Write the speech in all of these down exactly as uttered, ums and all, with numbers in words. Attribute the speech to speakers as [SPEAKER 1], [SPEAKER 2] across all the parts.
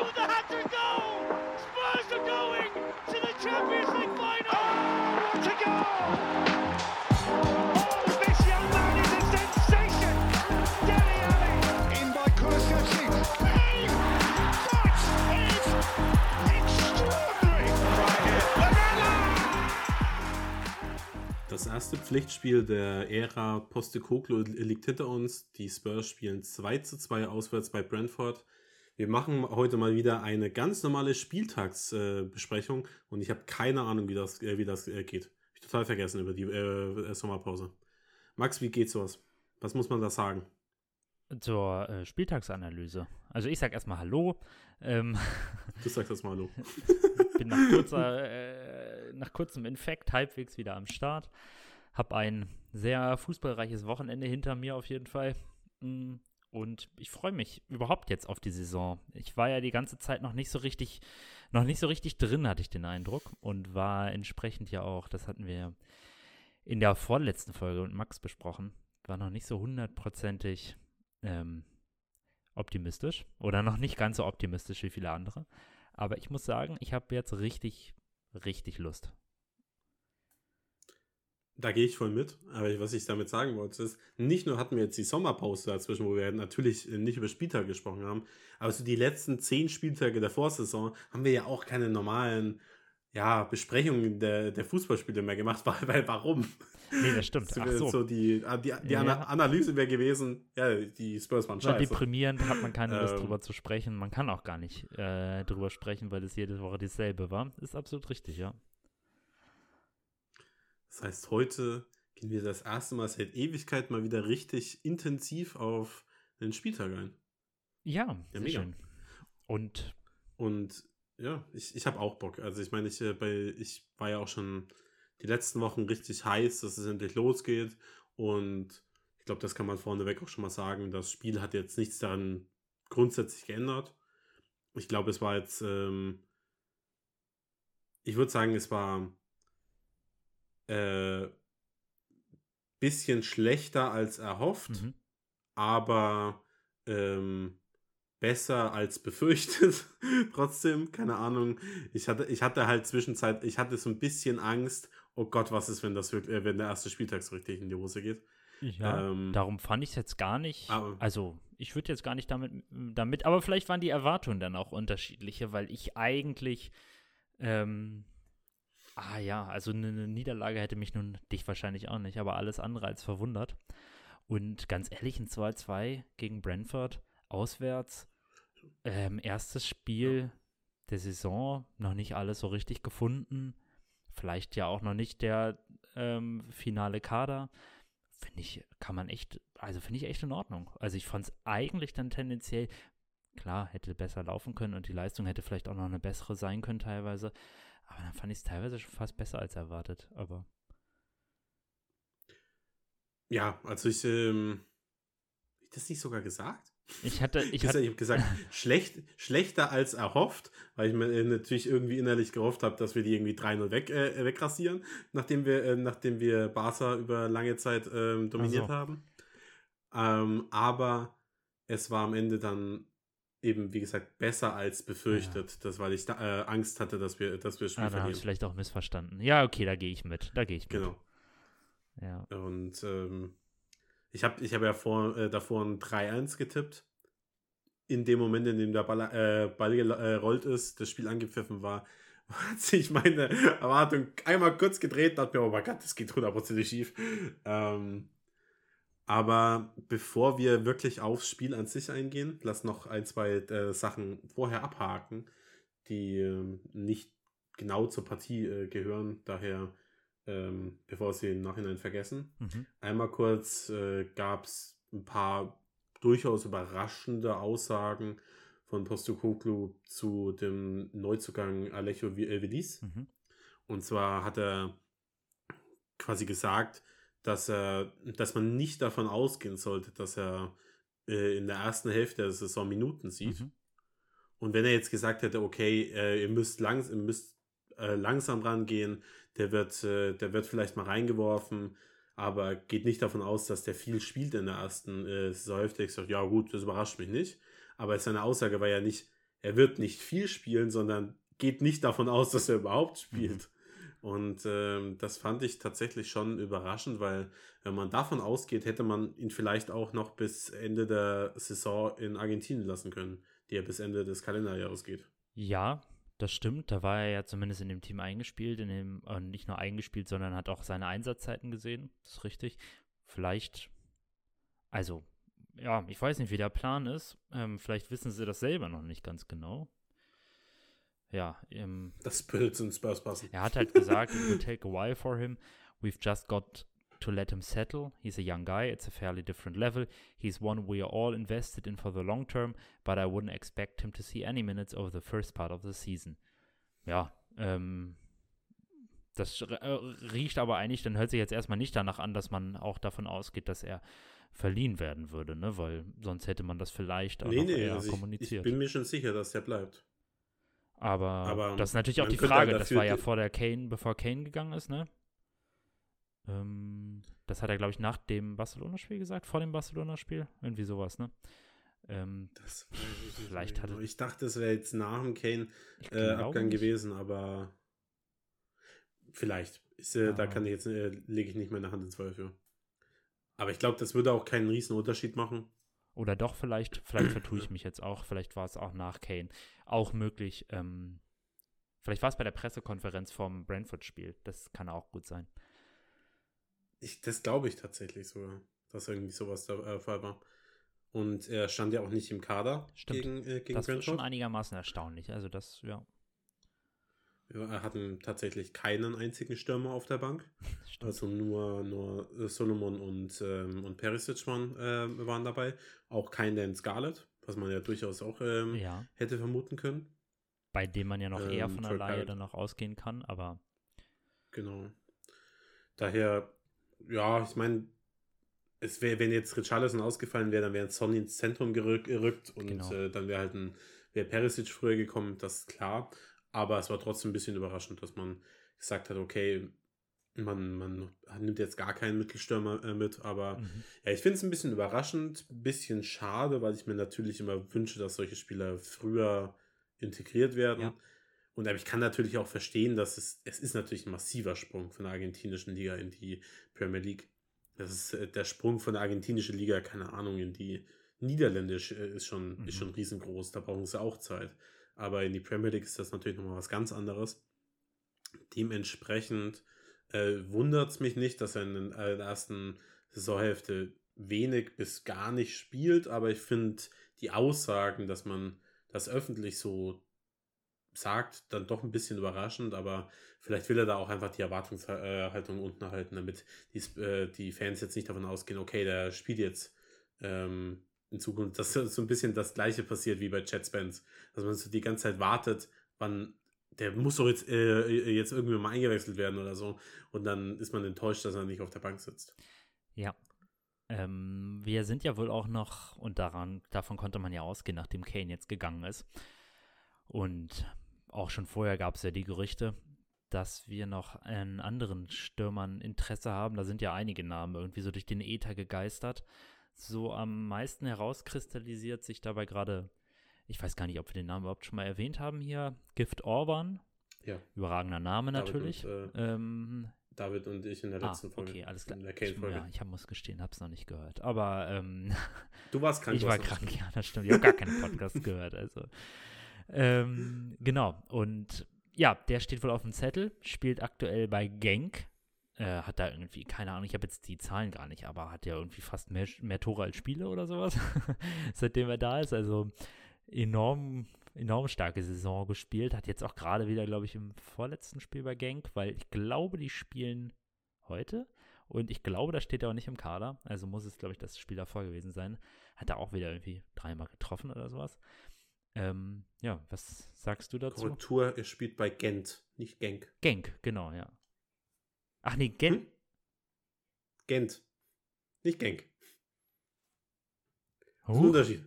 [SPEAKER 1] Oh, the hat-trick goal! Spurs are going to the Champions League final! Oh, what a goal! Oh, this young man is a sensation! Dele Alli! In by Kulusevski. Hey! That is extraordinary! Right here. Lamela!
[SPEAKER 2] Das erste Pflichtspiel der Ära Postecoglou liegt hinter uns. Die Spurs spielen zwei zu zwei auswärts bei Brentford. Wir machen heute mal wieder eine ganz normale Spieltagsbesprechung äh, und ich habe keine Ahnung, wie das, äh, wie das äh, geht. Ich total vergessen über die äh, Sommerpause. Max, wie geht's sowas? Was muss man da sagen?
[SPEAKER 3] Zur äh, Spieltagsanalyse. Also ich sag erstmal Hallo. Ähm,
[SPEAKER 2] du sagst erstmal Hallo.
[SPEAKER 3] bin nach, kurzer, äh, nach kurzem Infekt halbwegs wieder am Start. Hab ein sehr fußballreiches Wochenende hinter mir auf jeden Fall. Und ich freue mich überhaupt jetzt auf die Saison. Ich war ja die ganze Zeit noch nicht so richtig, noch nicht so richtig drin, hatte ich den Eindruck. Und war entsprechend ja auch, das hatten wir in der vorletzten Folge mit Max besprochen, war noch nicht so hundertprozentig ähm, optimistisch. Oder noch nicht ganz so optimistisch wie viele andere. Aber ich muss sagen, ich habe jetzt richtig, richtig Lust.
[SPEAKER 2] Da gehe ich voll mit, aber was ich damit sagen wollte, ist, nicht nur hatten wir jetzt die Sommerpause dazwischen, wo wir natürlich nicht über Spieltage gesprochen haben, aber so die letzten zehn Spieltage der Vorsaison haben wir ja auch keine normalen ja, Besprechungen der, der Fußballspiele mehr gemacht, weil, weil warum?
[SPEAKER 3] Nee, das stimmt. Ach so.
[SPEAKER 2] so die die, die ja. Analyse wäre gewesen, ja, die Spurs waren scheiße.
[SPEAKER 3] Deprimierend, hat man keine Lust ähm, drüber zu sprechen. Man kann auch gar nicht äh, drüber sprechen, weil es jede Woche dasselbe war. Ist absolut richtig, ja.
[SPEAKER 2] Das heißt, heute gehen wir das erste Mal seit Ewigkeit mal wieder richtig intensiv auf den Spieltag ein.
[SPEAKER 3] Ja, ja sehr schön. Und
[SPEAKER 2] Und ja, ich, ich habe auch Bock. Also ich meine, ich, bei, ich war ja auch schon die letzten Wochen richtig heiß, dass es endlich losgeht. Und ich glaube, das kann man vorneweg auch schon mal sagen. Das Spiel hat jetzt nichts daran grundsätzlich geändert. Ich glaube, es war jetzt, ähm, ich würde sagen, es war Äh, bisschen schlechter als erhofft, mhm. aber ähm, besser als befürchtet. Trotzdem, keine Ahnung. Ich hatte, ich hatte halt zwischenzeit, ich hatte so ein bisschen Angst, oh Gott, was ist, wenn das wirklich, äh, wenn der erste Spieltag so richtig in die Hose geht.
[SPEAKER 3] Ja, ähm, darum fand ich es jetzt gar nicht, aber, also ich würde jetzt gar nicht damit, damit, aber vielleicht waren die Erwartungen dann auch unterschiedliche, weil ich eigentlich ähm, Ah ja, also eine Niederlage hätte mich nun, dich wahrscheinlich auch nicht, aber alles andere als verwundert. Und ganz ehrlich, ein zwei zwei gegen Brentford, auswärts, ähm, erstes Spiel der Saison, noch nicht alles so richtig gefunden, vielleicht ja auch noch nicht der ähm, finale Kader, finde ich, kann man echt, also finde ich echt in Ordnung. Also ich fand es eigentlich dann tendenziell, klar, hätte besser laufen können und die Leistung hätte vielleicht auch noch eine bessere sein können teilweise. Aber dann fand ich es teilweise schon fast besser als erwartet, aber.
[SPEAKER 2] Ja, also ich, ähm, hab ich das nicht sogar gesagt?
[SPEAKER 3] Ich hatte, ich,
[SPEAKER 2] ich hatte, ich habe gesagt, schlecht, schlechter als erhofft, weil ich mir äh, natürlich irgendwie innerlich gehofft habe, dass wir die irgendwie drei null weg, äh, wegrasieren, nachdem wir, äh, nachdem wir Barca über lange Zeit ähm, dominiert
[SPEAKER 3] so.
[SPEAKER 2] haben. Ähm, aber es war am Ende dann eben, wie gesagt, besser als befürchtet. Ja. Das, weil ich da, äh, Angst hatte, dass wir, dass wir das Spiel
[SPEAKER 3] ah,
[SPEAKER 2] verlieren.
[SPEAKER 3] habe ich vielleicht auch missverstanden. Ja, okay, da gehe ich mit. Da gehe ich mit.
[SPEAKER 2] Genau.
[SPEAKER 3] Ja.
[SPEAKER 2] Und ähm, ich habe ich hab ja vor, äh, davor ein drei eins getippt. In dem Moment, in dem der Ball, äh, Ball gerollt ist, das Spiel angepfiffen war, hat sich meine Erwartung einmal kurz gedreht und dachte mir, oh mein Gott, das geht hundertprozentig schief. Ähm, Aber bevor wir wirklich aufs Spiel an sich eingehen, lass noch ein, zwei äh, Sachen vorher abhaken, die äh, nicht genau zur Partie äh, gehören, daher ähm, bevor sie im Nachhinein vergessen. Mhm. Einmal kurz äh, gab es ein paar durchaus überraschende Aussagen von Postecoglou zu dem Neuzugang Alejo Vilis. Mhm. Und zwar hat er quasi gesagt, dass er, dass man nicht davon ausgehen sollte, dass er äh, in der ersten Hälfte der Saison Minuten sieht. Mhm. Und wenn er jetzt gesagt hätte, okay, äh, ihr müsst, langs- ihr müsst äh, langsam rangehen, der wird, äh, der wird vielleicht mal reingeworfen, aber geht nicht davon aus, dass der viel spielt in der ersten äh, Saisonhälfte. Ich sage, ja gut, das überrascht mich nicht. Aber seine Aussage war ja nicht, er wird nicht viel spielen, sondern geht nicht davon aus, dass er überhaupt spielt. Mhm. Und ähm, das fand ich tatsächlich schon überraschend, weil wenn man davon ausgeht, hätte man ihn vielleicht auch noch bis Ende der Saison in Argentinien lassen können, die ja bis Ende des Kalenderjahres geht.
[SPEAKER 3] Ja, das stimmt. Da war er ja zumindest in dem Team eingespielt, in dem äh, nicht nur eingespielt, sondern hat auch seine Einsatzzeiten gesehen. Das ist richtig. Vielleicht, also, ja, ich weiß nicht, wie der Plan ist. Ähm, vielleicht wissen sie das selber noch nicht ganz genau. Ja, ähm,
[SPEAKER 2] das Spirits und Spurs passen.
[SPEAKER 3] Er hat halt gesagt, it will take a while for him. We've just got to let him settle. He's a young guy. It's a fairly different level. He's one we are all invested in for the long term, but I wouldn't expect him to see any minutes over the first part of the season. Ja, ähm, das äh, riecht aber eigentlich, dann hört sich jetzt erstmal nicht danach an, dass man auch davon ausgeht, dass er verliehen werden würde, ne? Weil sonst hätte man das vielleicht auch
[SPEAKER 2] nee,
[SPEAKER 3] noch
[SPEAKER 2] nee,
[SPEAKER 3] eher
[SPEAKER 2] also
[SPEAKER 3] kommuniziert.
[SPEAKER 2] Ich, ich bin mir schon sicher, dass der bleibt.
[SPEAKER 3] Aber,
[SPEAKER 2] aber
[SPEAKER 3] das ist natürlich auch die Frage, das war ja vor der Kane, bevor Kane gegangen ist, ne? Ähm, das hat er, glaube ich, nach dem Barcelona-Spiel gesagt, vor dem Barcelona-Spiel, irgendwie sowas, ne? Ähm,
[SPEAKER 2] das weiß ich nicht
[SPEAKER 3] vielleicht hatte
[SPEAKER 2] ich dachte, es wäre jetzt nach dem Kane-Abgang äh, gewesen, aber vielleicht. Ich, äh, ah. Da kann ich jetzt, äh, lege ich nicht meine Hand ins Feuer für. Aber ich glaube, das würde auch keinen riesen Unterschied machen.
[SPEAKER 3] Oder doch, vielleicht, vielleicht vertue ich mich jetzt auch, vielleicht war es auch nach Kane auch möglich. Ähm, vielleicht war es bei der Pressekonferenz vom Brentford-Spiel. Das kann auch gut sein.
[SPEAKER 2] Ich, das glaube ich tatsächlich sogar, dass irgendwie sowas der äh, Fall war. Und er stand ja auch nicht im Kader
[SPEAKER 3] Stimmt.
[SPEAKER 2] gegen, äh, gegen
[SPEAKER 3] das
[SPEAKER 2] Brentford.
[SPEAKER 3] Das ist schon einigermaßen erstaunlich. Also das, ja.
[SPEAKER 2] Wir hatten tatsächlich keinen einzigen Stürmer auf der Bank. Stimmt. Also nur, nur Solomon und, ähm, und Perisic waren, äh, waren dabei. Auch kein Dan Scarlett, was man ja durchaus auch ähm,
[SPEAKER 3] ja.
[SPEAKER 2] hätte vermuten können.
[SPEAKER 3] Bei dem man ja noch ähm, eher von der Leihe dann noch ausgehen kann, aber
[SPEAKER 2] genau. Daher, ja, ich meine, es wäre, wenn jetzt Richarlison ausgefallen wäre, dann wäre Son ins Zentrum gerückt, gerückt und genau. äh, dann wäre halt ein wäre Perisic früher gekommen, das ist klar. Aber es war trotzdem ein bisschen überraschend, dass man gesagt hat, okay, man, man nimmt jetzt gar keinen Mittelstürmer äh, mit, aber mhm. ja, ich finde es ein bisschen überraschend, ein bisschen schade, weil ich mir natürlich immer wünsche, dass solche Spieler früher integriert werden. Ja. Und aber ich kann natürlich auch verstehen, dass es, es ist natürlich ein massiver Sprung von der argentinischen Liga in die Premier League. Das ist äh, der Sprung von der argentinischen Liga, keine Ahnung, in die niederländische äh, ist schon, mhm. ist schon riesengroß, da brauchen sie auch Zeit. Aber in die Premier League ist das natürlich nochmal was ganz anderes. Dementsprechend äh, wundert es mich nicht, dass er in der ersten Saisonhälfte wenig bis gar nicht spielt. Aber ich finde die Aussagen, dass man das öffentlich so sagt, dann doch ein bisschen überraschend. Aber vielleicht will er da auch einfach die Erwartungshaltung unten halten, damit die, äh, die Fans jetzt nicht davon ausgehen, okay, der spielt jetzt ähm, in Zukunft, dass so ein bisschen das Gleiche passiert wie bei Chad Spence, dass man so die ganze Zeit wartet, wann, der muss doch jetzt, äh, jetzt irgendwie mal eingewechselt werden oder so und dann ist man enttäuscht, dass er nicht auf der Bank sitzt.
[SPEAKER 3] Ja, ähm, wir sind ja wohl auch noch, und daran, davon konnte man ja ausgehen, nachdem Kane jetzt gegangen ist und auch schon vorher gab es ja die Gerüchte, dass wir noch an anderen Stürmern Interesse haben, da sind ja einige Namen irgendwie so durch den Äther gegeistert. So am meisten herauskristallisiert sich dabei gerade, ich weiß gar nicht, ob wir den Namen überhaupt schon mal erwähnt haben hier, Gift Orban.
[SPEAKER 2] Ja.
[SPEAKER 3] Überragender Name
[SPEAKER 2] David
[SPEAKER 3] natürlich.
[SPEAKER 2] Und, äh,
[SPEAKER 3] ähm,
[SPEAKER 2] David und ich in der letzten
[SPEAKER 3] ah,
[SPEAKER 2] Folge.
[SPEAKER 3] Okay, alles klar.
[SPEAKER 2] In der Kane-Folge.
[SPEAKER 3] Ja, ich hab, muss gestehen, hab's noch nicht gehört. Aber ähm,
[SPEAKER 2] du warst krank.
[SPEAKER 3] Ich war krank, ja, das stimmt. Ich habe gar keinen Podcast gehört. Also ähm, genau. Und ja, der steht wohl auf dem Zettel, spielt aktuell bei Genk. Äh, hat da irgendwie, keine Ahnung, ich habe jetzt die Zahlen gar nicht, aber hat ja irgendwie fast mehr, mehr Tore als Spiele oder sowas, seitdem er da ist. Also enorm, enorm starke Saison gespielt. Hat jetzt auch gerade wieder, glaube ich, im vorletzten Spiel bei Genk, weil ich glaube, die spielen heute und ich glaube, da steht er auch nicht im Kader. Also muss es, glaube ich, das Spiel davor gewesen sein. Hat er auch wieder irgendwie dreimal getroffen oder sowas. Ähm, ja, was sagst du dazu?
[SPEAKER 2] Korrektur, er spielt bei Gent, nicht Genk.
[SPEAKER 3] Genk, genau, ja. Ach nee, Gent. Hm?
[SPEAKER 2] Gent. Nicht Genk.
[SPEAKER 3] Oh.
[SPEAKER 2] Das ist ein Unterschied.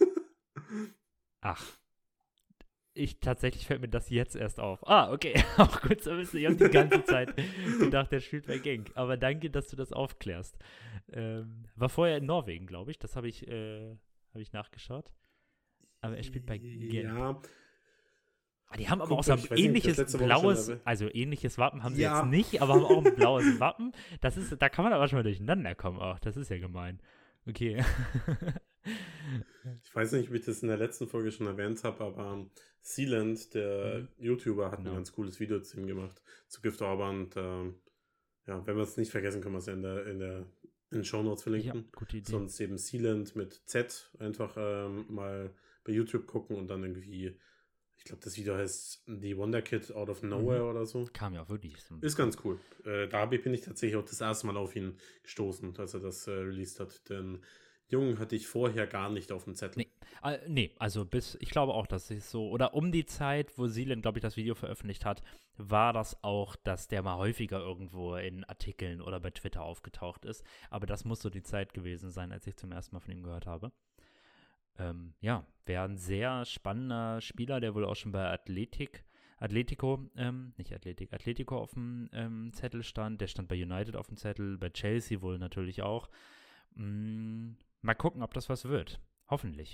[SPEAKER 3] Ach. Ich, tatsächlich fällt mir das jetzt erst auf. Ah, okay. Auch gut zu wissen. Ich habe die ganze Zeit gedacht, der spielt bei Genk. Aber danke, dass du das aufklärst. Ähm, war vorher in Norwegen, glaube ich. Das habe ich, äh, hab ich nachgeschaut. aber er spielt bei Genk.
[SPEAKER 2] Ja.
[SPEAKER 3] Die haben aber Guck, auch so ein ähnliches nicht, blaues, also ähnliches Wappen haben sie ja. jetzt nicht, aber haben auch ein blaues Wappen. Das ist, da kann man aber schon mal durcheinander kommen auch. Das ist ja gemein. Okay.
[SPEAKER 2] Ich weiß nicht, ob ich das in der letzten Folge schon erwähnt habe, aber Sealand, der mhm. YouTuber, hat genau. ein ganz cooles Video zu ihm gemacht, zu Gift Orban. Und äh, ja, wenn wir es nicht vergessen, können wir es ja in der, in der in den Shownotes verlinken.
[SPEAKER 3] Ja, gute Idee.
[SPEAKER 2] Sonst eben Sealand mit Z einfach ähm, mal bei YouTube gucken und dann irgendwie, ich glaube, das Video heißt The Wonder Kid Out of Nowhere mhm. oder so.
[SPEAKER 3] Kam ja auch wirklich. So
[SPEAKER 2] ist ganz cool. Äh, da bin ich tatsächlich auch das erste Mal auf ihn gestoßen, als er das äh, released hat. Denn Jungen hatte ich vorher gar nicht auf dem Zettel.
[SPEAKER 3] Nee, äh, nee, also bis, ich glaube auch, dass es so, oder um die Zeit, wo Sealand, glaube ich, das Video veröffentlicht hat, war das auch, dass der mal häufiger irgendwo in Artikeln oder bei Twitter aufgetaucht ist. Aber das muss so die Zeit gewesen sein, als ich zum ersten Mal von ihm gehört habe. Ähm, ja, wäre ein sehr spannender Spieler, der wohl auch schon bei Athletic, Atletico, ähm, nicht Athletic, Atletico auf dem ähm, Zettel stand. Der stand bei United auf dem Zettel, bei Chelsea wohl natürlich auch. Mm, mal gucken, ob das was wird. Hoffentlich.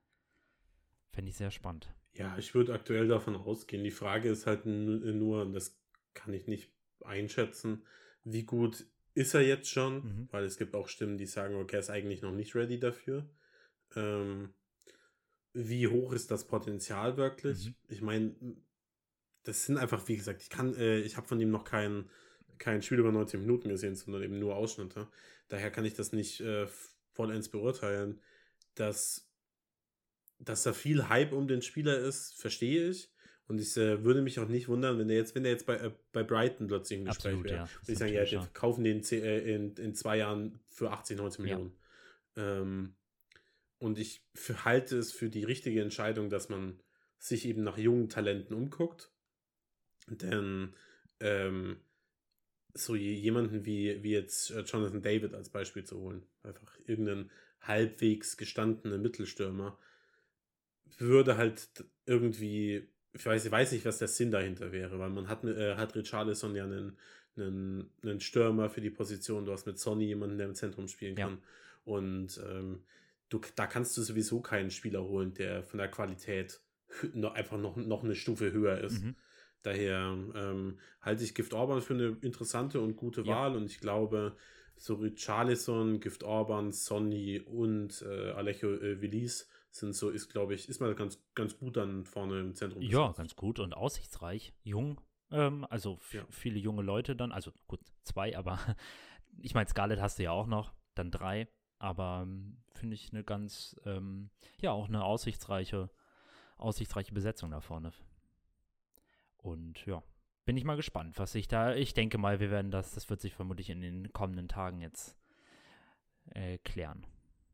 [SPEAKER 3] Fände ich sehr spannend.
[SPEAKER 2] Ja, ich würde aktuell davon ausgehen. Die Frage ist halt nur, und das kann ich nicht einschätzen, wie gut ist er jetzt schon? Mhm. Weil es gibt auch Stimmen, die sagen, okay, er ist eigentlich noch nicht ready dafür. Ähm, wie hoch ist das Potenzial wirklich? Mhm. Ich meine, das sind einfach, wie gesagt, ich kann, äh, ich habe von ihm noch kein, kein Spiel über neunzig Minuten gesehen, sondern eben nur Ausschnitte. Daher kann ich das nicht äh, vollends beurteilen. Dass, dass da viel Hype um den Spieler ist, verstehe ich. Und ich äh, würde mich auch nicht wundern, wenn der jetzt, wenn der jetzt bei, äh, bei Brighton plötzlich im Gespräch Absolut, wäre. Ja. Würde ich sagen, ja, wir kaufen den äh, in, in zwei Jahren für achtzig, neunzig Millionen. Ja. Ähm, und ich für, halte es für die richtige Entscheidung, dass man sich eben nach jungen Talenten umguckt. Denn ähm, so jemanden wie, wie jetzt Jonathan David als Beispiel zu holen, einfach irgendeinen halbwegs gestandenen Mittelstürmer, würde halt irgendwie, ich weiß, ich weiß nicht, was der Sinn dahinter wäre, weil man hat, äh, hat Richarlison ja einen, einen, einen Stürmer für die Position, du hast mit Sonny jemanden, der im Zentrum spielen kann. Ja. Und ähm, du, da kannst du sowieso keinen Spieler holen, der von der Qualität noch, einfach noch, noch eine Stufe höher ist. Mhm. Daher ähm, halte ich Gift Orban für eine interessante und gute ja. Wahl und ich glaube, so Richarlison, Gift Orban, Sonny und äh, Alejo äh, Vilis sind so, ist glaube ich, ist mal ganz, ganz gut dann vorne im Zentrum.
[SPEAKER 3] Ja, besetzt. Ganz gut und aussichtsreich, jung, ähm, also f- ja. viele junge Leute dann, also gut, zwei, aber ich meine, Scarlett hast du ja auch noch, dann drei, aber ähm, finde ich eine ganz, ähm, ja, auch eine aussichtsreiche, aussichtsreiche Besetzung da vorne. Und ja, bin ich mal gespannt, was sich da, ich denke mal, wir werden das, das wird sich vermutlich in den kommenden Tagen jetzt äh, klären.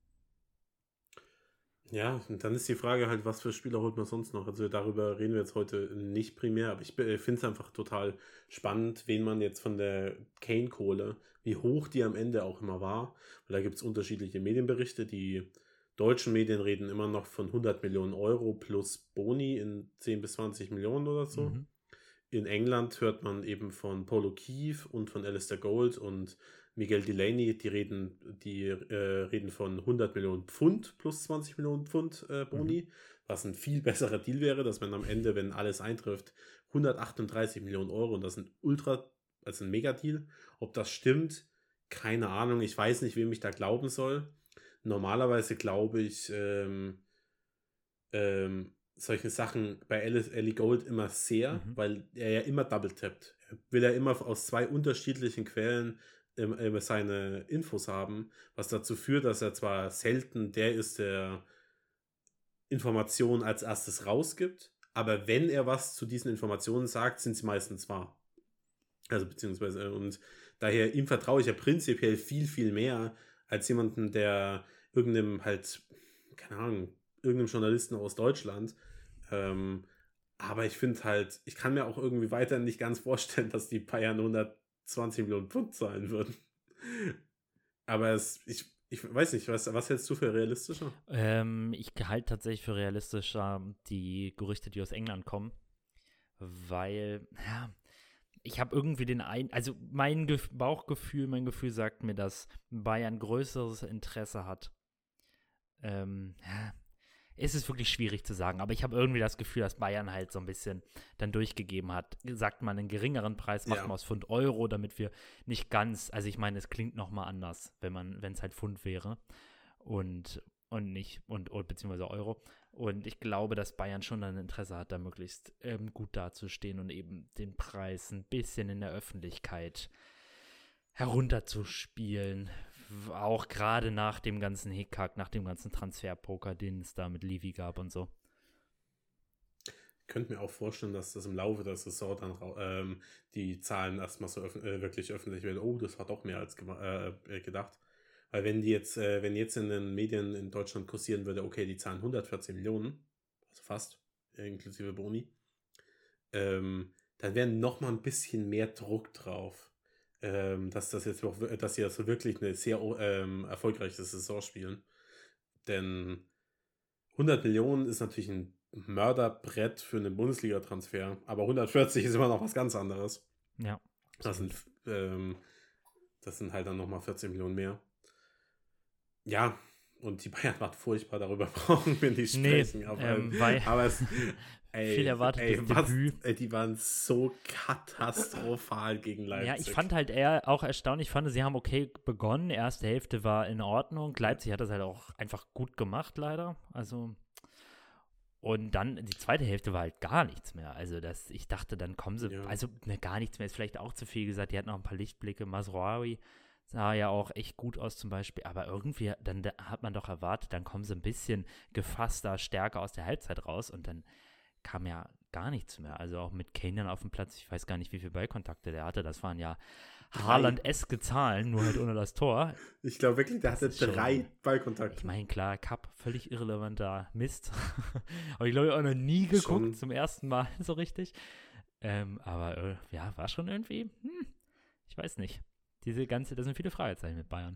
[SPEAKER 2] Ja, und dann ist die Frage halt, was für Spieler holt man sonst noch? Also darüber reden wir jetzt heute nicht primär, aber ich finde es einfach total spannend, wen man jetzt von der Kane-Kohle, wie hoch die am Ende auch immer war, weil da gibt es unterschiedliche Medienberichte, die deutschen Medien reden immer noch von hundert Millionen Euro plus Boni in zehn bis zwanzig Millionen oder so. Mhm. In England hört man eben von Paulo Keefe und von Alistair Gold und Miguel Delaney, die reden, die äh, reden von hundert Millionen Pfund plus zwanzig Millionen Pfund äh, Boni, mhm. was ein viel besserer Deal wäre, dass man am Ende, wenn alles eintrifft, hundertachtunddreißig Millionen Euro und das ist ein Ultra, also ein Mega-Deal. Ob das stimmt, keine Ahnung, ich weiß nicht, wem ich da glauben soll. Normalerweise glaube ich, ähm, ähm, solche Sachen bei Ellie Gold immer sehr, mhm. weil er ja immer double tappt. Er will ja immer aus zwei unterschiedlichen Quellen immer seine Infos haben, was dazu führt, dass er zwar selten der ist, der Informationen als erstes rausgibt, aber wenn er was zu diesen Informationen sagt, sind sie meistens wahr. Also beziehungsweise, und daher ihm vertraue ich ja prinzipiell viel, viel mehr als jemanden, der irgendeinem halt, keine Ahnung, irgendeinem Journalisten aus Deutschland. Ähm, aber ich finde halt, ich kann mir auch irgendwie weiter nicht ganz vorstellen, dass die Bayern hundertzwanzig Millionen Pfund zahlen würden. Aber es, ich, ich weiß nicht, was, was hältst du für realistischer?
[SPEAKER 3] Ähm, ich halte tatsächlich für realistischer die Gerüchte, die aus England kommen, weil, ja, ich habe irgendwie den ein, also mein Ge- Bauchgefühl, mein Gefühl sagt mir, dass Bayern größeres Interesse hat. Ähm, ja, es ist wirklich schwierig zu sagen, aber ich habe irgendwie das Gefühl, dass Bayern halt so ein bisschen dann durchgegeben hat. Sagt man einen geringeren Preis, macht
[SPEAKER 2] Ja.
[SPEAKER 3] man aus Pfund Euro, damit wir nicht ganz, also ich meine, es klingt nochmal anders, wenn man, wenn es halt Pfund wäre und, und nicht, und, und beziehungsweise Euro. Und ich glaube, dass Bayern schon ein Interesse hat, da möglichst ähm, gut dazustehen und eben den Preis ein bisschen in der Öffentlichkeit herunterzuspielen. Auch gerade nach dem ganzen Hickhack, nach dem ganzen Transferpoker, den es da mit Levy gab und so.
[SPEAKER 2] Ich könnte mir auch vorstellen, dass das im Laufe der Saison dann ähm, die Zahlen erstmal so öf- äh, wirklich öffentlich werden. Oh, das hat doch mehr als gema- äh, gedacht. Weil wenn die jetzt, äh, wenn jetzt in den Medien in Deutschland kursieren würde, okay, die zahlen hundertvierzehn Millionen, also fast, inklusive Boni, ähm, dann wäre noch mal ein bisschen mehr Druck drauf. Ähm, dass das jetzt auch, dass sie also wirklich eine sehr ähm, erfolgreiche Saison spielen. Denn hundert Millionen ist natürlich ein Mörderbrett für einen Bundesliga-Transfer, aber hundertvierzig ist immer noch was ganz anderes.
[SPEAKER 3] Ja.
[SPEAKER 2] Das sind, ähm, das sind halt dann nochmal vierzehn Millionen mehr. Ja, und die Bayern waren furchtbar, darüber brauchen wir nicht sprechen.
[SPEAKER 3] Nee,
[SPEAKER 2] aber,
[SPEAKER 3] ähm, weil
[SPEAKER 2] aber es, ey,
[SPEAKER 3] viel erwartetes
[SPEAKER 2] ey, was,
[SPEAKER 3] Debüt.
[SPEAKER 2] ey, die waren so katastrophal gegen Leipzig.
[SPEAKER 3] Ja, ich fand halt eher auch erstaunlich, ich fand, sie haben okay begonnen, erste Hälfte war in Ordnung, Leipzig hat das halt auch einfach gut gemacht, leider, also und dann die zweite Hälfte war halt gar nichts mehr, also das, ich dachte, dann kommen sie,
[SPEAKER 2] Ja.
[SPEAKER 3] also ne, gar nichts mehr, ist vielleicht auch zu viel gesagt, die hatten noch ein paar Lichtblicke, Mazraoui sah ja auch echt gut aus zum Beispiel, aber irgendwie, dann da hat man doch erwartet, dann kommen sie ein bisschen gefasster, stärker aus der Halbzeit raus und dann kam ja gar nichts mehr. Also auch mit Kane dann auf dem Platz, ich weiß gar nicht, wie viele Ballkontakte der hatte. Das waren ja Haaland-eske Zahlen, nur halt ohne das Tor.
[SPEAKER 2] Ich glaube wirklich, der hatte drei
[SPEAKER 3] schon,
[SPEAKER 2] Ballkontakte.
[SPEAKER 3] Ich meine, klar, Cup, völlig irrelevanter Mist. Aber ich glaube, ich auch noch nie geguckt, schon. Zum ersten Mal so richtig. Ähm, aber äh, ja, war schon irgendwie, hm, ich weiß nicht. Diese ganze, da sind viele Fragezeichen mit Bayern.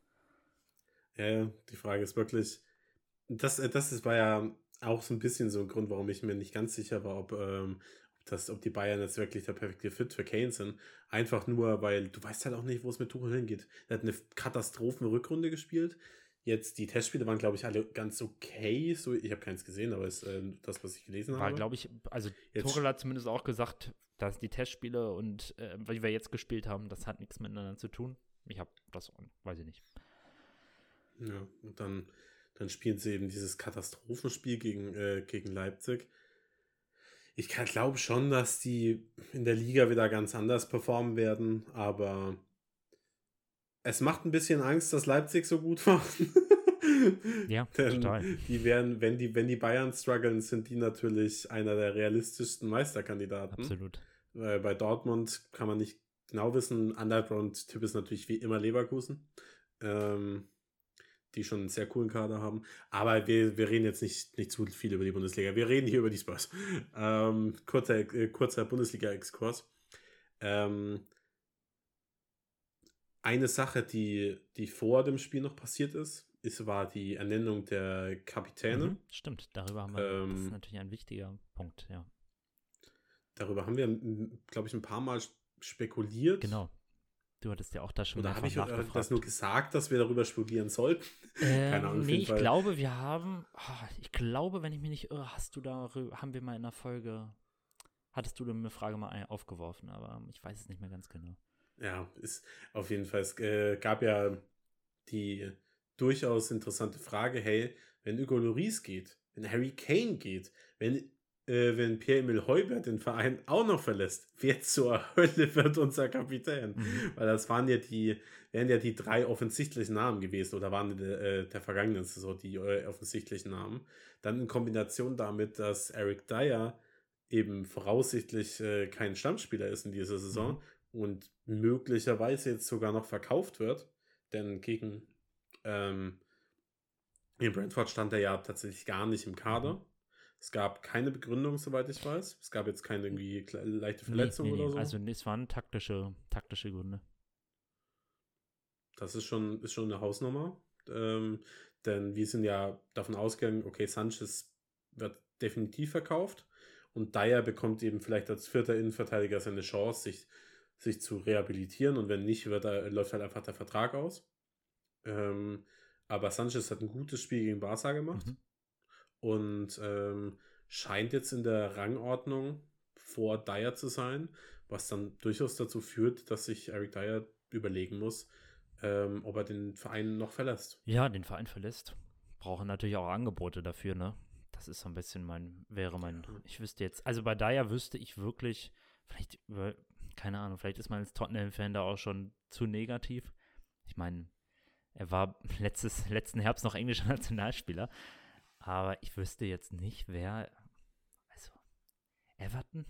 [SPEAKER 2] Ja, die Frage ist wirklich, das, das ist, war ja auch so ein bisschen so ein Grund, warum ich mir nicht ganz sicher war, ob, ähm, ob, das, ob die Bayern jetzt wirklich der perfekte Fit für Kane sind. Einfach nur, weil du weißt halt auch nicht, wo es mit Tuchel hingeht. Er hat eine Katastrophen-Rückrunde gespielt. Jetzt, die Testspiele waren, glaube ich, alle ganz okay. So, ich habe keins gesehen, aber ist äh, das, was ich gelesen
[SPEAKER 3] war,
[SPEAKER 2] habe.
[SPEAKER 3] War, glaube ich, also jetzt, Tuchel hat zumindest auch gesagt, dass die Testspiele und äh, wie wir jetzt gespielt haben, das hat nichts miteinander zu tun. Ich habe das, weiß ich nicht.
[SPEAKER 2] Ja, und dann, dann spielen sie eben dieses Katastrophenspiel gegen, äh, gegen Leipzig. Ich glaube schon, dass die in der Liga wieder ganz anders performen werden, aber es macht ein bisschen Angst, dass Leipzig so gut macht.
[SPEAKER 3] Ja,
[SPEAKER 2] Denn
[SPEAKER 3] total.
[SPEAKER 2] Die werden, wenn die, wenn die Bayern strugglen, sind die natürlich einer der realistischsten Meisterkandidaten.
[SPEAKER 3] Absolut.
[SPEAKER 2] Weil bei Dortmund kann man nicht genau wissen. Underground-Tipp ist natürlich wie immer Leverkusen. Ähm, die schon einen sehr coolen Kader haben. Aber wir, wir reden jetzt nicht, nicht zu viel über die Bundesliga. Wir reden hier über die Spurs. Ähm, kurzer äh, kurzer Bundesliga-Exkurs. Ähm, eine Sache, die, die vor dem Spiel noch passiert ist, ist, war die Ernennung der Kapitäne.
[SPEAKER 3] Mhm, stimmt, darüber haben wir, ähm, das ist natürlich ein wichtiger Punkt, ja.
[SPEAKER 2] Darüber haben wir, glaube ich, ein paar Mal spekuliert.
[SPEAKER 3] Genau. Du hattest ja auch da schon
[SPEAKER 2] Oder habe ich
[SPEAKER 3] nachgefragt.
[SPEAKER 2] das nur gesagt, dass wir darüber spekulieren sollten?
[SPEAKER 3] Ähm,
[SPEAKER 2] Keine Ahnung.
[SPEAKER 3] Nee, ich Fall. glaube, wir haben, oh, ich glaube, wenn ich mich nicht irre, hast du da, haben wir mal in einer Folge, hattest du eine Frage mal aufgeworfen, aber ich weiß es nicht mehr ganz genau.
[SPEAKER 2] Ja, ist auf jeden Fall, es äh, gab ja die durchaus interessante Frage, hey, wenn Hugo Lloris geht, wenn Harry Kane geht, wenn Äh, wenn Pierre-Emile Højbjerg den Verein auch noch verlässt, wer zur Hölle wird unser Kapitän? Mhm. Weil das waren ja die, wären ja die drei offensichtlichen Namen gewesen oder waren in der, äh, der vergangenen Saison die äh, offensichtlichen Namen. Dann in Kombination damit, dass Eric Dyer eben voraussichtlich äh, kein Stammspieler ist in dieser Saison mhm. und möglicherweise jetzt sogar noch verkauft wird, denn gegen ähm, in Brentford stand er ja tatsächlich gar nicht im Kader. Mhm. Es gab keine Begründung, soweit ich weiß. Es gab jetzt keine irgendwie leichte Verletzung nee, nee, nee. oder so.
[SPEAKER 3] Also es waren taktische, taktische Gründe.
[SPEAKER 2] Das ist schon, ist schon eine Hausnummer. Ähm, denn wir sind ja davon ausgegangen, okay, Sanchez wird definitiv verkauft und Dyer bekommt eben vielleicht als vierter Innenverteidiger seine Chance, sich, sich zu rehabilitieren und wenn nicht, wird er, läuft halt einfach der Vertrag aus. Ähm, aber Sanchez hat ein gutes Spiel gegen Barca gemacht. Mhm. und ähm, scheint jetzt in der Rangordnung vor Dyer zu sein, was dann durchaus dazu führt, dass sich Eric Dyer überlegen muss, ähm, ob er den Verein noch verlässt.
[SPEAKER 3] Ja, den Verein verlässt. Brauchen natürlich auch Angebote dafür, ne? Das ist so ein bisschen mein, wäre mein, ja. Ich wüsste jetzt, also bei Dyer wüsste ich wirklich, vielleicht, keine Ahnung, vielleicht ist man als Tottenham-Fan da auch schon zu negativ. Ich meine, er war letztes, letzten Herbst noch englischer Nationalspieler, aber ich wüsste jetzt nicht, wer, also, Everton?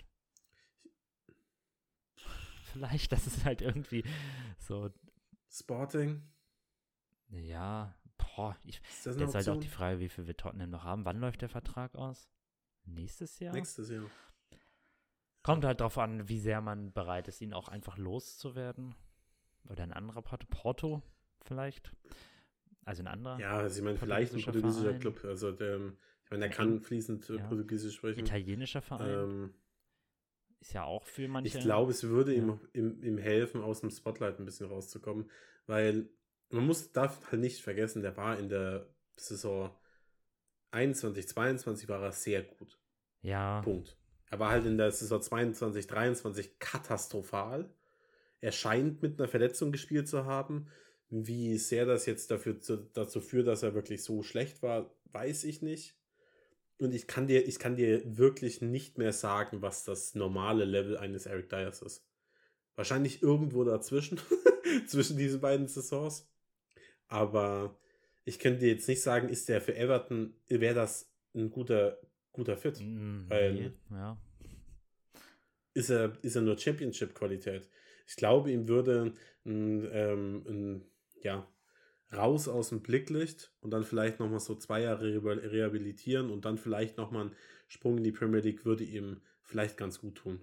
[SPEAKER 3] Vielleicht, das ist halt irgendwie so.
[SPEAKER 2] Sporting?
[SPEAKER 3] Ja, boah, ich, ist das jetzt halt auch die Frage, wie viel wir Tottenham noch haben. Wann läuft der Vertrag aus? Nächstes Jahr?
[SPEAKER 2] Nächstes Jahr.
[SPEAKER 3] Kommt halt drauf an, wie sehr man bereit ist, ihn auch einfach loszuwerden. Oder ein anderer Part, Porto vielleicht. Also ein anderer.
[SPEAKER 2] Ja, also ich meine, vielleicht ein portugiesischer Verein. Club. Also der, ich meine, der kann fließend ja. Portugiesisch sprechen.
[SPEAKER 3] Italienischer Verein. Ähm, ist ja auch für manche.
[SPEAKER 2] Ich glaube, es würde ja. ihm, ihm, ihm helfen, aus dem Spotlight ein bisschen rauszukommen, weil man muss, darf halt nicht vergessen, der war in der Saison einundzwanzig, zweiundzwanzig war er sehr gut.
[SPEAKER 3] Ja.
[SPEAKER 2] Punkt. Er war halt in der Saison zweiundzwanzig, dreiundzwanzig katastrophal. Er scheint mit einer Verletzung gespielt zu haben. Wie sehr das jetzt dafür zu, dazu führt, dass er wirklich so schlecht war, weiß ich nicht. Und ich kann dir, ich kann dir wirklich nicht mehr sagen, was das normale Level eines Eric Dyers ist. Wahrscheinlich irgendwo dazwischen, zwischen diesen beiden Saisons. Aber ich könnte dir jetzt nicht sagen, ist der für Everton, wäre das ein guter, guter Fit.
[SPEAKER 3] Mm,
[SPEAKER 2] Weil
[SPEAKER 3] nee, ja.
[SPEAKER 2] ist er, ist er nur Championship-Qualität. Ich glaube, ihm würde ein, ähm, ein, ja, raus aus dem Blicklicht und dann vielleicht nochmal so zwei Jahre re- rehabilitieren und dann vielleicht nochmal einen Sprung in die Premier League würde ihm vielleicht ganz gut tun.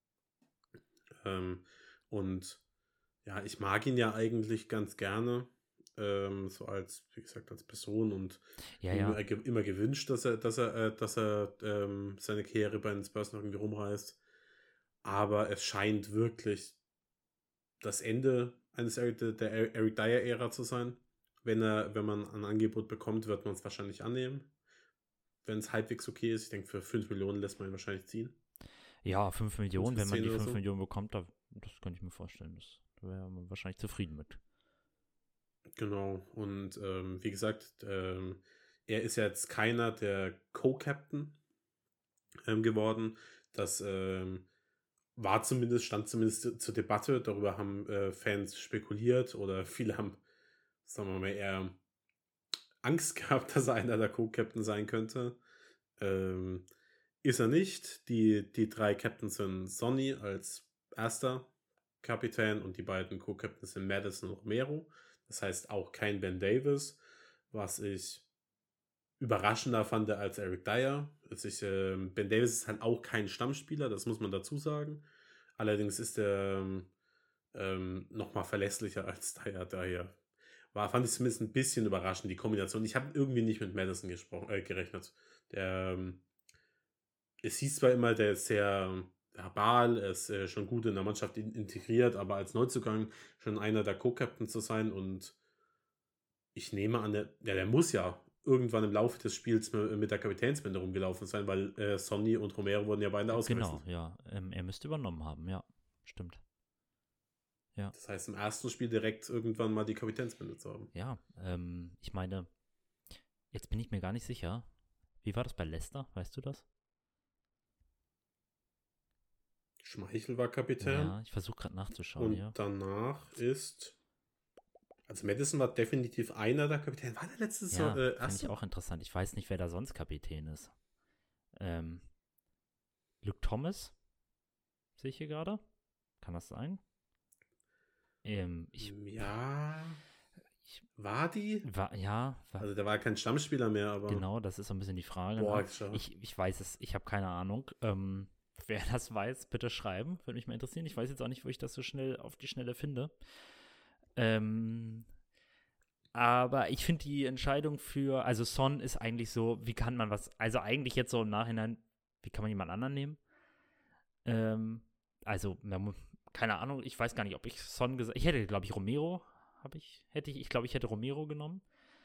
[SPEAKER 2] Ähm, und ja, ich mag ihn ja eigentlich ganz gerne, ähm, so als, wie gesagt, als Person und
[SPEAKER 3] ja, ja.
[SPEAKER 2] Immer, immer gewünscht, dass er, dass er, äh, dass er ähm, seine Karriere bei den Spurs noch irgendwie rumreißt. Aber es scheint wirklich das Ende eines Eric, der Eric Dyer-Ära zu sein. Wenn er, wenn man ein Angebot bekommt, wird man es wahrscheinlich annehmen. Wenn es halbwegs okay ist. Ich denke, für fünf Millionen lässt man ihn wahrscheinlich ziehen.
[SPEAKER 3] Ja, fünf Millionen, wenn man die fünf so. Millionen bekommt, da, das könnte ich mir vorstellen. Das, da wäre man wahrscheinlich zufrieden mit.
[SPEAKER 2] Genau. Und ähm, wie gesagt, ähm, er ist ja jetzt keiner der Co-Captain ähm, geworden. Das ähm, war zumindest, stand zumindest zur Debatte. Darüber haben äh, Fans spekuliert oder viele haben, sagen wir mal, eher Angst gehabt, dass er einer der Co-Captain sein könnte. Ähm, ist er nicht. Die, die drei Captains sind Sonny als erster Kapitän und die beiden Co-Captains sind Maddison und Romero. Das heißt auch kein Ben Davies, was ich überraschender fand als Eric Dyer. Also ich, äh, Ben Davies ist halt auch kein Stammspieler, das muss man dazu sagen. Allerdings ist er ähm, nochmal verlässlicher als Dyer. Daher war, fand ich zumindest ein bisschen überraschend, die Kombination. Ich habe irgendwie nicht mit Maddison gesprochen, äh, gerechnet. Der, ähm, es hieß zwar immer, der ist sehr verbal, er ist äh, schon gut in der Mannschaft in, integriert, aber als Neuzugang schon einer der Co-Captain zu sein und ich nehme an, der, ja, der muss ja irgendwann im Laufe des Spiels mit der Kapitänsbinde rumgelaufen sein, weil äh, Sonny und Romero wurden ja beide ausgewechselt.
[SPEAKER 3] Genau, ja. Ähm, er müsste übernommen haben, ja. Stimmt. Ja.
[SPEAKER 2] Das heißt, im ersten Spiel direkt irgendwann mal die Kapitänsbinde zu haben.
[SPEAKER 3] Ja, ähm, ich meine, jetzt bin ich mir gar nicht sicher. Wie war das bei Leicester? Weißt du das?
[SPEAKER 2] Schmeichel war Kapitän.
[SPEAKER 3] Ja, ich versuche gerade nachzuschauen.
[SPEAKER 2] Und
[SPEAKER 3] ja.
[SPEAKER 2] danach ist, also Maddison war definitiv einer der Kapitäne. War der letzte
[SPEAKER 3] Saison
[SPEAKER 2] ja,
[SPEAKER 3] äh, finde ich auch interessant. Ich weiß nicht, wer da sonst Kapitän ist. Ähm, Luke Thomas? Sehe ich hier gerade? Kann das sein? Ähm, ich,
[SPEAKER 2] ja. Ich, war die?
[SPEAKER 3] War, ja. War,
[SPEAKER 2] also der war kein Stammspieler mehr, aber.
[SPEAKER 3] Genau, das ist so ein bisschen die Frage.
[SPEAKER 2] Boah,
[SPEAKER 3] ne? ich, ich weiß es, ich habe keine Ahnung. Ähm, wer das weiß, bitte schreiben. Würde mich mal interessieren. Ich weiß jetzt auch nicht, wo ich das so schnell auf die Schnelle finde. Ähm, aber ich finde die Entscheidung für, also Son ist eigentlich so, wie kann man was, also eigentlich jetzt so im Nachhinein, wie kann man jemand anderen nehmen? Ähm, also, keine Ahnung, ich weiß gar nicht, ob ich Son gesagt, ich hätte, glaube ich, Romero, habe ich, hätte ich, ich glaube, ich hätte Romero genommen.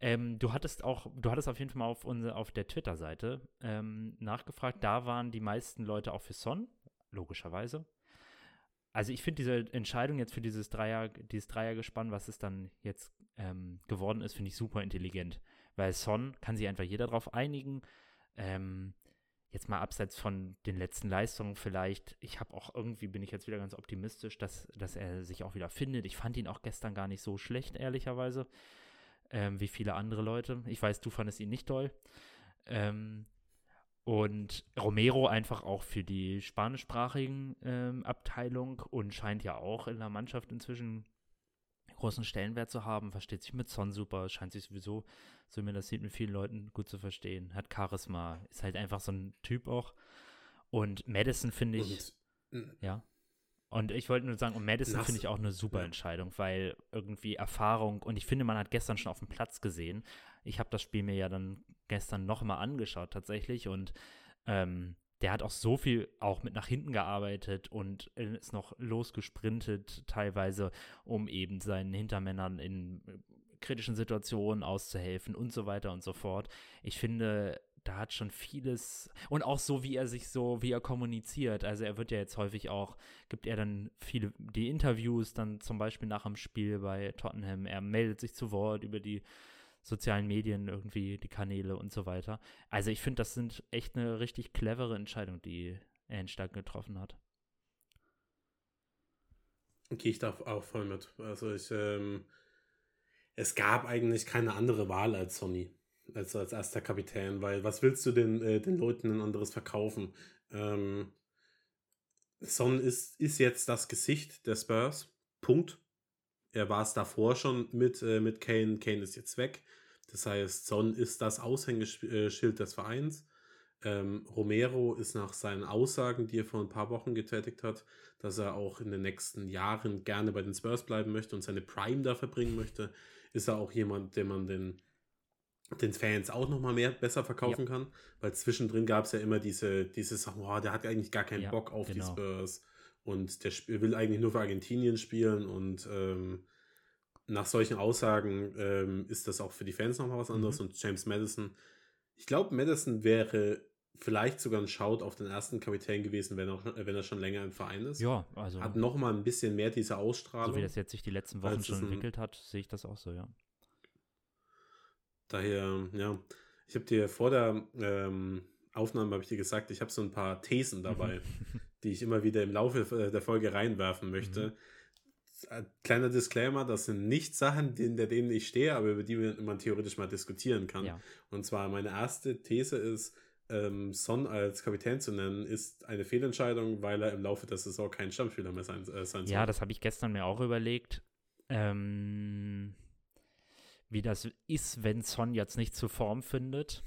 [SPEAKER 3] Ähm, du hattest auch, du hattest auf jeden Fall mal auf, unsere, auf der Twitter-Seite ähm, nachgefragt. Da waren die meisten Leute auch für Son, logischerweise. Also ich finde diese Entscheidung jetzt für dieses Dreier, dieses Dreiergespann, was es dann jetzt ähm, geworden ist, finde ich super intelligent. Weil Son kann sich einfach jeder drauf einigen. Ähm, jetzt mal abseits von den letzten Leistungen vielleicht. Ich habe auch irgendwie, bin ich jetzt wieder ganz optimistisch, dass, dass er sich auch wieder findet. Ich fand ihn auch gestern gar nicht so schlecht, ehrlicherweise. Ähm, wie viele andere Leute. Ich weiß, du fandest ihn nicht toll. Ähm, und Romero einfach auch für die spanischsprachigen ähm, Abteilung und scheint ja auch in der Mannschaft inzwischen großen Stellenwert zu haben, versteht sich mit Son super, scheint sich sowieso, so wie man das sieht, mit vielen Leuten gut zu verstehen, hat Charisma, ist halt einfach so ein Typ auch. Und Madison finde ich, und, ja, und ich wollte nur sagen, und Madison finde ich auch eine super ja. Entscheidung, weil irgendwie Erfahrung, und ich finde, man hat gestern schon auf dem Platz gesehen, ich habe das Spiel mir ja dann gestern noch mal angeschaut tatsächlich und ähm, der hat auch so viel auch mit nach hinten gearbeitet und ist noch losgesprintet teilweise, um eben seinen Hintermännern in kritischen Situationen auszuhelfen und so weiter und so fort. Ich finde, da hat schon vieles und auch so, wie er sich so, wie er kommuniziert. Also er wird ja jetzt häufig auch, gibt er dann viele, die Interviews dann zum Beispiel nach dem Spiel bei Tottenham. Er meldet sich zu Wort über die sozialen Medien, irgendwie die Kanäle und so weiter. Also ich finde, das sind echt eine richtig clevere Entscheidung, die er in Stark getroffen hat.
[SPEAKER 2] Okay, ich darf auch voll mit. Also ich, ähm, es gab eigentlich keine andere Wahl als Sonny, als, als erster Kapitän, weil was willst du den, äh, den Leuten ein anderes verkaufen? Ähm, Son ist, ist jetzt das Gesicht der Spurs. Punkt. Er war es davor schon mit, äh, mit Kane. Kane ist jetzt weg. Das heißt, Son ist das Aushängeschild des Vereins. Ähm, Romero ist nach seinen Aussagen, die er vor ein paar Wochen getätigt hat, dass er auch in den nächsten Jahren gerne bei den Spurs bleiben möchte und seine Prime da verbringen möchte, ist er auch jemand, den man den, den Fans auch nochmal mehr besser verkaufen ja. kann. Weil zwischendrin gab es ja immer diese, diese Sachen, oh, der hat eigentlich gar keinen ja, Bock auf genau. die Spurs. Und der will eigentlich nur für Argentinien spielen und ähm, nach solchen Aussagen ähm, ist das auch für die Fans nochmal was anderes. Mhm. Und James Madison, ich glaube, Madison wäre vielleicht sogar ein Shout auf den ersten Kapitän gewesen, wenn er, wenn er schon länger im Verein ist.
[SPEAKER 3] Ja, also.
[SPEAKER 2] Hat nochmal ein bisschen mehr diese Ausstrahlung.
[SPEAKER 3] So wie das jetzt sich die letzten Wochen schon entwickelt hat, sehe ich das auch so, ja.
[SPEAKER 2] Daher, ja, ich habe dir vor der ähm, Aufnahme, habe ich dir gesagt, ich habe so ein paar Thesen dabei, die ich immer wieder im Laufe der Folge reinwerfen möchte. Mhm. Kleiner Disclaimer, das sind nicht Sachen, hinter denen ich stehe, aber über die man theoretisch mal diskutieren kann. Ja. Und zwar meine erste These ist, ähm, Son als Kapitän zu nennen, ist eine Fehlentscheidung, weil er im Laufe der Saison kein Stammspieler mehr sein, äh, sein soll.
[SPEAKER 3] Ja, das habe ich gestern mir auch überlegt. Ähm, wie das ist, wenn Son jetzt nicht zur Form findet.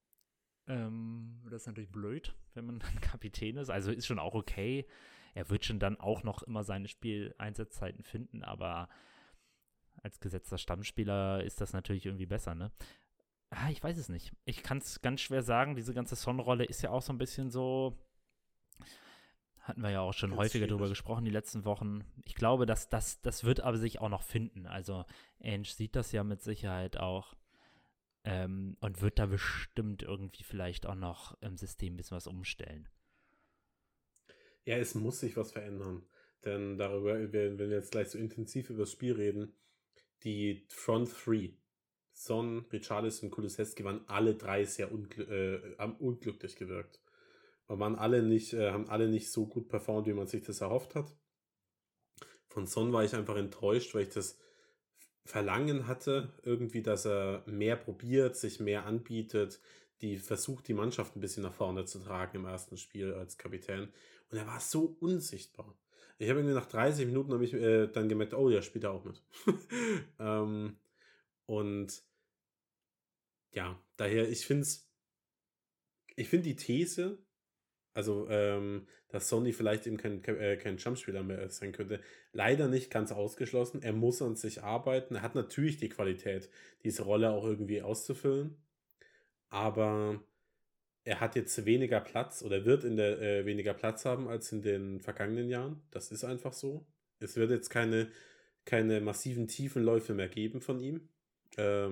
[SPEAKER 3] Ähm, das ist natürlich blöd, wenn man dann Kapitän ist. Also ist schon auch okay. Er wird schon dann auch noch immer seine Spieleinsatzzeiten finden, aber als gesetzter Stammspieler ist das natürlich irgendwie besser, ne? Ah, ich weiß es nicht. Ich kann es ganz schwer sagen. Diese ganze Son-Rolle ist ja auch so ein bisschen so, hatten wir ja auch schon ganz häufiger schwierig. Drüber gesprochen die letzten Wochen. Ich glaube, dass das, das wird aber sich auch noch finden. Also Ange sieht das ja mit Sicherheit auch ähm, und wird da bestimmt irgendwie vielleicht auch noch im System ein bisschen was umstellen.
[SPEAKER 2] Ja, es muss sich was verändern. Denn darüber, wenn wir jetzt gleich so intensiv über das Spiel reden, die Front Three, Son, Richarlison und Kulusevski, waren alle drei sehr ungl- äh, unglücklich gewirkt. Und waren alle nicht, äh, haben alle nicht so gut performt, wie man sich das erhofft hat. Von Son war ich einfach enttäuscht, weil ich das Verlangen hatte, irgendwie, dass er mehr probiert, sich mehr anbietet, die versucht, die Mannschaft ein bisschen nach vorne zu tragen im ersten Spiel als Kapitän. Und er war so unsichtbar. Ich habe irgendwie nach dreißig Minuten habe ich äh, dann gemerkt, oh, der spielt da auch mit. ähm, und ja, daher, ich finde es, ich finde die These, also, ähm, dass Sonny vielleicht eben kein, äh, kein Jumpspieler mehr sein könnte, leider nicht ganz ausgeschlossen. Er muss an sich arbeiten. Er hat natürlich die Qualität, diese Rolle auch irgendwie auszufüllen. Aber er hat jetzt weniger Platz oder wird in der äh, weniger Platz haben als in den vergangenen Jahren. Das ist einfach so. Es wird jetzt keine, keine massiven Tiefenläufe mehr geben von ihm. Ähm,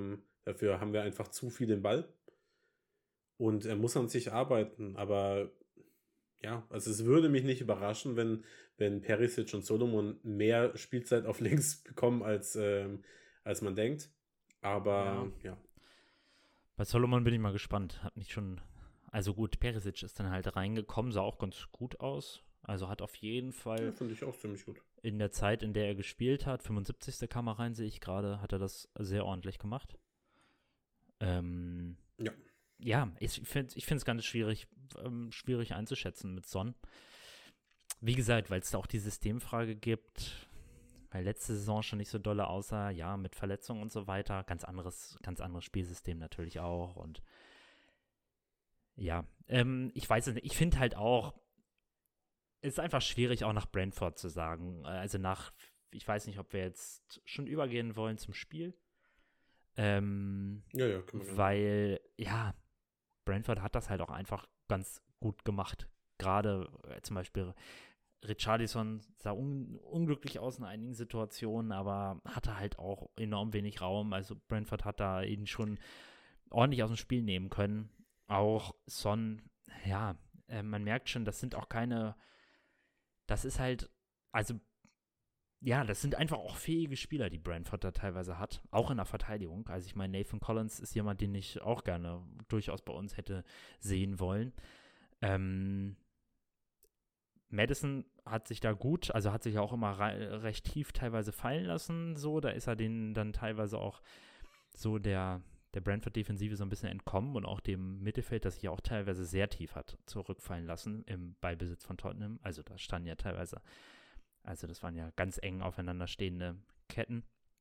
[SPEAKER 2] Dafür haben wir einfach zu viel den Ball. Und er muss an sich arbeiten, aber ja, also es würde mich nicht überraschen, wenn, wenn Perisic und Solomon mehr Spielzeit auf links bekommen, als, ähm, als man denkt. Aber ja. ja.
[SPEAKER 3] Bei Solomon bin ich mal gespannt. Hat mich schon, also gut, Perisic ist dann halt reingekommen, sah auch ganz gut aus. Also hat auf jeden Fall.
[SPEAKER 2] Ja, finde ich auch ziemlich gut.
[SPEAKER 3] In der Zeit, in der er gespielt hat, fünfundsiebzigste kam er rein, sehe ich gerade, hat er das sehr ordentlich gemacht. Ähm,
[SPEAKER 2] ja.
[SPEAKER 3] Ja, ich finde ich finde es ganz schwierig, ähm, schwierig einzuschätzen mit Son. Wie gesagt, weil es da auch die Systemfrage gibt, weil letzte Saison schon nicht so dolle aussah, ja, mit Verletzungen und so weiter, ganz anderes, ganz anderes Spielsystem natürlich auch und ja, ähm, ich weiß es nicht, ich finde halt auch, es ist einfach schwierig auch nach Brentford zu sagen, also nach, ich weiß nicht, ob wir jetzt schon übergehen wollen zum Spiel, ähm,
[SPEAKER 2] ja, ja, können wir
[SPEAKER 3] weil, ja, Brentford hat das halt auch einfach ganz gut gemacht. Gerade äh, zum Beispiel Richarlison sah un- unglücklich aus in einigen Situationen, aber hatte halt auch enorm wenig Raum. Also Brentford hat da ihn schon ordentlich aus dem Spiel nehmen können. Auch Son, ja, äh, man merkt schon, das sind auch keine, das ist halt, also ja, das sind einfach auch fähige Spieler, die Brentford da teilweise hat, auch in der Verteidigung. Also ich meine, Nathan Collins ist jemand, den ich auch gerne durchaus bei uns hätte sehen wollen. Ähm, Maddison hat sich da gut, also hat sich auch immer re- recht tief teilweise fallen lassen, so, da ist er denen dann teilweise auch so der, der Brentford-Defensive so ein bisschen entkommen und auch dem Mittelfeld, das sich ja auch teilweise sehr tief hat zurückfallen lassen im Ballbesitz von Tottenham. Also da standen ja teilweise Also das waren ja ganz eng aufeinander stehende Ketten.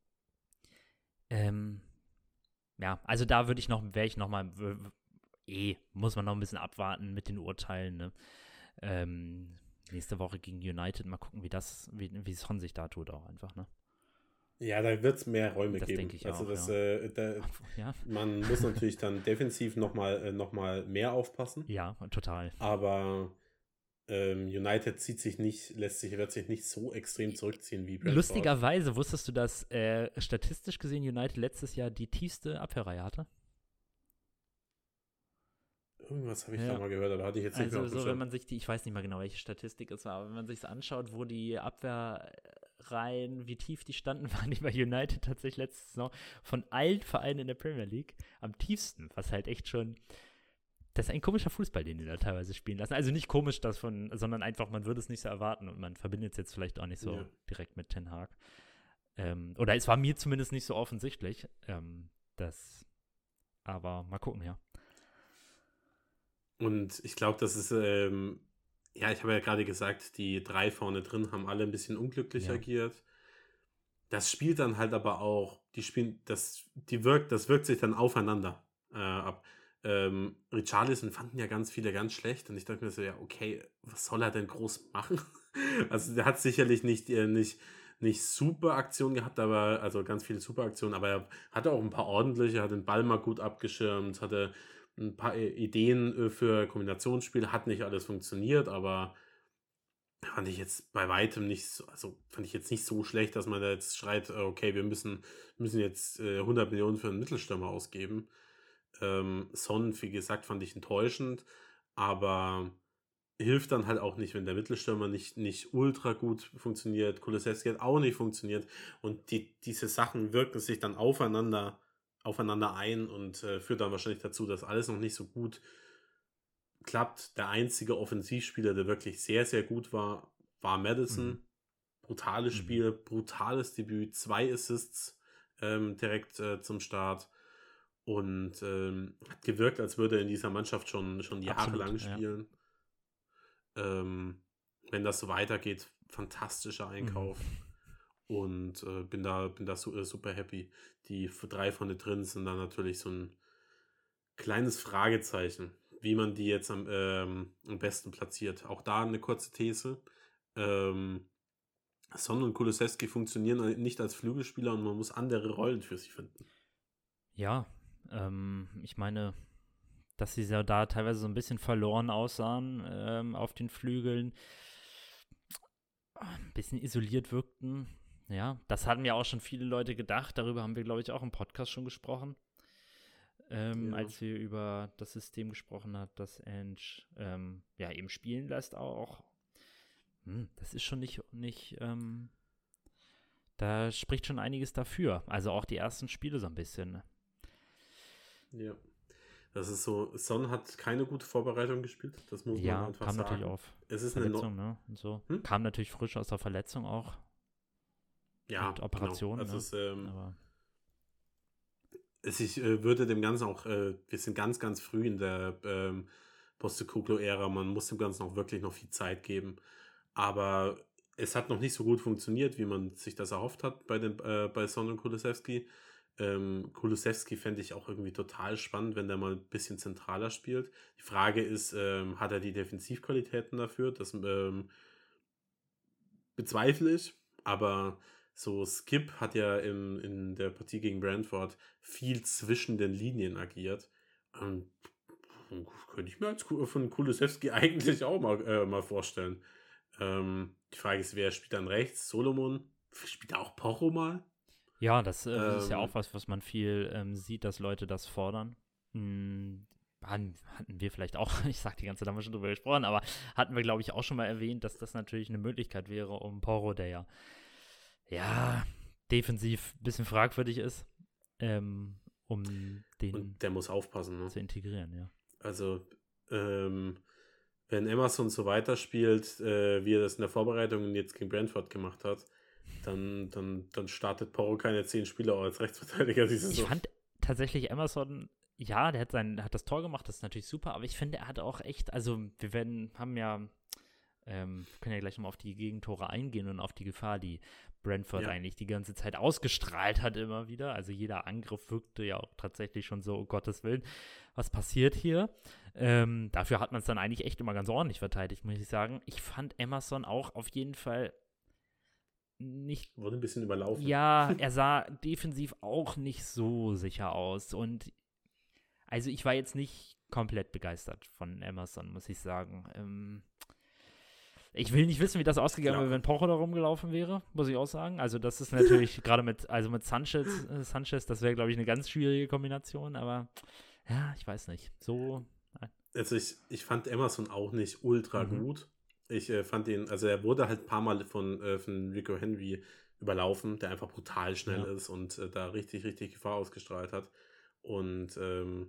[SPEAKER 3] Ähm, ja, also da würde ich noch, wäre ich noch mal, w- w- eh, muss man noch ein bisschen abwarten mit den Urteilen, ne? Ähm, nächste Woche gegen United, mal gucken, wie das, wie, wie Son sich da tut auch einfach, ne?
[SPEAKER 2] Ja, da wird es mehr Räume
[SPEAKER 3] Das
[SPEAKER 2] geben.
[SPEAKER 3] denke ich
[SPEAKER 2] also
[SPEAKER 3] auch,
[SPEAKER 2] das,
[SPEAKER 3] ja.
[SPEAKER 2] äh, da,
[SPEAKER 3] Ja.
[SPEAKER 2] man muss natürlich dann defensiv nochmal äh, noch mal mehr aufpassen.
[SPEAKER 3] Ja, total.
[SPEAKER 2] Aber ähm, United zieht sich nicht, lässt sich, wird sich nicht so extrem zurückziehen wie Brentford.
[SPEAKER 3] Lustigerweise wusstest du, dass äh, statistisch gesehen United letztes Jahr die tiefste Abwehrreihe hatte?
[SPEAKER 2] Irgendwas habe ich
[SPEAKER 3] Ja.
[SPEAKER 2] da mal gehört, aber hatte ich jetzt nicht
[SPEAKER 3] Also
[SPEAKER 2] mehr auf dem
[SPEAKER 3] so,
[SPEAKER 2] Schirm.
[SPEAKER 3] wenn man sich die, ich weiß nicht mehr genau, welche Statistik es war, aber wenn man sich anschaut, wo die Abwehrreihen, wie tief die standen, waren die bei United tatsächlich letzte Saison von allen Vereinen in der Premier League am tiefsten, was halt echt schon, das ist ein komischer Fußball, den die da teilweise spielen lassen. Also nicht komisch, das von, sondern einfach, man würde es nicht so erwarten und man verbindet es jetzt vielleicht auch nicht so
[SPEAKER 2] Ja.
[SPEAKER 3] direkt mit Ten Hag. Ähm, oder es war mir zumindest nicht so offensichtlich, ähm, das, aber mal gucken, ja.
[SPEAKER 2] Und ich glaube, das ist, ähm, ja, ich habe ja gerade gesagt, die drei vorne drin haben alle ein bisschen unglücklich
[SPEAKER 3] Ja.
[SPEAKER 2] agiert. Das spielt dann halt aber auch, die spielen, das, die wirkt, das wirkt sich dann aufeinander äh, ab. Ähm, Richarlison fanden ja ganz viele ganz schlecht und ich dachte mir so, ja, okay, was soll er denn groß machen? Also der hat sicherlich nicht, äh, nicht, nicht super Aktionen gehabt, aber, also ganz viele super Aktionen, aber er hatte auch ein paar ordentliche, hat den Ball mal gut abgeschirmt, hatte ein paar Ideen für Kombinationsspiele, hat nicht alles funktioniert, aber fand ich jetzt bei weitem nicht so, also fand ich jetzt nicht so schlecht, dass man da jetzt schreit, okay, wir müssen, müssen jetzt hundert Millionen für einen Mittelstürmer ausgeben. Ähm, Son, wie gesagt, fand ich enttäuschend, aber hilft dann halt auch nicht, wenn der Mittelstürmer nicht, nicht ultra gut funktioniert, Kulusevski hat auch nicht funktioniert und die, diese Sachen wirken sich dann aufeinander aufeinander ein und äh, führt dann wahrscheinlich dazu, dass alles noch nicht so gut klappt. Der einzige Offensivspieler, der wirklich sehr, sehr gut war, war Maddison. Mhm. Brutales mhm. Spiel, brutales Debüt, zwei Assists ähm, direkt äh, zum Start und ähm, hat gewirkt, als würde er in dieser Mannschaft schon, schon jahrelang spielen. Ja. Ähm, wenn das so weitergeht, fantastischer Einkauf. Mhm. Und äh, bin da, bin da su- äh, super happy. Die drei vorne drin sind dann natürlich so ein kleines Fragezeichen, wie man die jetzt am, ähm, am besten platziert. Auch da eine kurze These. Ähm, Son und Kulusevski funktionieren nicht als Flügelspieler und man muss andere Rollen für sie finden.
[SPEAKER 3] Ja, ähm, ich meine, dass sie ja da teilweise so ein bisschen verloren aussahen ähm, auf den Flügeln, ein bisschen isoliert wirkten. Ja, das hatten ja auch schon viele Leute gedacht. Darüber haben wir, glaube ich, auch im Podcast schon gesprochen. ähm,
[SPEAKER 2] Ja.
[SPEAKER 3] als wir über das System gesprochen hat, das Ange ähm, ja eben spielen lässt auch. Hm, das ist schon nicht, nicht ähm, da spricht schon einiges dafür. Also auch die ersten Spiele so ein bisschen.
[SPEAKER 2] Ja. Das ist so, Son hat keine gute Vorbereitung gespielt, das muss man
[SPEAKER 3] Ja,
[SPEAKER 2] einfach
[SPEAKER 3] kam
[SPEAKER 2] sagen.
[SPEAKER 3] natürlich auf
[SPEAKER 2] Es ist
[SPEAKER 3] Verletzung,
[SPEAKER 2] eine no-
[SPEAKER 3] ne? Und so.
[SPEAKER 2] Hm?
[SPEAKER 3] Kam natürlich frisch aus der Verletzung auch.
[SPEAKER 2] Ja,
[SPEAKER 3] Mit Operationen,
[SPEAKER 2] genau. Also
[SPEAKER 3] ne?
[SPEAKER 2] es, ähm,
[SPEAKER 3] Aber
[SPEAKER 2] es, ich äh, würde dem Ganzen auch, äh, wir sind ganz, ganz früh in der ähm, Postecoglou-Ära, man muss dem Ganzen auch wirklich noch viel Zeit geben. Aber es hat noch nicht so gut funktioniert, wie man sich das erhofft hat bei, den, äh, bei Son und Kulusewski. Ähm, Kulusewski fände ich auch irgendwie total spannend, wenn der mal ein bisschen zentraler spielt. Die Frage ist, ähm, hat er die Defensivqualitäten dafür? Das ähm, bezweifle ich, aber so Skip hat ja in, in der Partie gegen Brentford viel zwischen den Linien agiert. Ähm, könnte ich mir als Ku- von Kulusewski eigentlich auch mal, äh, mal vorstellen. Ähm, die Frage ist, wer spielt dann rechts? Solomon? Spielt da auch Porro mal?
[SPEAKER 3] ja, das, äh, das ist ja
[SPEAKER 2] Ähm,
[SPEAKER 3] auch was, was man viel ähm, sieht, dass Leute das fordern. Hm, hatten, hatten wir vielleicht auch, ich sag die ganze Zeit, haben wir schon drüber gesprochen, aber hatten wir, glaube ich, auch schon mal erwähnt, dass das natürlich eine Möglichkeit wäre, um Porro, der ja, ja, defensiv ein bisschen fragwürdig ist, ähm, um den
[SPEAKER 2] Und der muss aufpassen, ne?
[SPEAKER 3] zu integrieren, ja.
[SPEAKER 2] Also, ähm, wenn Emerson so weiterspielt, äh, wie er das in der Vorbereitung und jetzt gegen Brentford gemacht hat, dann, dann, dann startet Porro keine zehn Spieler als Rechtsverteidiger diese
[SPEAKER 3] Ich
[SPEAKER 2] Saison.
[SPEAKER 3] fand tatsächlich Emerson, ja, der hat sein, hat das Tor gemacht, das ist natürlich super, aber ich finde, er hat auch echt, also wir werden, haben ja, ähm, wir können ja gleich nochmal auf die Gegentore eingehen und auf die Gefahr, die Brentford
[SPEAKER 2] Ja.
[SPEAKER 3] eigentlich die ganze Zeit ausgestrahlt hat immer wieder. Also jeder Angriff wirkte ja auch tatsächlich schon so, um Gottes Willen, was passiert hier? Ähm, dafür hat man es dann eigentlich echt immer ganz ordentlich verteidigt, muss ich sagen. Ich fand Emerson auch auf jeden Fall nicht.
[SPEAKER 2] Wurde ein bisschen überlaufen.
[SPEAKER 3] Ja, er sah defensiv auch nicht so sicher aus. Und also ich war jetzt nicht komplett begeistert von Emerson, muss ich sagen. Ähm, ich will nicht wissen, wie das ausgegangen wäre, wenn Porro da rumgelaufen wäre, muss ich auch sagen. Also das ist natürlich gerade mit, also mit Sanchez, äh, Sanchez, das wäre, glaube ich, eine ganz schwierige Kombination, aber ja, ich weiß nicht. So.
[SPEAKER 2] Also ich, ich fand Emerson auch nicht ultra
[SPEAKER 3] Mhm.
[SPEAKER 2] gut. Ich äh, fand ihn, also er wurde halt ein paar Mal von, äh, von Rico Henry überlaufen, der einfach brutal schnell
[SPEAKER 3] Ja.
[SPEAKER 2] ist und äh, da richtig, richtig Gefahr ausgestrahlt hat. Und ähm,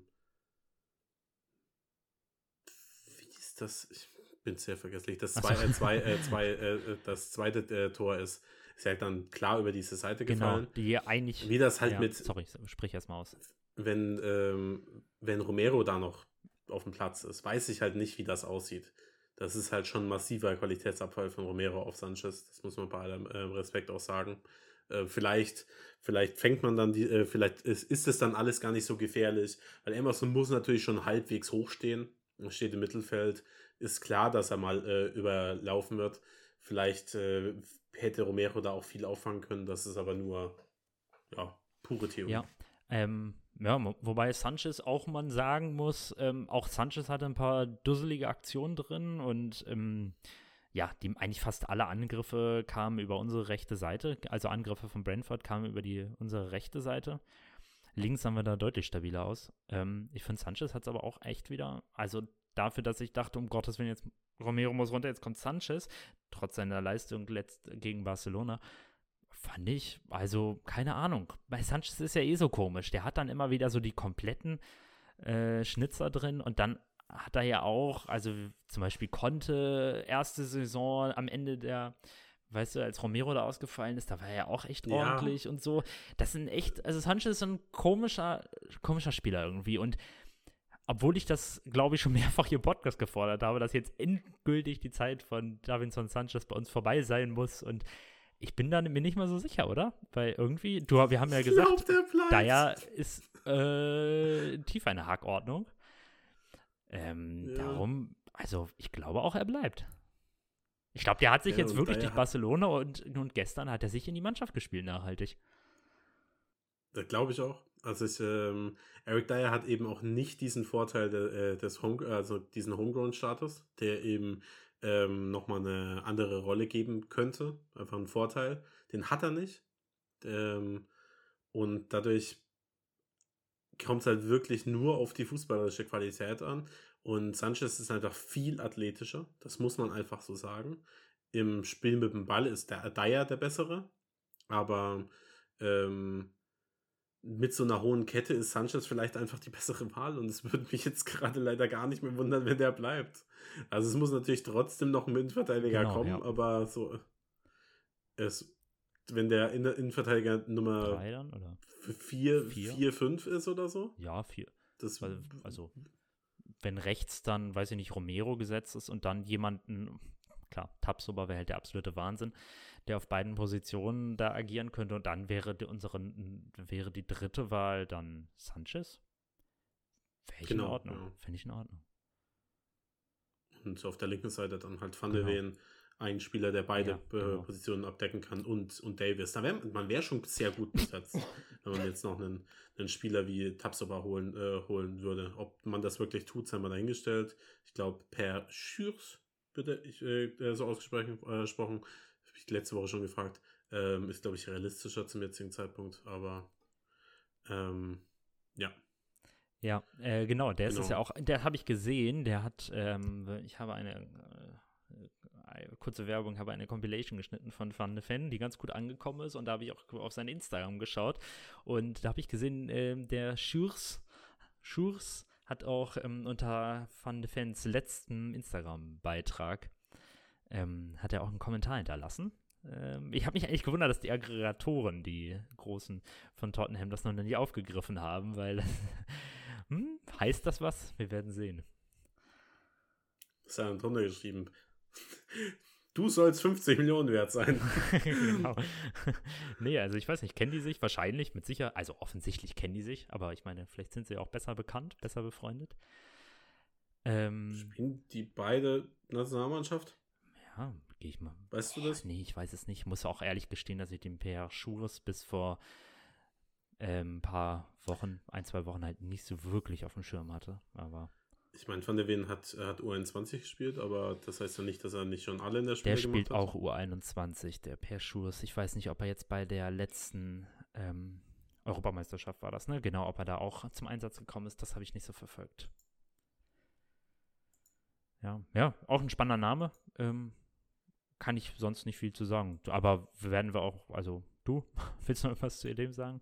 [SPEAKER 2] wie ist das? Ich bin sehr vergesslich. Das, zwei, äh, zwei, äh, zwei, äh, das zweite äh, Tor ist, ist halt dann klar über diese Seite
[SPEAKER 3] Genau,
[SPEAKER 2] gefallen.
[SPEAKER 3] die eigentlich.
[SPEAKER 2] Wie das halt
[SPEAKER 3] ja,
[SPEAKER 2] mit,
[SPEAKER 3] sorry, sprich erst mal aus.
[SPEAKER 2] wenn, ähm, wenn Romero da noch auf dem Platz ist, weiß ich halt nicht, wie das aussieht. Das ist halt schon ein massiver Qualitätsabfall von Romero auf Sanchez. Das muss man bei allem äh, Respekt auch sagen. Äh, vielleicht, vielleicht fängt man dann die, äh, vielleicht ist, ist es dann alles gar nicht so gefährlich, weil Emerson muss natürlich schon halbwegs hochstehen. Er steht im Mittelfeld. Ist klar, dass er mal äh, überlaufen wird. Vielleicht äh, hätte Romero da auch viel auffangen können. Das ist aber nur ja, pure Theorie.
[SPEAKER 3] Ja, ähm, ja, mo- wobei Sanchez auch man sagen muss, ähm, auch Sanchez hatte ein paar dusselige Aktionen drin und ähm, ja, die, eigentlich fast alle Angriffe kamen über unsere rechte Seite, also Angriffe von Brentford kamen über die unsere rechte Seite. Links sahen wir da deutlich stabiler aus. Ähm, ich finde, Sanchez hat es aber auch echt wieder, also dafür, dass ich dachte, um Gottes Willen, jetzt Romero muss runter, jetzt kommt Sanchez, trotz seiner Leistung letzt gegen Barcelona, fand ich, also keine Ahnung. Bei Sanchez ist ja eh so komisch. Der hat dann immer wieder so die kompletten äh, Schnitzer drin und dann hat er ja auch, also zum Beispiel Conte, erste Saison am Ende der, weißt du, als Romero da ausgefallen ist, da war er ja auch echt
[SPEAKER 2] Ja.
[SPEAKER 3] ordentlich und so. Das sind echt, also Sanchez ist so ein komischer, komischer Spieler irgendwie und obwohl ich das, glaube ich, schon mehrfach hier im Podcast gefordert habe, dass jetzt endgültig die Zeit von Davinson Sanchez bei uns vorbei sein muss und ich bin da mir nicht mal so sicher, oder? Weil irgendwie, du, wir haben ja gesagt, Dyer ist äh, tief eine Hackordnung. Ähm,
[SPEAKER 2] Ja.
[SPEAKER 3] Darum, also ich glaube auch, er bleibt. Ich glaube, der hat sich
[SPEAKER 2] Ja,
[SPEAKER 3] jetzt
[SPEAKER 2] und
[SPEAKER 3] wirklich
[SPEAKER 2] Dyer
[SPEAKER 3] durch
[SPEAKER 2] hat-
[SPEAKER 3] Barcelona und, und gestern hat er sich in die Mannschaft gespielt nachhaltig.
[SPEAKER 2] Das glaube ich auch. Also ich, ähm, Eric Dyer hat eben auch nicht diesen Vorteil de, äh, des Home, also diesen Homegrown-Status, der eben ähm, nochmal eine andere Rolle geben könnte. Einfach ein Vorteil. Den hat er nicht. Ähm, und dadurch kommt es halt wirklich nur auf die fußballerische Qualität an. Und Sanchez ist einfach viel athletischer. Das muss man einfach so sagen. Im Spiel mit dem Ball ist der Dyer der Bessere. Aber ähm, mit so einer hohen Kette ist Sanchez vielleicht einfach die bessere Wahl. Und es würde mich jetzt gerade leider gar nicht mehr wundern, wenn der bleibt. Also es muss natürlich trotzdem noch ein Innenverteidiger genau, kommen. Ja. Aber so es, wenn der Innenverteidiger Nummer
[SPEAKER 3] Drei dann, oder?
[SPEAKER 2] vier, vier, fünf ist oder so.
[SPEAKER 3] Ja, vier. Das, also, also wenn rechts dann, weiß ich nicht, Romero gesetzt ist und dann jemanden, klar, Tapsoba wäre halt der absolute Wahnsinn, der auf beiden Positionen da agieren könnte und dann wäre die, unsere, wäre die dritte Wahl dann Sanchez. Wäre ich genau, in Ordnung. Ja. Finde ich in Ordnung.
[SPEAKER 2] Und auf der linken Seite dann halt Van der genau. Ven, ein Spieler, der beide ja, genau. Positionen abdecken kann und, und Davis. Da wär, man wäre schon sehr gut besetzt, wenn man jetzt noch einen, einen Spieler wie Tapsoba holen, äh, holen würde. Ob man das wirklich tut, sei mal dahingestellt. Ich glaube, Per Schürs, bitte, ich, äh, so ausgesprochen, äh, gesprochen, habe ich letzte Woche schon gefragt, ähm, ist, glaube ich, realistischer zum jetzigen Zeitpunkt, aber ähm, ja.
[SPEAKER 3] Ja, äh, genau, der genau. ist es ja auch, der habe ich gesehen, der hat, ähm, ich habe eine äh, kurze Werbung, habe eine Compilation geschnitten von Van de Ven, die ganz gut angekommen ist und da habe ich auch auf sein Instagram geschaut und da habe ich gesehen, äh, der Schürs, Schürs hat auch ähm, unter Van de Vens letzten Instagram-Beitrag ähm, hat er auch einen Kommentar hinterlassen. Ähm, ich habe mich eigentlich gewundert, dass die Aggregatoren, die großen von Tottenham, das noch nicht aufgegriffen haben, weil hm, heißt das was? Wir werden sehen.
[SPEAKER 2] Was hat er drunter geschrieben? Du sollst fünfzig Millionen wert sein.
[SPEAKER 3] Genau. Nee, also ich weiß nicht, kennen die sich? Wahrscheinlich, mit Sicherheit. Also offensichtlich kennen die sich, aber ich meine, vielleicht sind sie auch besser bekannt, besser befreundet. Ähm,
[SPEAKER 2] Spielen die beide Nationalmannschaft?
[SPEAKER 3] Ja, gehe ich mal.
[SPEAKER 2] Weißt du das?
[SPEAKER 3] Nee, ich weiß es nicht. Ich muss auch ehrlich gestehen, dass ich den Per Schures bis vor ein ähm, paar Wochen, ein, zwei Wochen halt nicht so wirklich auf dem Schirm hatte, aber
[SPEAKER 2] ich meine, Van der Ven hat, hat U einundzwanzig gespielt, aber das heißt ja nicht, dass er nicht schon alle in der Spiele gemacht hat.
[SPEAKER 3] Der spielt auch U einundzwanzig, der Per Schurs. Ich weiß nicht, ob er jetzt bei der letzten ähm, Europameisterschaft war das, ne? Genau, ob er da auch zum Einsatz gekommen ist, das habe ich nicht so verfolgt. Ja, ja, auch ein spannender Name. Ähm, kann ich sonst nicht viel zu sagen. Aber werden wir auch, also du, willst du noch was zu dem sagen?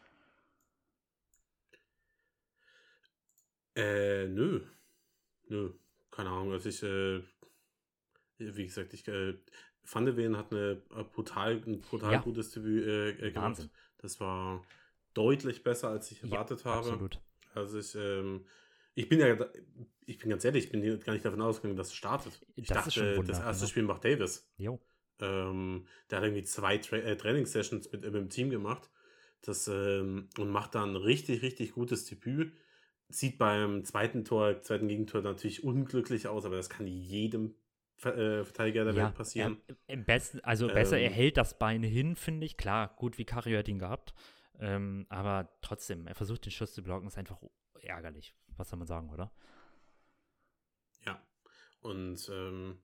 [SPEAKER 2] Äh, nö. Nö, keine Ahnung. Also ich, äh, wie gesagt, ich, äh, Van de Ven hat eine äh, brutal, ein brutal ja. gutes Debüt äh, äh, gemacht. Wahnsinn. Das war deutlich besser, als ich erwartet ja, habe. Absolut. Also ich, ähm, ich bin ja, ich bin ganz ehrlich, ich bin gar nicht davon ausgegangen, dass es startet. Ich das dachte, das erste Spiel macht Davis.
[SPEAKER 3] Jo.
[SPEAKER 2] Ähm, der hat irgendwie zwei Tra- äh, Trainingssessions mit, äh, mit dem Team gemacht. Das, ähm, und macht dann ein richtig, richtig gutes Debüt. Sieht beim zweiten Tor, zweiten Gegentor natürlich unglücklich aus, aber das kann jedem äh, Verteidiger der
[SPEAKER 3] ja,
[SPEAKER 2] Welt passieren.
[SPEAKER 3] Er, im besten, also ähm, besser, er hält das Bein hin, finde ich. Klar, gut, wie Vicario hat ihn gehabt. Ähm, aber trotzdem, er versucht den Schuss zu blocken, ist einfach ärgerlich. Was soll man sagen, oder?
[SPEAKER 2] Ja. Und ähm,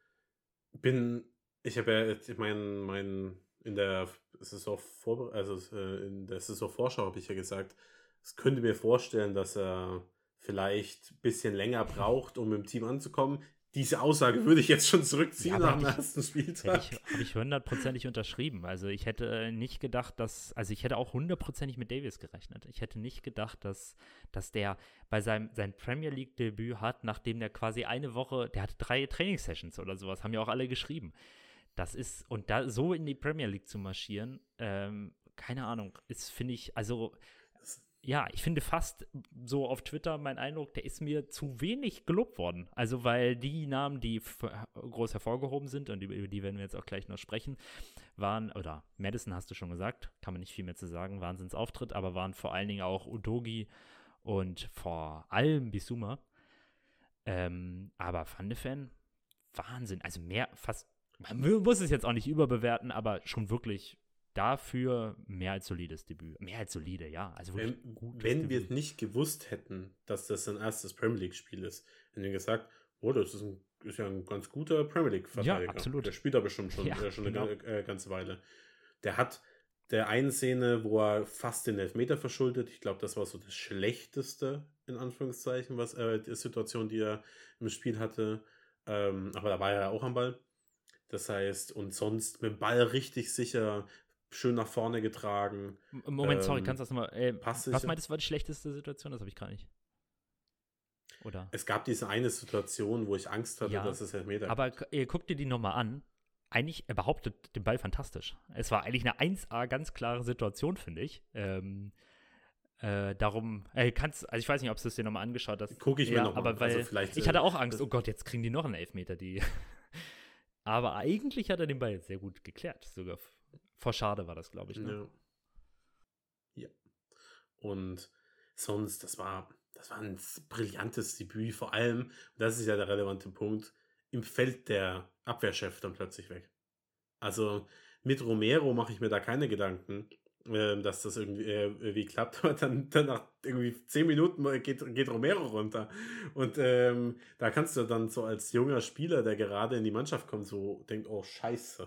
[SPEAKER 2] bin, ich habe ja, ich mein, mein, in der Saison vor, also äh, in der Saison Vorschau habe ich ja gesagt, ich könnte mir vorstellen, dass er vielleicht ein bisschen länger braucht, um im Team anzukommen. Diese Aussage würde ich jetzt schon zurückziehen ja, nach dem ersten Spieltag.
[SPEAKER 3] Habe ich, hab ich hundertprozentig unterschrieben. Also ich hätte nicht gedacht, dass, also ich hätte auch hundertprozentig mit Davis gerechnet. Ich hätte nicht gedacht, dass, dass der bei seinem sein Premier League-Debüt hat, nachdem der quasi eine Woche, der hatte drei Trainingssessions oder sowas, haben ja auch alle geschrieben. Das ist, und da so in die Premier League zu marschieren, ähm, keine Ahnung, ist, finde ich, also ja, ich finde fast so auf Twitter mein Eindruck, der ist mir zu wenig gelobt worden. Also, weil die Namen, die f- groß hervorgehoben sind, und über die werden wir jetzt auch gleich noch sprechen, waren, oder Maddison hast du schon gesagt, kann man nicht viel mehr zu sagen, Wahnsinnsauftritt, aber waren vor allen Dingen auch Udogie und vor allem Bissouma. Ähm, aber Van de Ven, Wahnsinn. Also mehr, fast, man muss es jetzt auch nicht überbewerten, aber schon wirklich dafür mehr als solides Debüt. Mehr als solide, ja. Also
[SPEAKER 2] wenn wenn wir nicht gewusst hätten, dass das sein erstes Premier League-Spiel ist, hätten wir gesagt, oh, das ist, ein, ist ja ein ganz guter Premier League-Verteidiger.
[SPEAKER 3] Ja, absolut.
[SPEAKER 2] Der spielt da bestimmt schon,
[SPEAKER 3] ja,
[SPEAKER 2] äh, schon genau. eine äh, ganze Weile. Der hat, der einen Szene, wo er fast den Elfmeter verschuldet. Ich glaube, das war so das Schlechteste, in Anführungszeichen, was äh, die Situation, die er im Spiel hatte. Ähm, aber da war er ja auch am Ball. Das heißt, und sonst mit dem Ball richtig sicher, schön nach vorne getragen.
[SPEAKER 3] Moment, ähm, sorry, kannst du das nochmal. Äh, was meintest du, war die schlechteste Situation? Das habe ich gar nicht. Oder?
[SPEAKER 2] Es gab diese eine Situation, wo ich Angst hatte, ja, dass es Elfmeter gibt.
[SPEAKER 3] Aber äh, guck dir die nochmal an. Eigentlich, er behauptet den Ball fantastisch. Es war eigentlich eine eins A ganz klare Situation, finde ich. Ähm, äh, darum, äh, kannst, also ich weiß nicht, ob du es dir nochmal angeschaut hast.
[SPEAKER 2] Gucke ich
[SPEAKER 3] ja,
[SPEAKER 2] mir nochmal
[SPEAKER 3] an.
[SPEAKER 2] Also vielleicht,
[SPEAKER 3] ich hatte auch Angst, oh Gott, jetzt kriegen die noch einen Elfmeter, die. Aber eigentlich hat er den Ball jetzt sehr gut geklärt. Sogar vor Schade war das, glaube ich. Ne?
[SPEAKER 2] Ja. ja. Und sonst, das war, das war ein brillantes Debüt. Vor allem, und das ist ja der relevante Punkt, im Feld der Abwehrchef dann plötzlich weg. Also mit Romero mache ich mir da keine Gedanken, äh, dass das irgendwie, äh, irgendwie klappt, aber dann, dann nach irgendwie zehn Minuten geht, geht Romero runter. Und ähm, da kannst du dann so als junger Spieler, der gerade in die Mannschaft kommt, so denkt, oh Scheiße.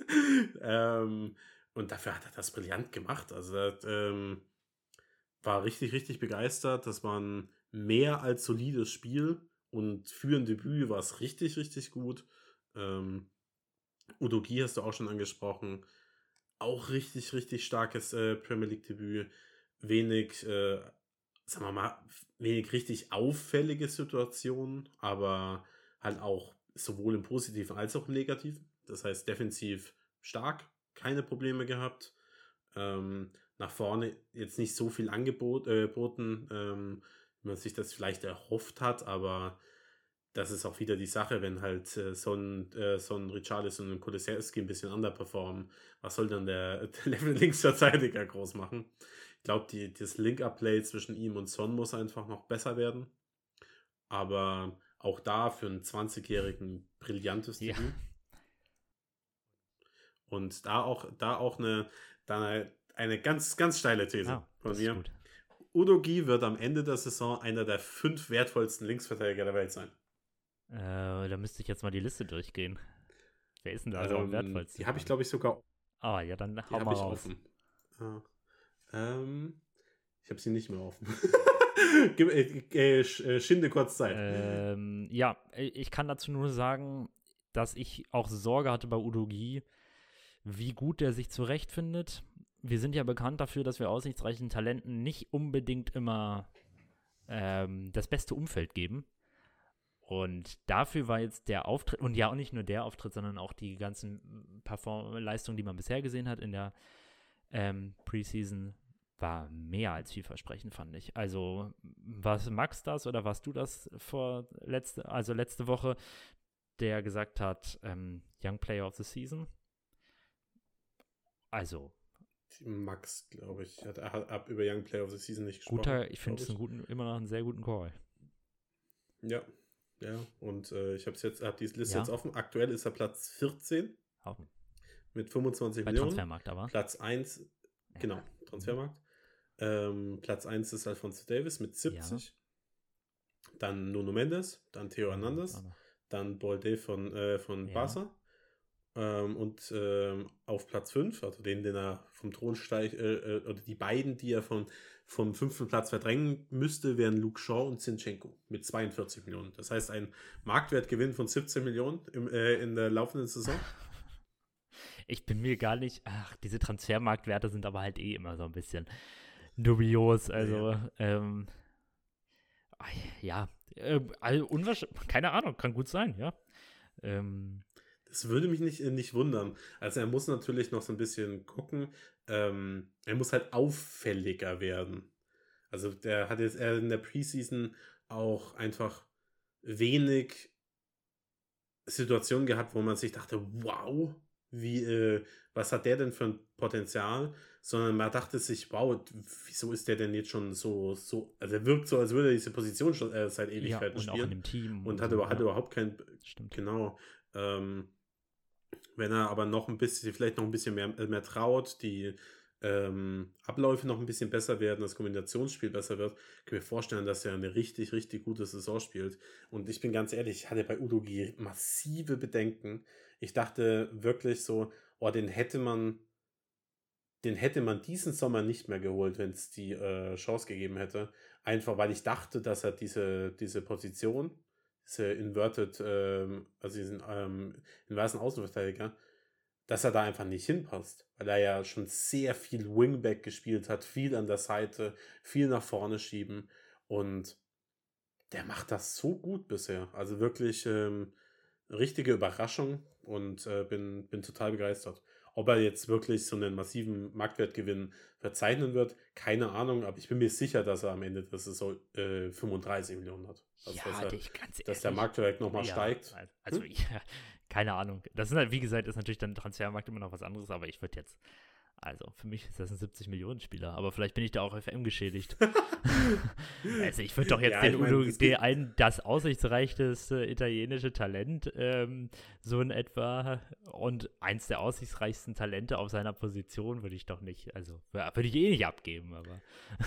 [SPEAKER 2] ähm, und dafür hat er das brillant gemacht. Also das, ähm, war richtig, richtig begeistert. Das war ein mehr als solides Spiel. Und für ein Debüt war es richtig, richtig gut. Ähm, Udogie hast du auch schon angesprochen. Auch richtig, richtig starkes äh, Premier League-Debüt. Wenig, äh, sagen wir mal, wenig richtig auffällige Situationen, aber halt auch sowohl im Positiven als auch im Negativen. Das heißt, defensiv stark, keine Probleme gehabt. Ähm, nach vorne jetzt nicht so viel angeboten, äh, ähm, wie man sich das vielleicht erhofft hat, aber das ist auch wieder die Sache, wenn halt äh, so ein, äh, so ein Richarlison und Kulusevski ein bisschen underperformen, was soll dann der, der Level-Links-Verteidiger groß machen? Ich glaube, das Link-Up-Play zwischen ihm und Son muss einfach noch besser werden. Aber auch da für einen zwanzigjährigen brillantes
[SPEAKER 3] ja.
[SPEAKER 2] Debüt. Und da auch, da auch eine, da eine, eine ganz, ganz steile These
[SPEAKER 3] ah,
[SPEAKER 2] von mir. Udogie wird am Ende der Saison einer der fünf wertvollsten Linksverteidiger der Welt sein.
[SPEAKER 3] Äh, da müsste ich jetzt mal die Liste durchgehen. Wer ist denn da also am wertvollsten?
[SPEAKER 2] Die habe ich, glaube ich, sogar.
[SPEAKER 3] Ah, ja, dann hau mal
[SPEAKER 2] ich
[SPEAKER 3] raus.
[SPEAKER 2] Offen. Ah. Ähm, ich habe sie nicht mehr offen. Gib, äh, äh, schinde kurz Zeit.
[SPEAKER 3] Ähm, ja, ich kann dazu nur sagen, dass ich auch Sorge hatte bei Udogie, wie gut der sich zurechtfindet. Wir sind ja bekannt dafür, dass wir aussichtsreichen Talenten nicht unbedingt immer ähm, das beste Umfeld geben. Und dafür war jetzt der Auftritt, und ja auch nicht nur der Auftritt, sondern auch die ganzen Perform-Leistungen, die man bisher gesehen hat in der ähm, Preseason, war mehr als vielversprechend, fand ich. Also, was Max das oder warst du das vor letzte, also letzte Woche, der gesagt hat, ähm, Young Player of the Season? Also.
[SPEAKER 2] Max, glaube ich, hat, hat über Young Player of the Season nicht gesprochen.
[SPEAKER 3] Guter, ich finde es einen guten, immer noch einen sehr guten Call.
[SPEAKER 2] Ja. Ja, und äh, ich habe jetzt, hab die Liste
[SPEAKER 3] ja.
[SPEAKER 2] jetzt offen. Aktuell ist er Platz vierzehn
[SPEAKER 3] oh.
[SPEAKER 2] mit fünfundzwanzig
[SPEAKER 3] Bei
[SPEAKER 2] Millionen.
[SPEAKER 3] Transfermarkt aber.
[SPEAKER 2] Platz eins, ja. Genau, Transfermarkt. Ähm, Platz eins ist Alphonso Davies mit siebzig. Ja. Dann Nuno Mendes, dann Theo Hernandez, ja, dann Bolde von, äh, von ja. Barca. Ähm, und ähm, auf Platz fünf, also den, den er vom Thron steigt, äh, oder die beiden, die er von, vom fünften Platz verdrängen müsste, wären Luke Shaw und Zinchenko mit zweiundvierzig Millionen. Das heißt, ein Marktwertgewinn von siebzehn Millionen im, äh, in der laufenden Saison.
[SPEAKER 3] Ich bin mir gar nicht, ach, diese Transfermarktwerte sind aber halt eh immer so ein bisschen dubios, also, ja, ähm, ja äh, also unwahrscheinlich, keine Ahnung, kann gut sein, ja. Ähm,
[SPEAKER 2] Das würde mich nicht, nicht wundern. Also er muss natürlich noch so ein bisschen gucken. Ähm, er muss halt auffälliger werden. Also der hat jetzt eher in der Preseason auch einfach wenig Situationen gehabt, wo man sich dachte, wow, wie, äh, was hat der denn für ein Potenzial? Sondern man dachte sich, wow, wieso ist der denn jetzt schon so, so, also er wirkt so, als würde er diese Position schon äh, seit Ewigkeiten
[SPEAKER 3] ja, und
[SPEAKER 2] spielen.
[SPEAKER 3] Auch in dem Team.
[SPEAKER 2] Und, und hat, so, über, hat ja. überhaupt kein,
[SPEAKER 3] Stimmt.
[SPEAKER 2] Genau, ähm, wenn er aber noch ein bisschen, vielleicht noch ein bisschen mehr, mehr traut, die ähm, Abläufe noch ein bisschen besser werden, das Kombinationsspiel besser wird, kann ich mir vorstellen, dass er eine richtig, richtig gute Saison spielt. Und ich bin ganz ehrlich, ich hatte bei Udogie massive Bedenken. Ich dachte wirklich so, oh, den hätte man den hätte man diesen Sommer nicht mehr geholt, wenn es die äh, Chance gegeben hätte. Einfach, weil ich dachte, dass er diese, diese Position, diese Inverted, ähm, also diesen ähm, inversen Außenverteidiger, dass er da einfach nicht hinpasst. Weil er ja schon sehr viel Wingback gespielt hat, viel an der Seite, viel nach vorne schieben. Und der macht das so gut bisher. Also wirklich ähm, richtige Überraschung und äh, bin, bin total begeistert. Ob er jetzt wirklich so einen massiven Marktwertgewinn verzeichnen wird, keine Ahnung, aber ich bin mir sicher, dass er am Ende der Saison äh, fünfunddreißig Millionen hat. Also,
[SPEAKER 3] ja,
[SPEAKER 2] dass, er,
[SPEAKER 3] ich ganz
[SPEAKER 2] dass der Marktwert nochmal
[SPEAKER 3] ja,
[SPEAKER 2] steigt.
[SPEAKER 3] Also, hm? ja, keine Ahnung. Das sind halt, wie gesagt, ist natürlich dann Transfermarkt immer noch was anderes, aber ich würde jetzt, also für mich ist das ein siebzig Millionen Spieler, aber vielleicht bin ich da auch F M geschädigt. Also ich würde doch jetzt ja, den Udo, mein, den einen, das aussichtsreichste italienische Talent, ähm, so in etwa, und eins der aussichtsreichsten Talente auf seiner Position würde ich doch nicht, also würde ich eh nicht abgeben, aber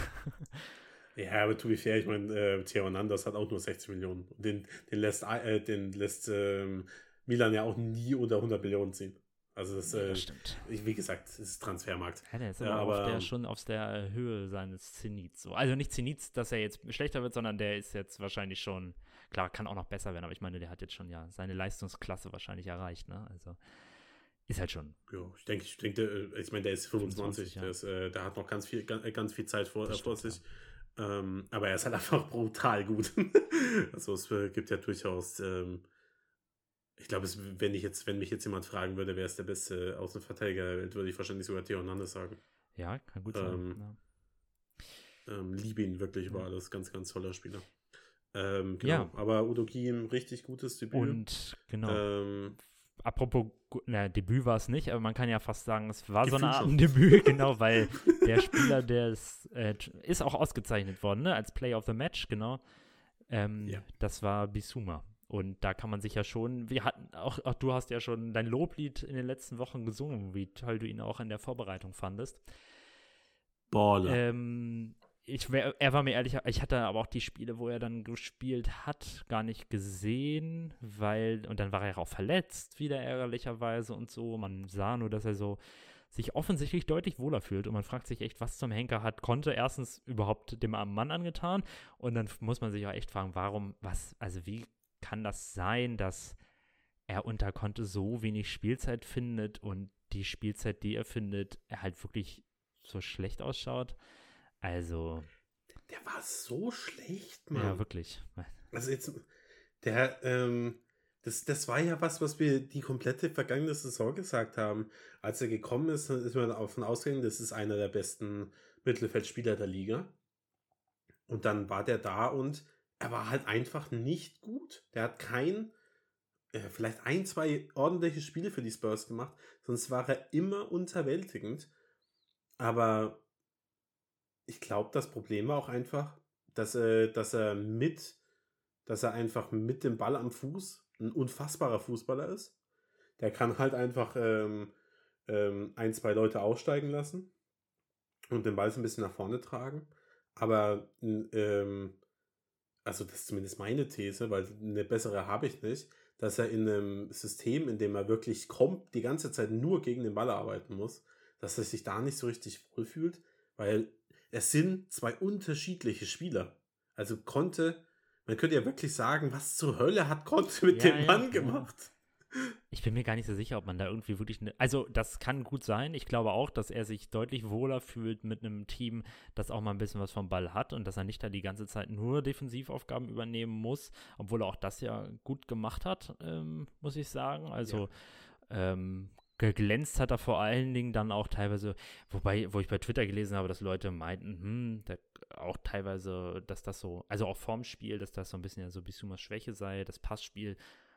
[SPEAKER 2] ja, aber to be fair, ich meine, äh, Theo Hernandez hat auch nur sechzig Millionen. Den, den lässt, äh, den lässt ähm, Milan ja auch nie unter hundert Millionen ziehen. Also das,
[SPEAKER 3] ja,
[SPEAKER 2] äh,
[SPEAKER 3] das stimmt.
[SPEAKER 2] Wie gesagt, es ist Transfermarkt.
[SPEAKER 3] Ja, der ist aber, aber auf der, schon auf der Höhe seines Zenits. So. Also nicht Zenits, dass er jetzt schlechter wird, sondern der ist jetzt wahrscheinlich schon, klar, kann auch noch besser werden, aber ich meine, der hat jetzt schon ja seine Leistungsklasse wahrscheinlich erreicht, ne? Also ist halt schon.
[SPEAKER 2] Ja, ich denke, ich denke, ich meine, der ist fünfundzwanzig, fünfundzwanzig ja. der, ist, äh, der hat noch ganz viel, ganz, ganz viel Zeit vor, stimmt, vor sich. Ja. Ähm, aber er ist halt einfach brutal gut. Also es gibt ja durchaus ähm, ich glaube, wenn ich jetzt, wenn mich jetzt jemand fragen würde, wer ist der beste Außenverteidiger der Welt, würde ich wahrscheinlich sogar Theo Hernandez sagen.
[SPEAKER 3] Ja, kann gut sein.
[SPEAKER 2] Ähm, ja. ähm, liebe ihn wirklich über ja. alles. Ganz, ganz toller Spieler. Ähm, genau. Ja. Aber Udogie, richtig gutes Debüt.
[SPEAKER 3] Und genau. Ähm, Apropos, na, Debüt war es nicht, aber man kann ja fast sagen, es war so eine Art Debüt, genau, weil der Spieler, der ist, äh, ist auch ausgezeichnet worden, ne, als Player of the Match, genau. Ähm, ja. Das war Bissouma. Und da kann man sich ja schon, wir hatten auch, auch du hast ja schon dein Loblied in den letzten Wochen gesungen, wie toll du ihn auch in der Vorbereitung fandest.
[SPEAKER 2] Baller.
[SPEAKER 3] Ähm, ich, er war mir ehrlich, ich hatte aber auch die Spiele, wo er dann gespielt hat, gar nicht gesehen, weil, und dann war er auch verletzt, wieder ärgerlicherweise und so. Man sah nur, dass er so sich offensichtlich deutlich wohler fühlt und man fragt sich echt, was zum Henker hat Conte erstens überhaupt dem armen Mann angetan und dann muss man sich auch echt fragen, warum, was, also wie kann das sein, dass er unter Conte so wenig Spielzeit findet und die Spielzeit, die er findet, er halt wirklich so schlecht ausschaut? Also.
[SPEAKER 2] Der war so schlecht, Mann.
[SPEAKER 3] Ja, wirklich.
[SPEAKER 2] Also jetzt, der, ähm, das, das war ja was, was wir die komplette vergangene Saison gesagt haben. Als er gekommen ist, ist man davon ausgegangen, das ist einer der besten Mittelfeldspieler der Liga. Und dann war der da und er war halt einfach nicht gut. Der hat kein, äh, vielleicht ein, zwei ordentliche Spiele für die Spurs gemacht, sonst war er immer unterwältigend. Aber ich glaube, das Problem war auch einfach, dass, äh, dass er mit, dass er einfach mit dem Ball am Fuß ein unfassbarer Fußballer ist. Der kann halt einfach ähm, ähm, ein, zwei Leute aussteigen lassen und den Ball so ein bisschen nach vorne tragen. Aber ähm, also das ist zumindest meine These, weil eine bessere habe ich nicht, dass er in einem System, in dem er wirklich kommt, die ganze Zeit nur gegen den Ball arbeiten muss, dass er sich da nicht so richtig wohlfühlt, weil es sind zwei unterschiedliche Spieler. Also Conte, man könnte ja wirklich sagen, was zur Hölle hat Conte mit
[SPEAKER 3] ja,
[SPEAKER 2] dem
[SPEAKER 3] ja,
[SPEAKER 2] Mann
[SPEAKER 3] ja.
[SPEAKER 2] gemacht?
[SPEAKER 3] Ich bin mir gar nicht so sicher, ob man da irgendwie wirklich eine, also das kann gut sein. Ich glaube auch, dass er sich deutlich wohler fühlt mit einem Team, das auch mal ein bisschen was vom Ball hat und dass er nicht da die ganze Zeit nur Defensivaufgaben übernehmen muss, obwohl er auch das ja gut gemacht hat, ähm, muss ich sagen. Also ja. ähm, geglänzt hat er vor allen Dingen dann auch teilweise, wobei, wo ich bei Twitter gelesen habe, dass Leute meinten, hm, der, auch teilweise, dass das so, also auch vorm Spiel, dass das so ein bisschen ja so Bisumas Schwäche sei, das Passspiel.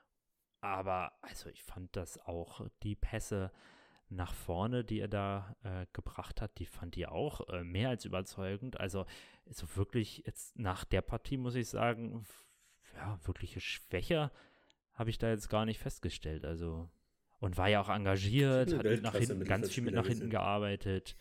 [SPEAKER 3] Aber, also ich fand das auch, die Pässe nach vorne, die er da äh, gebracht hat, die fand ich auch äh, mehr als überzeugend. Also so wirklich jetzt nach der Partie, muss ich sagen, f- ja, wirkliche Schwäche habe ich da jetzt gar nicht festgestellt. Also und war ja auch engagiert, hat nach hinten, ganz viel mit nach hinten gearbeitet.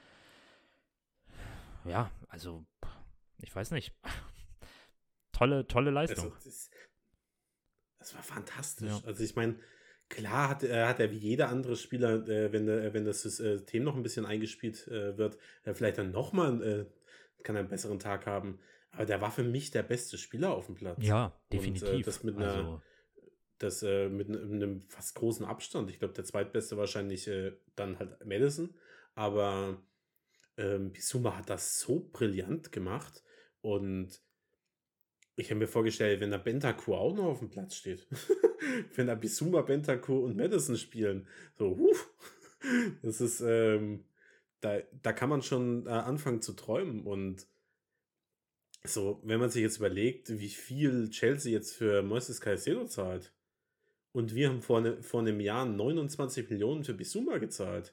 [SPEAKER 3] Ja, also ich weiß nicht. tolle, tolle Leistung.
[SPEAKER 2] Also, das, das war fantastisch. Ja. Also ich meine, Klar hat, äh, hat er wie jeder andere Spieler, äh, wenn, äh, wenn das System noch ein bisschen eingespielt äh, wird, äh, vielleicht dann nochmal äh, kann er einen besseren Tag haben. Aber der war für mich der beste Spieler auf dem Platz.
[SPEAKER 3] Ja, definitiv.
[SPEAKER 2] Und äh, das mit einer,
[SPEAKER 3] also,
[SPEAKER 2] das äh, mit einem fast großen Abstand. Ich glaube, der zweitbeste wahrscheinlich äh, dann halt Madison. Aber ähm, Bissouma hat das so brillant gemacht. Und ich habe mir vorgestellt, wenn da Bentancur auch noch auf dem Platz steht, wenn da Bissouma, Bentancur und Madison spielen, so, huh, das ist, ähm, da, da kann man schon äh, anfangen zu träumen. Und so, wenn man sich jetzt überlegt, wie viel Chelsea jetzt für Moises Caicedo zahlt, und wir haben vor, ne, vor einem Jahr neunundzwanzig Millionen für Bissouma gezahlt.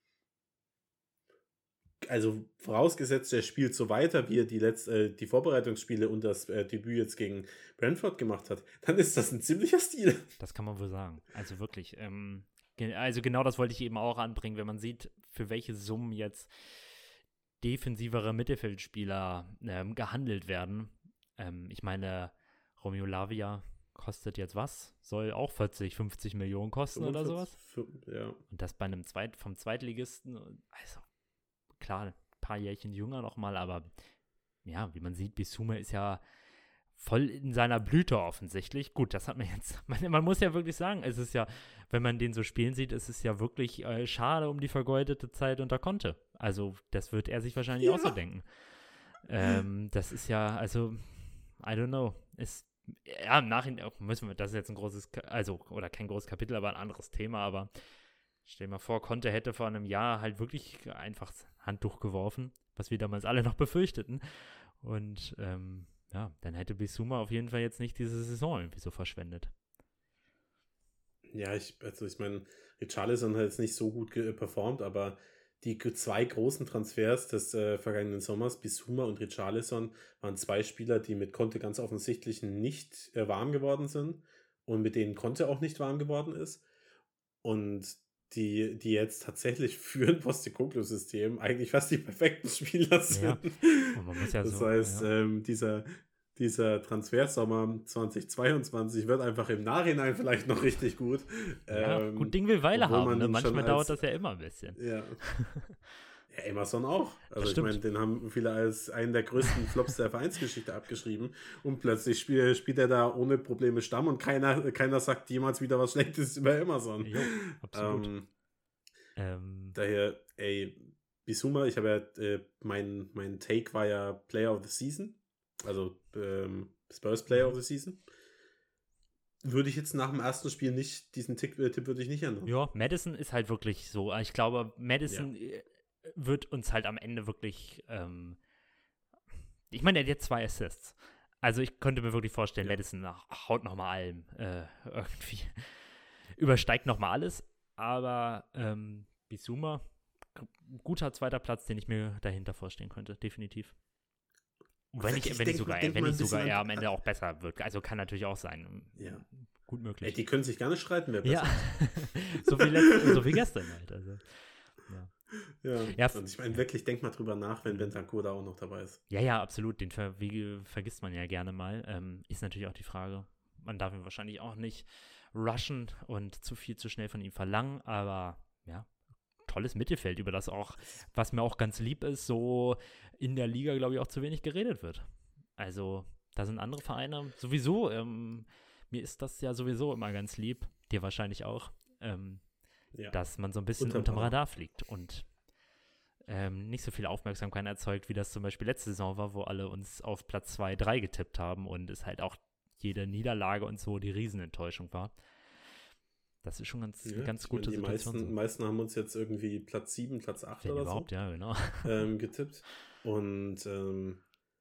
[SPEAKER 2] Also vorausgesetzt, er spielt so weiter, wie er die, Letz-, äh, die Vorbereitungsspiele und das äh, Debüt jetzt gegen Brentford gemacht hat, dann ist das ein ziemlicher Stil.
[SPEAKER 3] Das kann man wohl sagen. Also wirklich. Ähm, ge- also genau das wollte ich eben auch anbringen, wenn man sieht, für welche Summen jetzt defensivere Mittelfeldspieler ähm, gehandelt werden. Ähm, ich meine, Romeo Lavia kostet jetzt was? Soll auch vierzig, fünfzig Millionen kosten fünfundvierzig, oder sowas?
[SPEAKER 2] Für, ja.
[SPEAKER 3] Und das bei einem Zweit, vom Zweitligisten, also klar, ein paar Jährchen jünger nochmal, aber ja, wie man sieht, Bissouma ist ja voll in seiner Blüte offensichtlich. Gut, das hat man jetzt, man, man muss ja wirklich sagen, es ist ja, wenn man den so spielen sieht, es ist ja wirklich äh, schade um die vergeudete Zeit unter Conte. Also das wird er sich wahrscheinlich ja. auch so denken. Ähm, das ist ja, also, I don't know, ist, ja, im Nachhinein müssen wir, das ist jetzt ein großes, also, oder kein großes Kapitel, aber ein anderes Thema, aber stell dir mal vor, Conte hätte vor einem Jahr halt wirklich einfach das Handtuch geworfen, was wir damals alle noch befürchteten. Und ähm, ja, dann hätte Bissouma auf jeden Fall jetzt nicht diese Saison irgendwie so verschwendet.
[SPEAKER 2] Ja, ich, also ich meine, Richarlison hat jetzt nicht so gut ge- performt, aber die zwei großen Transfers des äh, vergangenen Sommers, Bissouma und Richarlison, waren zwei Spieler, die mit Conte ganz offensichtlich nicht äh, warm geworden sind und mit denen Conte auch nicht warm geworden ist. Und die, die jetzt tatsächlich für ein Postecoglou-System eigentlich fast die perfekten Spieler sind. Ja.
[SPEAKER 3] Und man muss ja
[SPEAKER 2] das
[SPEAKER 3] so,
[SPEAKER 2] heißt,
[SPEAKER 3] ja.
[SPEAKER 2] ähm, dieser, dieser Transfersommer zwanzig zweiundzwanzig wird einfach im Nachhinein vielleicht noch richtig gut.
[SPEAKER 3] Ja,
[SPEAKER 2] ähm,
[SPEAKER 3] gut Ding will Weile haben. Ne? Manchmal dauert als, das ja immer ein bisschen.
[SPEAKER 2] Ja. Ja, Emerson auch. Also ich meine, den haben viele als einen der größten Flops der Vereinsgeschichte abgeschrieben und plötzlich spiel, spielt er da ohne Probleme Stamm und keiner, keiner sagt jemals wieder was Schlechtes über Emerson.
[SPEAKER 3] Jo, absolut.
[SPEAKER 2] Ähm,
[SPEAKER 3] ähm.
[SPEAKER 2] Daher, ey, Bissouma, ich habe ja, äh, mein, mein Take war ja Player of the Season, also ähm, Spurs Player of the Season. Würde ich jetzt nach dem ersten Spiel nicht, diesen Tick, äh, Tipp würde ich nicht ändern.
[SPEAKER 3] Ja, Madison ist halt wirklich so. Ich glaube, Madison ja. wird uns halt am Ende wirklich, ähm, ich meine, er hat jetzt zwei Assists. Also ich könnte mir wirklich vorstellen, ja. Madison ach, haut nochmal allem äh, irgendwie, übersteigt nochmal alles. Aber ähm, Bissouma, guter zweiter Platz, den ich mir dahinter vorstellen könnte, definitiv. Und wenn ich, ich, wenn denk, ich sogar, wenn ich sogar er am Ende auch besser wird. Also kann natürlich auch sein.
[SPEAKER 2] Ja.
[SPEAKER 3] Gut möglich.
[SPEAKER 2] Ey, die können sich gar nicht streiten, wer besser
[SPEAKER 3] ist. so, wie letzt, so wie gestern halt. Also, ja.
[SPEAKER 2] Ja, ja, und ich meine wirklich, denk mal drüber nach, wenn Bentancur da auch noch dabei ist.
[SPEAKER 3] Ja, ja, absolut. Den ver- wie, vergisst man ja gerne mal. Ähm, ist natürlich auch die Frage, man darf ihn wahrscheinlich auch nicht rushen und zu viel zu schnell von ihm verlangen, aber ja, tolles Mittelfeld, über das auch, was mir auch ganz lieb ist, so in der Liga, glaube ich, auch zu wenig geredet wird. Also, da sind andere Vereine sowieso, ähm, mir ist das ja sowieso immer ganz lieb, dir wahrscheinlich auch, ähm, ja. dass man so ein bisschen unterm Radar fliegt und ähm, nicht so viel Aufmerksamkeit erzeugt, wie das zum Beispiel letzte Saison war, wo alle uns auf Platz zwei, drei getippt haben und es halt auch jede Niederlage und so die Riesenenttäuschung war. Das ist schon ganz, ja, eine ganz gute
[SPEAKER 2] meine, die
[SPEAKER 3] Situation.
[SPEAKER 2] Die meisten, so. meisten haben uns jetzt irgendwie Platz sieben, Platz acht
[SPEAKER 3] Wenn
[SPEAKER 2] oder
[SPEAKER 3] überhaupt,
[SPEAKER 2] so
[SPEAKER 3] ja, genau.
[SPEAKER 2] ähm, getippt. Und ähm,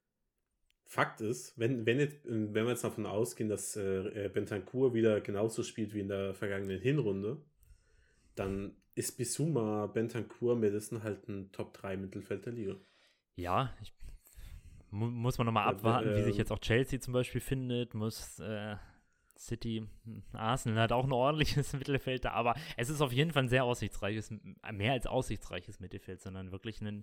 [SPEAKER 2] Fakt ist, wenn, wenn, jetzt, wenn wir jetzt davon ausgehen, dass äh, Bentancur wieder genauso spielt wie in der vergangenen Hinrunde, dann ist Bissouma, Bentancur, Madison halt ein Top drei Mittelfeld der Liga.
[SPEAKER 3] Ja, ich, mu- muss man nochmal abwarten, äh, wie sich jetzt auch Chelsea zum Beispiel findet, muss äh, City, Arsenal hat auch ein ordentliches Mittelfeld da, aber es ist auf jeden Fall ein sehr aussichtsreiches, mehr als aussichtsreiches Mittelfeld, sondern wirklich ein,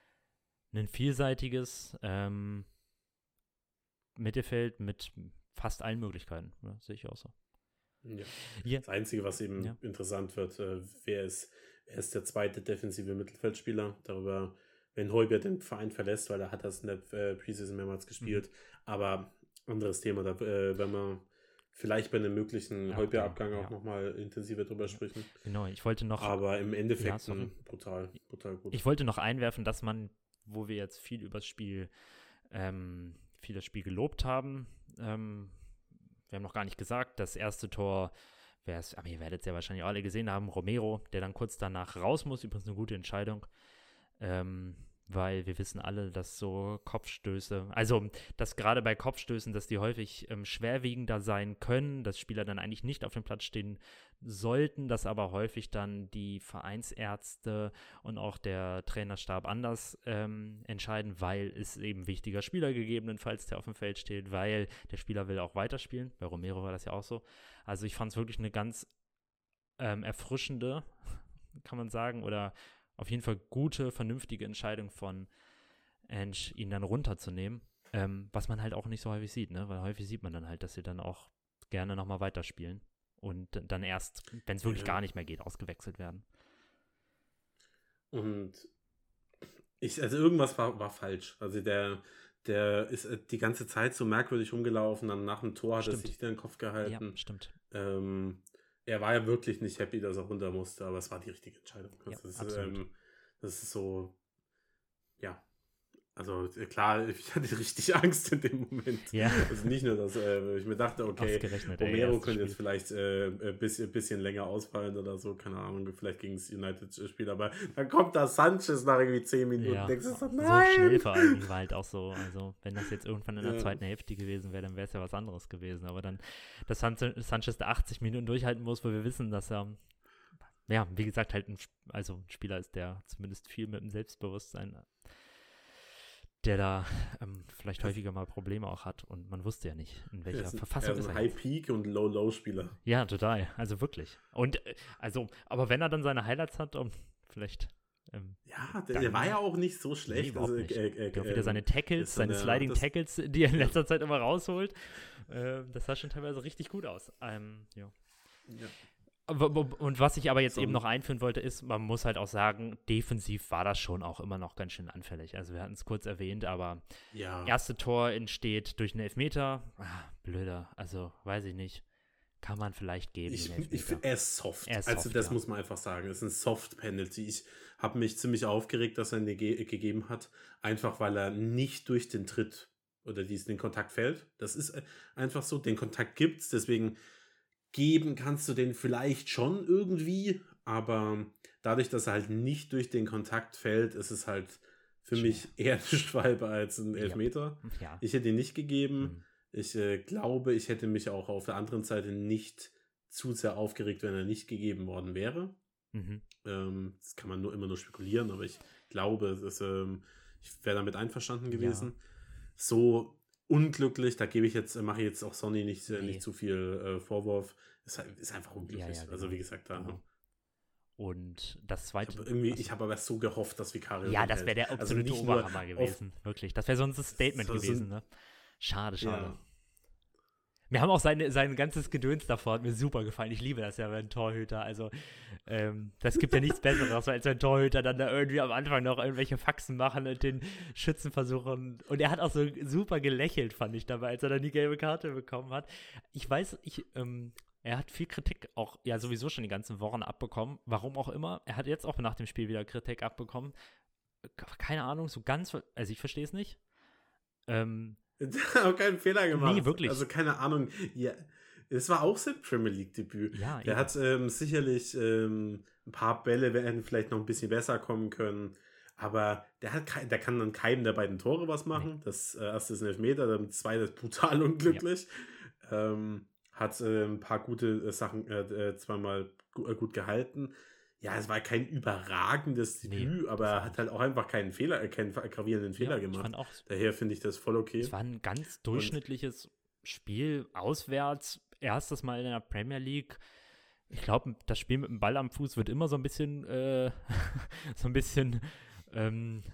[SPEAKER 3] ein vielseitiges ähm, Mittelfeld mit fast allen Möglichkeiten, ja, sehe ich auch so.
[SPEAKER 2] Ja.
[SPEAKER 3] Ja.
[SPEAKER 2] Das Einzige, was eben ja. interessant wird, äh, wer ist, wer ist der zweite defensive Mittelfeldspieler? Darüber, wenn Højbjerg den Verein verlässt, weil er hat das in der äh, Preseason mehrmals gespielt. Mhm. Aber anderes Thema, da äh, wenn man vielleicht bei einem möglichen ja, Højbjerg-Abgang auch ja. nochmal intensiver drüber sprechen.
[SPEAKER 3] Genau, ich wollte noch...
[SPEAKER 2] Aber im Endeffekt ja, brutal, brutal gut.
[SPEAKER 3] Ich wollte noch einwerfen, dass man, wo wir jetzt viel über das Spiel, ähm, viel das Spiel gelobt haben, ähm, wir haben noch gar nicht gesagt, das erste Tor, aber ihr werdet es ja wahrscheinlich alle gesehen haben, Romero, der dann kurz danach raus muss, übrigens eine gute Entscheidung, ähm, weil wir wissen alle, dass so Kopfstöße, also dass gerade bei Kopfstößen, dass die häufig ähm, schwerwiegender sein können, dass Spieler dann eigentlich nicht auf dem Platz stehen sollten, dass aber häufig dann die Vereinsärzte und auch der Trainerstab anders ähm, entscheiden, weil es eben wichtiger Spieler gegebenenfalls, der auf dem Feld steht, weil der Spieler will auch weiterspielen. Bei Romero war das ja auch so. Also ich fand es wirklich eine ganz ähm, erfrischende, kann man sagen, oder auf jeden Fall gute, vernünftige Entscheidung von Ange, ihn dann runterzunehmen, ähm, was man halt auch nicht so häufig sieht, ne? Weil häufig sieht man dann halt, dass sie dann auch gerne nochmal weiterspielen und dann erst, wenn es wirklich ja. gar nicht mehr geht, ausgewechselt werden.
[SPEAKER 2] Und ich, also irgendwas war, war falsch. Also der, der ist die ganze Zeit so merkwürdig rumgelaufen, dann nach dem Tor hat stimmt. er sich wieder in den Kopf gehalten.
[SPEAKER 3] Ja, stimmt.
[SPEAKER 2] Ähm, Er war ja wirklich nicht happy, dass er runter musste, aber es war die richtige Entscheidung.
[SPEAKER 3] Ja,
[SPEAKER 2] das, ist, ähm, das ist so, ja, also klar, ich hatte richtig Angst in dem Moment.
[SPEAKER 3] Ja.
[SPEAKER 2] Also nicht nur, dass äh, ich mir dachte, okay, Romero könnte jetzt vielleicht äh, ein bisschen, bisschen länger ausfallen oder so, keine Ahnung, vielleicht gegen das United-Spiel, aber dann kommt da Sanchez nach irgendwie zehn Minuten
[SPEAKER 3] ja.
[SPEAKER 2] und denkst,
[SPEAKER 3] so,
[SPEAKER 2] nein!
[SPEAKER 3] So schnell vor allem war halt auch so, also wenn das jetzt irgendwann in der ja. zweiten Hälfte gewesen wäre, dann wäre es ja was anderes gewesen, aber dann, dass San- Sanchez da achtzig Minuten durchhalten muss, wo wir wissen, dass er, ja, wie gesagt, halt ein, also ein Spieler ist, der zumindest viel mit dem Selbstbewusstsein der da ähm, vielleicht häufiger mal Probleme auch hat und man wusste ja nicht, in welcher ist ein, Verfassung er ist
[SPEAKER 2] er. Er ist ein High-Peak- und Low-Low-Spieler.
[SPEAKER 3] Ja, total, also wirklich. Und, äh, also, aber wenn er dann seine Highlights hat, um, vielleicht ähm,
[SPEAKER 2] ja, der, der war ja auch nicht so schlecht.
[SPEAKER 3] Nee, also,
[SPEAKER 2] nicht.
[SPEAKER 3] Äh, äh, der auch wieder seine Tackles, seine eine, Sliding-Tackles, die er in letzter Zeit immer rausholt, äh, das sah schon teilweise richtig gut aus. Ähm, ja. ja. Und was ich aber jetzt so. eben noch einführen wollte, ist, man muss halt auch sagen, defensiv war das schon auch immer noch ganz schön anfällig. Also wir hatten es kurz erwähnt, aber
[SPEAKER 2] ja.
[SPEAKER 3] erste Tor entsteht durch einen Elfmeter. Ah, blöder, also weiß ich nicht. Kann man vielleicht geben.
[SPEAKER 2] Ich, ich finde, er ist soft.
[SPEAKER 3] Er ist
[SPEAKER 2] also
[SPEAKER 3] soft,
[SPEAKER 2] das
[SPEAKER 3] ja.
[SPEAKER 2] muss man einfach sagen. Es ist ein Soft-Penalty. Ich habe mich ziemlich aufgeregt, dass er ihn ge- gegeben hat. Einfach, weil er nicht durch den Tritt oder diesen den Kontakt fällt. Das ist einfach so. Den Kontakt gibt's, deswegen geben kannst du den vielleicht schon irgendwie, aber dadurch, dass er halt nicht durch den Kontakt fällt, ist es halt für Schön. mich eher eine Schwalbe als ein Elfmeter.
[SPEAKER 3] Ja. Ja.
[SPEAKER 2] Ich hätte ihn nicht gegeben.
[SPEAKER 3] Mhm.
[SPEAKER 2] Ich äh, glaube, ich hätte mich auch auf der anderen Seite nicht zu sehr aufgeregt, wenn er nicht gegeben worden wäre.
[SPEAKER 3] Mhm.
[SPEAKER 2] Ähm, das kann man nur immer nur spekulieren, aber ich glaube, es ist, ähm, ich wäre damit einverstanden gewesen. Ja. So unglücklich, da gebe ich jetzt, mache ich jetzt auch Sonny nicht, nee. nicht zu viel äh, Vorwurf. Ist, ist einfach unglücklich. Ja, ja, genau. Also wie gesagt, da.
[SPEAKER 3] Genau. Und das zweite.
[SPEAKER 2] Ich habe irgendwie, ich habe aber so gehofft, dass Vicario.
[SPEAKER 3] Ja, das wäre der absolute also Oberhammer gewesen. Wirklich. Das wäre so ein Statement so, gewesen, so, ne? Schade, schade. Ja. Mir haben auch seine, sein ganzes Gedöns davor, hat mir super gefallen. Ich liebe das ja bei einem Torhüter. Also, ähm, das gibt ja nichts Besseres, als ein Torhüter dann da irgendwie am Anfang noch irgendwelche Faxen machen und den Schützen versuchen. Und er hat auch so super gelächelt, fand ich dabei, als er dann die gelbe Karte bekommen hat. Ich weiß, ich, ähm, er hat viel Kritik auch, ja, sowieso schon die ganzen Wochen abbekommen. Warum auch immer. Er hat jetzt auch nach dem Spiel wieder Kritik abbekommen. Keine Ahnung, so ganz, also ich verstehe es nicht. Ähm,
[SPEAKER 2] auch keinen Fehler gemacht.
[SPEAKER 3] Nee, wirklich.
[SPEAKER 2] Also keine Ahnung. Ja, es war auch sein Premier League-Debüt.
[SPEAKER 3] Ja,
[SPEAKER 2] der eben. hat ähm, sicherlich ähm, ein paar Bälle hätten vielleicht noch ein bisschen besser kommen können. Aber der, hat, der kann dann keinem der beiden Tore was machen. Nee. Das äh, erste ist ein Elfmeter, das zweite ist brutal unglücklich. Ja. Ähm, hat äh, ein paar gute äh, Sachen äh, zweimal gu- äh, gut gehalten. Ja, es war kein überragendes Debüt, nee, aber er hat halt auch einfach keinen Fehler, keinen gravierenden Fehler ja, gemacht. Auch, Daher finde ich das voll okay.
[SPEAKER 3] Es war ein ganz durchschnittliches Und, Spiel auswärts, erstes Mal in der Premier League. Ich glaube, das Spiel mit dem Ball am Fuß wird immer so ein bisschen, äh, so ein bisschen, ähm,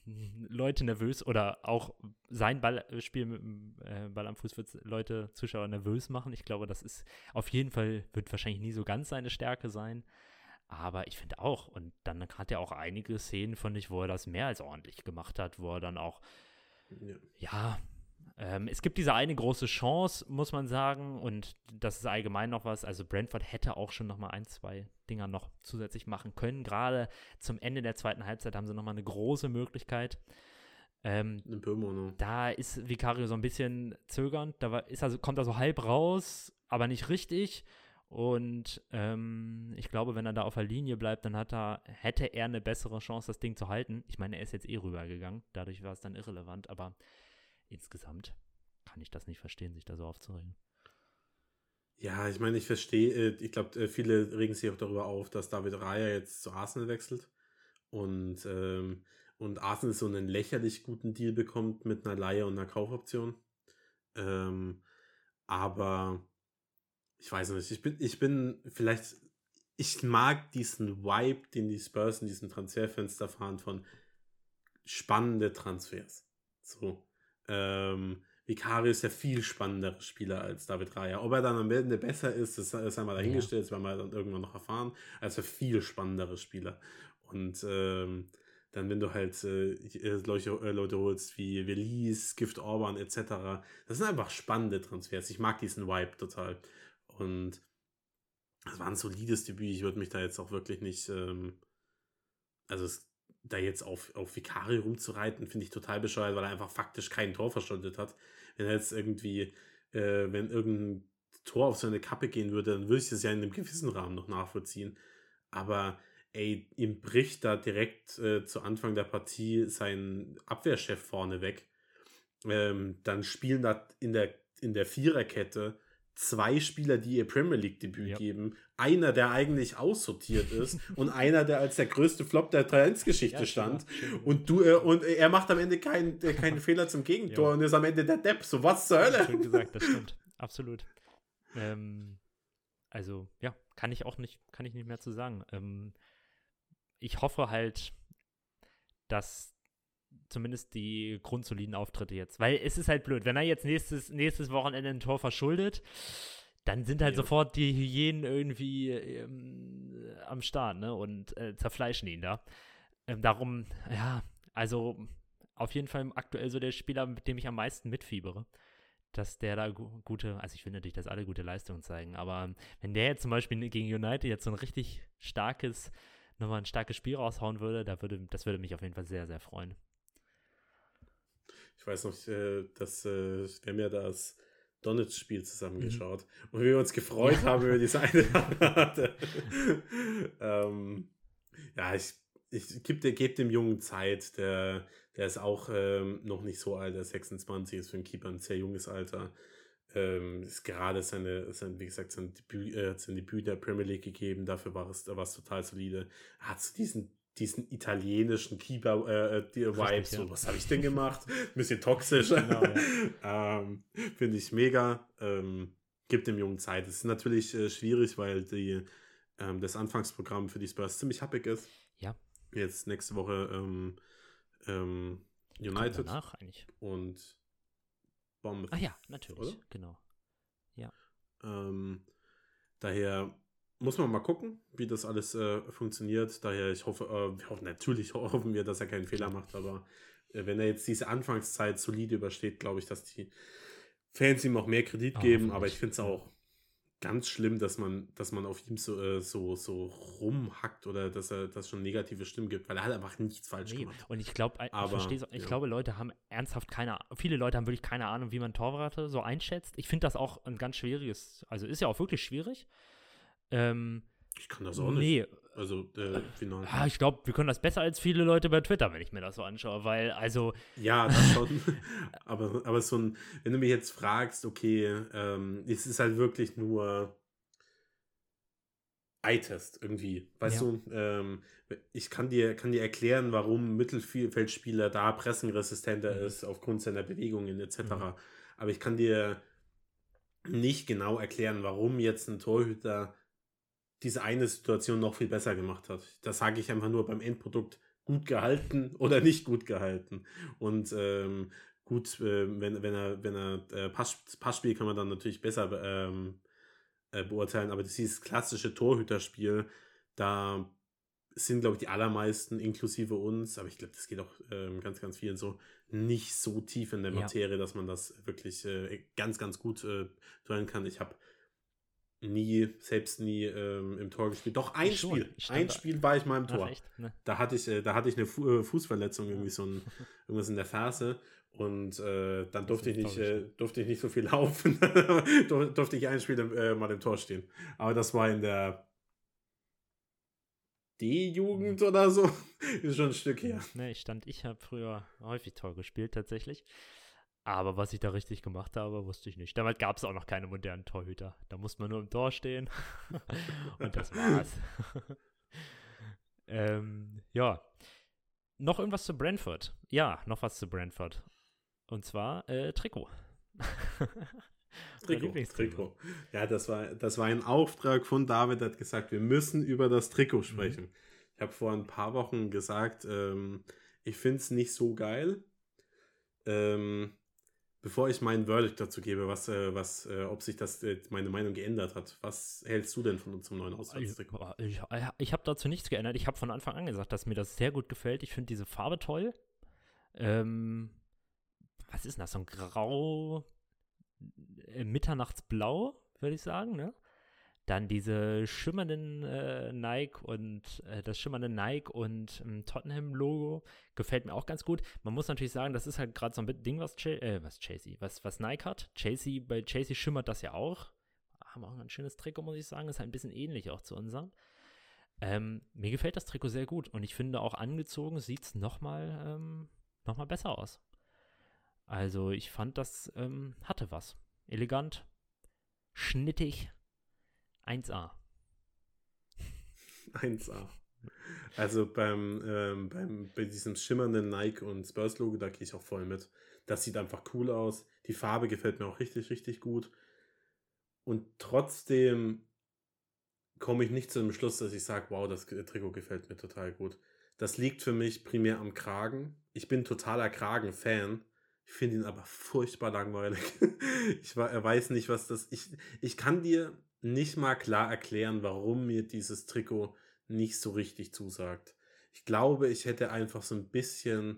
[SPEAKER 3] Leute nervös oder auch sein Ballspiel mit dem äh, Ball am Fuß wird Leute, Zuschauer nervös machen. Ich glaube, das ist auf jeden Fall, wird wahrscheinlich nie so ganz seine Stärke sein. Aber ich finde auch, und dann hat er auch einige Szenen, fand ich, wo er das mehr als ordentlich gemacht hat, wo er dann auch, ja, ja ähm, es gibt diese eine große Chance, muss man sagen, und das ist allgemein noch was, also Brentford hätte auch schon nochmal ein, zwei Dinger noch zusätzlich machen können. Gerade zum Ende der zweiten Halbzeit haben sie nochmal eine große Möglichkeit. Ähm, da ist Vicario so ein bisschen zögernd, da war, ist also, kommt er so halb raus, aber nicht richtig. Und ähm, ich glaube, wenn er da auf der Linie bleibt, dann hat er, hätte er eine bessere Chance, das Ding zu halten. Ich meine, er ist jetzt eh rübergegangen, dadurch war es dann irrelevant, aber insgesamt kann ich das nicht verstehen, sich da so aufzuregen.
[SPEAKER 2] Ja, ich meine, ich verstehe, ich glaube, viele regen sich auch darüber auf, dass David Raya jetzt zu Arsenal wechselt und, ähm, und Arsenal so einen lächerlich guten Deal bekommt mit einer Leihe und einer Kaufoption. Ähm, aber ich weiß nicht, ich bin, ich bin vielleicht, ich mag diesen Vibe, den die Spurs in diesem Transferfenster fahren von spannende Transfers. So. Ähm, Vicario ist ja viel spannenderer Spieler als David Raya. Ob er dann am Ende besser ist, das ist einmal dahingestellt, das werden wir dann irgendwann noch erfahren, als er viel spannendere Spieler. Und ähm, dann, wenn du halt äh, Leute, äh, Leute holst wie Velis, Gift Orban et cetera, das sind einfach spannende Transfers. Ich mag diesen Vibe total. Und das war ein solides Debüt. Ich würde mich da jetzt auch wirklich nicht, ähm, also es da jetzt auf, auf Vicario rumzureiten, finde ich total bescheuert, weil er einfach faktisch kein Tor verschuldet hat. Wenn er jetzt irgendwie, äh, wenn irgendein Tor auf seine Kappe gehen würde, dann würde ich das ja in einem gewissen Rahmen noch nachvollziehen. Aber ey, ihm bricht da direkt äh, zu Anfang der Partie sein Abwehrchef vorne weg. Ähm, dann spielen da in der, in der Viererkette zwei Spieler, die ihr Premier League-Debüt ja. geben. Einer, der eigentlich aussortiert ist und einer, der als der größte Flop der drei eins Geschichte ja, stand. Schön. Und du äh, und er macht am Ende keinen äh, keinen Fehler zum Gegentor ja. und ist am Ende der Depp. So, was zur Hölle?
[SPEAKER 3] Schön gesagt, das stimmt. Absolut. Ähm, also, ja, kann ich auch nicht, kann ich nicht mehr zu sagen. Ähm, ich hoffe halt, dass zumindest die grundsoliden Auftritte jetzt. Weil es ist halt blöd, wenn er jetzt nächstes, nächstes Wochenende ein Tor verschuldet, dann sind halt ja. sofort die Hyänen irgendwie ähm, am Start, ne? Und äh, zerfleischen ihn da. Ähm, darum, ja, also auf jeden Fall aktuell so der Spieler, mit dem ich am meisten mitfiebere. Dass der da gu- gute, also ich will natürlich, dass alle gute Leistungen zeigen, aber wenn der jetzt zum Beispiel gegen United jetzt so ein richtig starkes, nochmal ein starkes Spiel raushauen würde, da würde, das würde mich auf jeden Fall sehr, sehr freuen.
[SPEAKER 2] Ich weiß noch, äh, dass äh, wir haben ja das Donitz-Spiel zusammengeschaut mhm. und wir uns gefreut haben über diese eine Karte. ähm, ja, ich, ich gebe geb dem Jungen Zeit, der, der ist auch ähm, noch nicht so alt, der ist sechsundzwanzig, ist für einen Keeper ein sehr junges Alter. Ähm, ist gerade seine, sein, wie gesagt, sein Debüt, äh, sein Debüt der Premier League gegeben, dafür war es, war es total solide. Er hat so diesen diesen italienischen Keeper äh, die Vibes, so, ja. Was habe ich denn gemacht? Ein bisschen toxisch. Genau, ja. ähm, Finde ich mega. Ähm, gibt dem Jungen Zeit. Es ist natürlich äh, schwierig, weil die, ähm, das Anfangsprogramm für die Spurs ziemlich happig ist.
[SPEAKER 3] Ja.
[SPEAKER 2] Jetzt nächste Woche ähm, ähm, United
[SPEAKER 3] danach eigentlich.
[SPEAKER 2] Und Bournemouth.
[SPEAKER 3] Ach ja, natürlich, oder? Genau. Ja.
[SPEAKER 2] Ähm, daher muss man mal gucken, wie das alles äh, funktioniert. Daher, ich hoffe, äh, wir hoffen, natürlich hoffen wir, dass er keinen Fehler macht, aber äh, wenn er jetzt diese Anfangszeit solide übersteht, glaube ich, dass die Fans ihm auch mehr Kredit oh, geben, aber ich finde es auch ganz schlimm, dass man, dass man auf ihm so, äh, so, so rumhackt oder dass er das schon negative Stimmen gibt, weil er hat einfach nichts falsch nee. gemacht.
[SPEAKER 3] Und ich glaube, ich, ich ja. glaube, Leute haben ernsthaft keine viele Leute haben wirklich keine Ahnung, wie man Torwarte so einschätzt. Ich finde das auch ein ganz schwieriges, also ist ja auch wirklich schwierig. Ähm,
[SPEAKER 2] ich kann das auch nicht. Nee. Also, äh, final.
[SPEAKER 3] Ja, ich glaube, wir können das besser als viele Leute bei Twitter, wenn ich mir das so anschaue, weil, also.
[SPEAKER 2] Ja, das schon. aber, aber so ein, wenn du mich jetzt fragst, okay, ähm, es ist halt wirklich nur Eye-Test irgendwie. Weißt ja. du, ähm, ich kann dir, kann dir erklären, warum Mittelfeldspieler da pressenresistenter mhm. ist, aufgrund seiner Bewegungen et cetera. Mhm. Aber ich kann dir nicht genau erklären, warum jetzt ein Torhüter diese eine Situation noch viel besser gemacht hat. Das sage ich einfach nur, beim Endprodukt gut gehalten oder nicht gut gehalten. Und ähm, gut, äh, wenn, wenn er, wenn er äh, Pass, Passspiel kann man dann natürlich besser ähm, äh, beurteilen, aber dieses klassische Torhüterspiel, da sind, glaube ich, die allermeisten, inklusive uns, aber ich glaube, das geht auch ähm, ganz, ganz vielen so, nicht so tief in der Materie, ja. dass man das wirklich äh, ganz, ganz gut äh, tun kann. Ich habe nie, selbst nie ähm, im Tor gespielt. Doch, ein
[SPEAKER 3] ich
[SPEAKER 2] Spiel.
[SPEAKER 3] Schon,
[SPEAKER 2] ein Spiel war ich mal im Tor.
[SPEAKER 3] Ach, echt? Ne?
[SPEAKER 2] Da hatte ich, äh, da hatte ich eine Fu- äh, Fußverletzung, irgendwie so ein, irgendwas in der Ferse. Und äh, dann durfte ich, nicht, äh, durfte ich nicht so viel laufen. durfte ich ein Spiel äh, mal im Tor stehen. Aber das war in der D-Jugend mhm. oder so. Ist schon ein Stück her.
[SPEAKER 3] Ne, ich stand, ich habe früher häufig Tor gespielt, tatsächlich. Aber was ich da richtig gemacht habe, wusste ich nicht. Damals gab es auch noch keine modernen Torhüter. Da musste man nur im Tor stehen. Und das war's. ähm, ja. Noch irgendwas zu Brentford? Ja, noch was zu Brentford. Und zwar äh, Trikot.
[SPEAKER 2] Trikot, Trikot. Ja, das war, das war ein Auftrag von David, der hat gesagt, wir müssen über das Trikot sprechen. Mhm. Ich habe vor ein paar Wochen gesagt, ähm, ich finde es nicht so geil. Ähm, bevor ich meinen Verdict dazu gebe, was, äh, was, äh, ob sich das äh, meine Meinung geändert hat, was hältst du denn von unserem neuen Auswärtstrikot?
[SPEAKER 3] Ich, ich, ich habe dazu nichts geändert. Ich habe von Anfang an gesagt, dass mir das sehr gut gefällt. Ich finde diese Farbe toll. Ähm, was ist denn das? So ein Grau, äh, Mitternachtsblau, würde ich sagen, ne? Dann diese schimmernden äh, Nike und äh, das schimmernde Nike und ähm, Tottenham-Logo gefällt mir auch ganz gut. Man muss natürlich sagen, das ist halt gerade so ein Ding, was, Ch- äh, was Chelsea, was, was Nike hat. Chelsea, bei Chelsea schimmert das ja auch. Haben auch ein schönes Trikot, muss ich sagen. Ist halt ein bisschen ähnlich auch zu unserem. Ähm, mir gefällt das Trikot sehr gut und ich finde auch angezogen sieht es nochmal ähm, noch mal besser aus. Also ich fand, das ähm, hatte was. Elegant, schnittig. eins A.
[SPEAKER 2] eins A. Also beim, ähm, beim bei diesem schimmernden Nike und Spurs Logo, da gehe ich auch voll mit. Das sieht einfach cool aus. Die Farbe gefällt mir auch richtig, richtig gut. Und trotzdem komme ich nicht zu dem Schluss, dass ich sage, wow, das Trikot gefällt mir total gut. Das liegt für mich primär am Kragen. Ich bin totaler Kragen-Fan. Ich finde ihn aber furchtbar langweilig. Ich weiß nicht, was das... Ich, ich kann dir nicht mal klar erklären, warum mir dieses Trikot nicht so richtig zusagt. Ich glaube, ich hätte einfach so ein bisschen...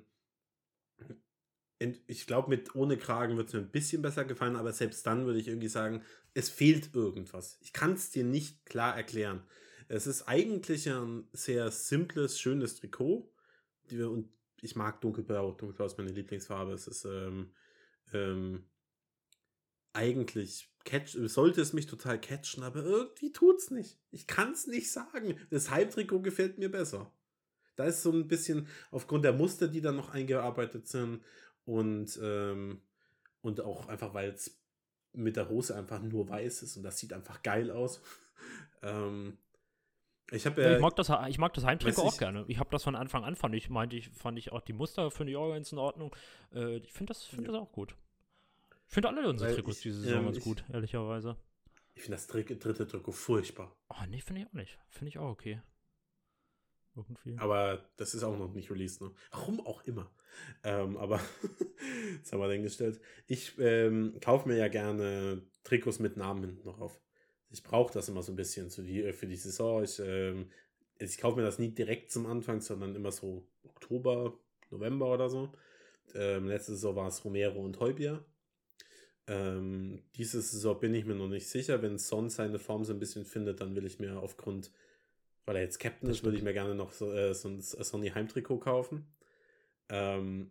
[SPEAKER 2] Ich glaube, mit ohne Kragen wird es mir ein bisschen besser gefallen, aber selbst dann würde ich irgendwie sagen, es fehlt irgendwas. Ich kann es dir nicht klar erklären. Es ist eigentlich ein sehr simples, schönes Trikot. Und ich mag dunkelblau. Dunkelblau ist meine Lieblingsfarbe. Es ist ähm, ähm, eigentlich catch, sollte es mich total catchen, aber irgendwie tut's nicht. Ich kann es nicht sagen. Das Halbtrikot gefällt mir besser. Da ist so ein bisschen aufgrund der Muster, die dann noch eingearbeitet sind und, ähm, und auch einfach, weil es mit der Hose einfach nur weiß ist und das sieht einfach geil aus. ähm, ich, hab, äh,
[SPEAKER 3] ja, ich mag das, ich mag das Heimtrikot auch gerne. Ich habe das von Anfang an, fand ich, meinte ich, fand ich auch die Muster für die Jahr ganz in Ordnung. Äh, ich finde das, find ja. das auch gut. Ich finde alle unsere weil Trikots ich, diese Saison ähm, ganz ich, gut, ehrlicherweise.
[SPEAKER 2] Ich finde das dritte, dritte Trikot furchtbar.
[SPEAKER 3] Oh, nee, finde ich auch nicht. Finde ich auch okay. Irgendwie.
[SPEAKER 2] Aber das ist auch noch nicht released, ne? Warum auch immer. Ähm, aber das haben wir dahingestellt. Ich ähm, kaufe mir ja gerne Trikots mit Namen hinten drauf. Ich brauche das immer so ein bisschen für die, für die Saison. Ich, ähm, ich kaufe mir das nie direkt zum Anfang, sondern immer so Oktober, November oder so. Ähm, letzte Saison war es Romero und Heubier. Ähm, diese Saison bin ich mir noch nicht sicher. Wenn Son seine Form so ein bisschen findet, dann will ich mir aufgrund, weil er jetzt Captain ist, würde ich mir gerne noch so, äh, so ein Sonny Heimtrikot kaufen. Ähm,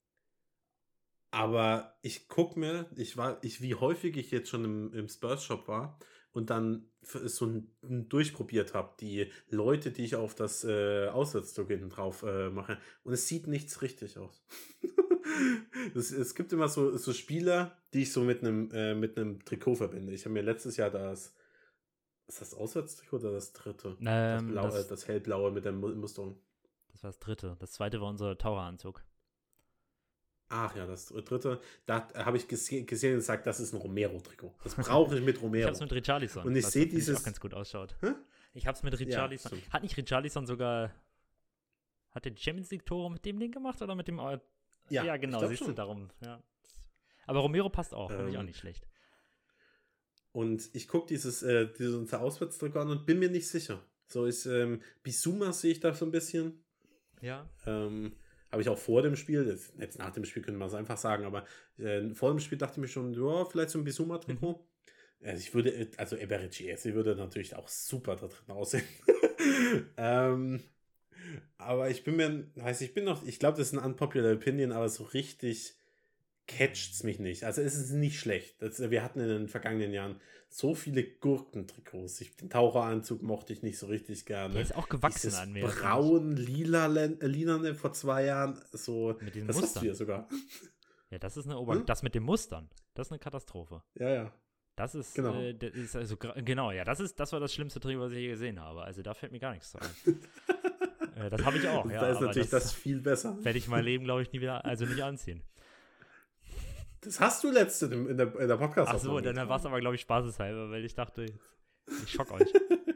[SPEAKER 2] aber ich gucke mir, ich war, ich, wie häufig ich jetzt schon im, im Spurs-Shop war und dann so ein, ein durchprobiert habe, die Leute, die ich auf das äh, Auswärtstrikot hinten drauf äh, mache. Und es sieht nichts richtig aus. es, es gibt immer so, so Spieler, die ich so mit einem äh, mit einem Trikot verbinde. Ich habe mir letztes Jahr das ist das Auswärtstrikot oder das dritte?
[SPEAKER 3] Ähm,
[SPEAKER 2] das, Blau,
[SPEAKER 3] das,
[SPEAKER 2] äh, das hellblaue mit der Musterung.
[SPEAKER 3] Das war das dritte. Das zweite war unser Taucheranzug.
[SPEAKER 2] Ach ja, das dritte. Da habe ich gesehen, gesehen und gesagt, das ist ein Romero-Trikot. Das brauche ich mit Romero.
[SPEAKER 3] Ich habe es mit Richarlison.
[SPEAKER 2] Und ich sehe dieses...
[SPEAKER 3] auch ganz gut ausschaut. Hä? Ich habe es mit Richarlison. Ja, hat nicht Richarlison sogar Hat der die Champions League-Tore mit dem Ding gemacht oder mit dem Ja, ja genau, siehst schon. Du darum. Ja. Aber Romero passt auch, finde ähm, ich auch nicht schlecht.
[SPEAKER 2] Und ich gucke dieses, äh, dieses Auswärtsdruck an und bin mir nicht sicher. So ist, ähm, Bissouma sehe ich da so ein bisschen.
[SPEAKER 3] Ja.
[SPEAKER 2] Ähm, habe ich auch vor dem Spiel, das, jetzt nach dem Spiel könnte man es einfach sagen, aber äh, vor dem Spiel dachte ich mir schon, ja, vielleicht so ein Bissouma-Trikot. Mhm. Also ich würde, also Eberechi, sie würde natürlich auch super da drin aussehen. ähm, aber ich bin mir, weiß ich bin noch, ich glaube, das ist ein unpopular Opinion, aber so richtig catcht es mich nicht. Also es ist nicht schlecht. Das, wir hatten in den vergangenen Jahren so viele Gurkentrikots. Ich, den Taucheranzug mochte ich nicht so richtig gerne.
[SPEAKER 3] Der ist auch gewachsen
[SPEAKER 2] Dieses
[SPEAKER 3] an mir.
[SPEAKER 2] Braun, lila, lila vor zwei Jahren. So,
[SPEAKER 3] mit den
[SPEAKER 2] das
[SPEAKER 3] Mustern.
[SPEAKER 2] hast du ja sogar.
[SPEAKER 3] Ja, das ist eine Ober- hm? Das mit den Mustern, das ist eine Katastrophe.
[SPEAKER 2] Ja, ja.
[SPEAKER 3] Das ist,
[SPEAKER 2] genau.
[SPEAKER 3] Äh, das ist also genau, ja, das ist, das war das schlimmste Trikot, was ich je gesehen habe. Also da fällt mir gar nichts zu ein. äh, das habe ich auch, ja.
[SPEAKER 2] Da ist natürlich das, das viel besser.
[SPEAKER 3] Werde ich mein Leben, glaube ich, nie wieder, also nicht anziehen.
[SPEAKER 2] Das hast du letzte in der, in der Podcast.
[SPEAKER 3] Ach so, dann war es aber, glaube ich, spaßeshalber, weil ich dachte, ich schock euch.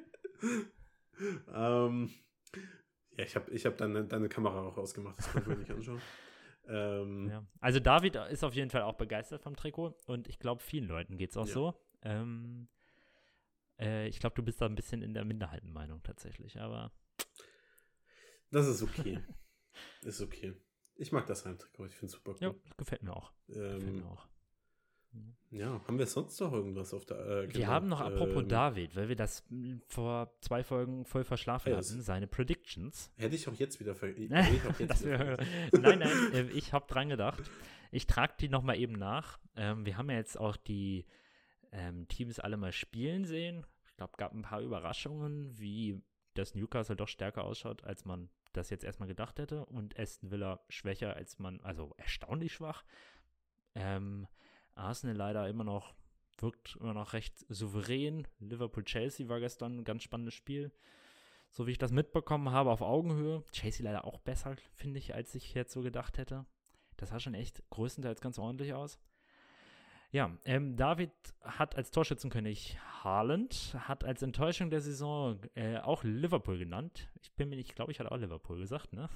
[SPEAKER 2] ähm, ja, ich habe ich hab deine, deine Kamera auch ausgemacht, das kann ich mir nicht anschauen. Ähm,
[SPEAKER 3] ja. Also David ist auf jeden Fall auch begeistert vom Trikot und ich glaube, vielen Leuten geht es auch ja. so. Ähm, äh, ich glaube, du bist da ein bisschen in der Minderheitenmeinung tatsächlich, aber
[SPEAKER 2] das ist okay. Ist okay. Ich mag das Heimtrikot, ich finde es super cool.
[SPEAKER 3] Ja, gefällt mir auch.
[SPEAKER 2] Ähm,
[SPEAKER 3] gefällt mir auch.
[SPEAKER 2] Ja, haben wir sonst noch irgendwas auf der äh,
[SPEAKER 3] Wir
[SPEAKER 2] genau,
[SPEAKER 3] haben noch, apropos
[SPEAKER 2] ähm,
[SPEAKER 3] David, weil wir das vor zwei Folgen voll verschlafen
[SPEAKER 2] ja,
[SPEAKER 3] hatten, seine Predictions.
[SPEAKER 2] Hätte ich auch jetzt wieder ver- ich
[SPEAKER 3] auch jetzt wieder Nein, nein, äh, ich habe dran gedacht. Ich trage die nochmal eben nach. Ähm, wir haben ja jetzt auch die ähm, Teams alle mal spielen sehen. Ich glaube, gab ein paar Überraschungen, wie das Newcastle doch stärker ausschaut, als man das jetzt erstmal gedacht hätte. Und Aston Villa schwächer, als man, also erstaunlich schwach. Ähm, Arsenal leider immer noch, wirkt immer noch recht souverän. Liverpool-Chelsea war gestern ein ganz spannendes Spiel. So wie ich das mitbekommen habe, auf Augenhöhe. Chelsea leider auch besser, finde ich, als ich jetzt so gedacht hätte. Das sah schon echt größtenteils ganz ordentlich aus. Ja, ähm, David hat als Torschützenkönig Haaland, hat als Enttäuschung der Saison äh, auch Liverpool genannt. Ich bin mir nicht, ich glaube, ich hatte auch Liverpool gesagt, ne?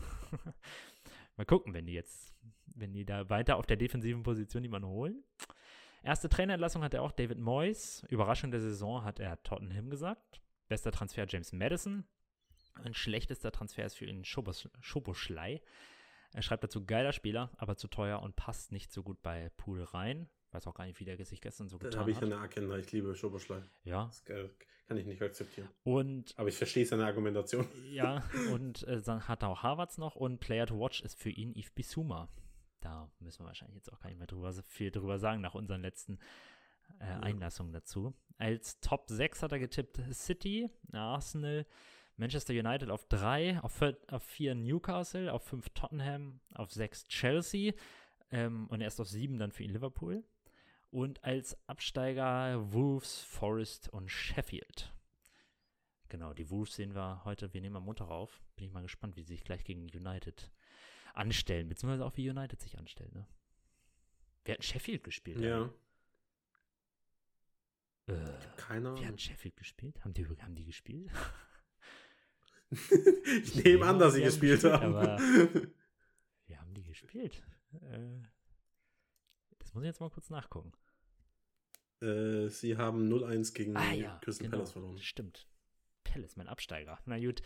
[SPEAKER 3] Mal gucken, wenn die jetzt, wenn die da weiter auf der defensiven Position jemanden holen. Erste Trainerentlassung hat er auch David Moyes. Überraschung der Saison hat er Tottenham gesagt. Bester Transfer James Maddison. Ein schlechtester Transfer ist für ihn Szoboszlai. Er schreibt dazu, geiler Spieler, aber zu teuer und passt nicht so gut bei Pool rein. Weiß auch gar nicht, wie der sich gestern so getan hat.
[SPEAKER 2] Da habe ich eine Agenda, ich liebe Szoboszlai.
[SPEAKER 3] Ja.
[SPEAKER 2] Das kann ich nicht akzeptieren.
[SPEAKER 3] Und,
[SPEAKER 2] aber ich verstehe seine Argumentation.
[SPEAKER 3] Ja, und äh, dann hat er auch Havertz noch und Player to Watch ist für ihn Yves Bissouma. Da müssen wir wahrscheinlich jetzt auch gar nicht mehr drüber, viel drüber sagen, nach unseren letzten äh, ja. Einlassungen dazu. Als Top sechs hat er getippt City, Arsenal, Manchester United auf drei, auf vier Newcastle, auf fünf Tottenham, auf sechs Chelsea ähm, und erst auf sieben dann für ihn Liverpool. Und als Absteiger Wolves, Forest und Sheffield. Genau, die Wolves sehen wir heute, wir nehmen am Montag auf. Bin ich mal gespannt, wie sie sich gleich gegen United anstellen, beziehungsweise auch wie United sich anstellt, ne? Wer hat Sheffield gespielt?
[SPEAKER 2] Ja.
[SPEAKER 3] Äh,
[SPEAKER 2] Keine Ahnung.
[SPEAKER 3] Wer hat Sheffield gespielt? Haben die, haben die gespielt?
[SPEAKER 2] Ich nehme an, dass sie gespielt haben.
[SPEAKER 3] Aber wie haben die gespielt? Äh, das muss ich jetzt mal kurz nachgucken.
[SPEAKER 2] Äh, sie haben null eins gegen
[SPEAKER 3] ah, ja,
[SPEAKER 2] Crystal
[SPEAKER 3] genau.
[SPEAKER 2] Palace verloren.
[SPEAKER 3] Stimmt. Palace, mein Absteiger. Na gut.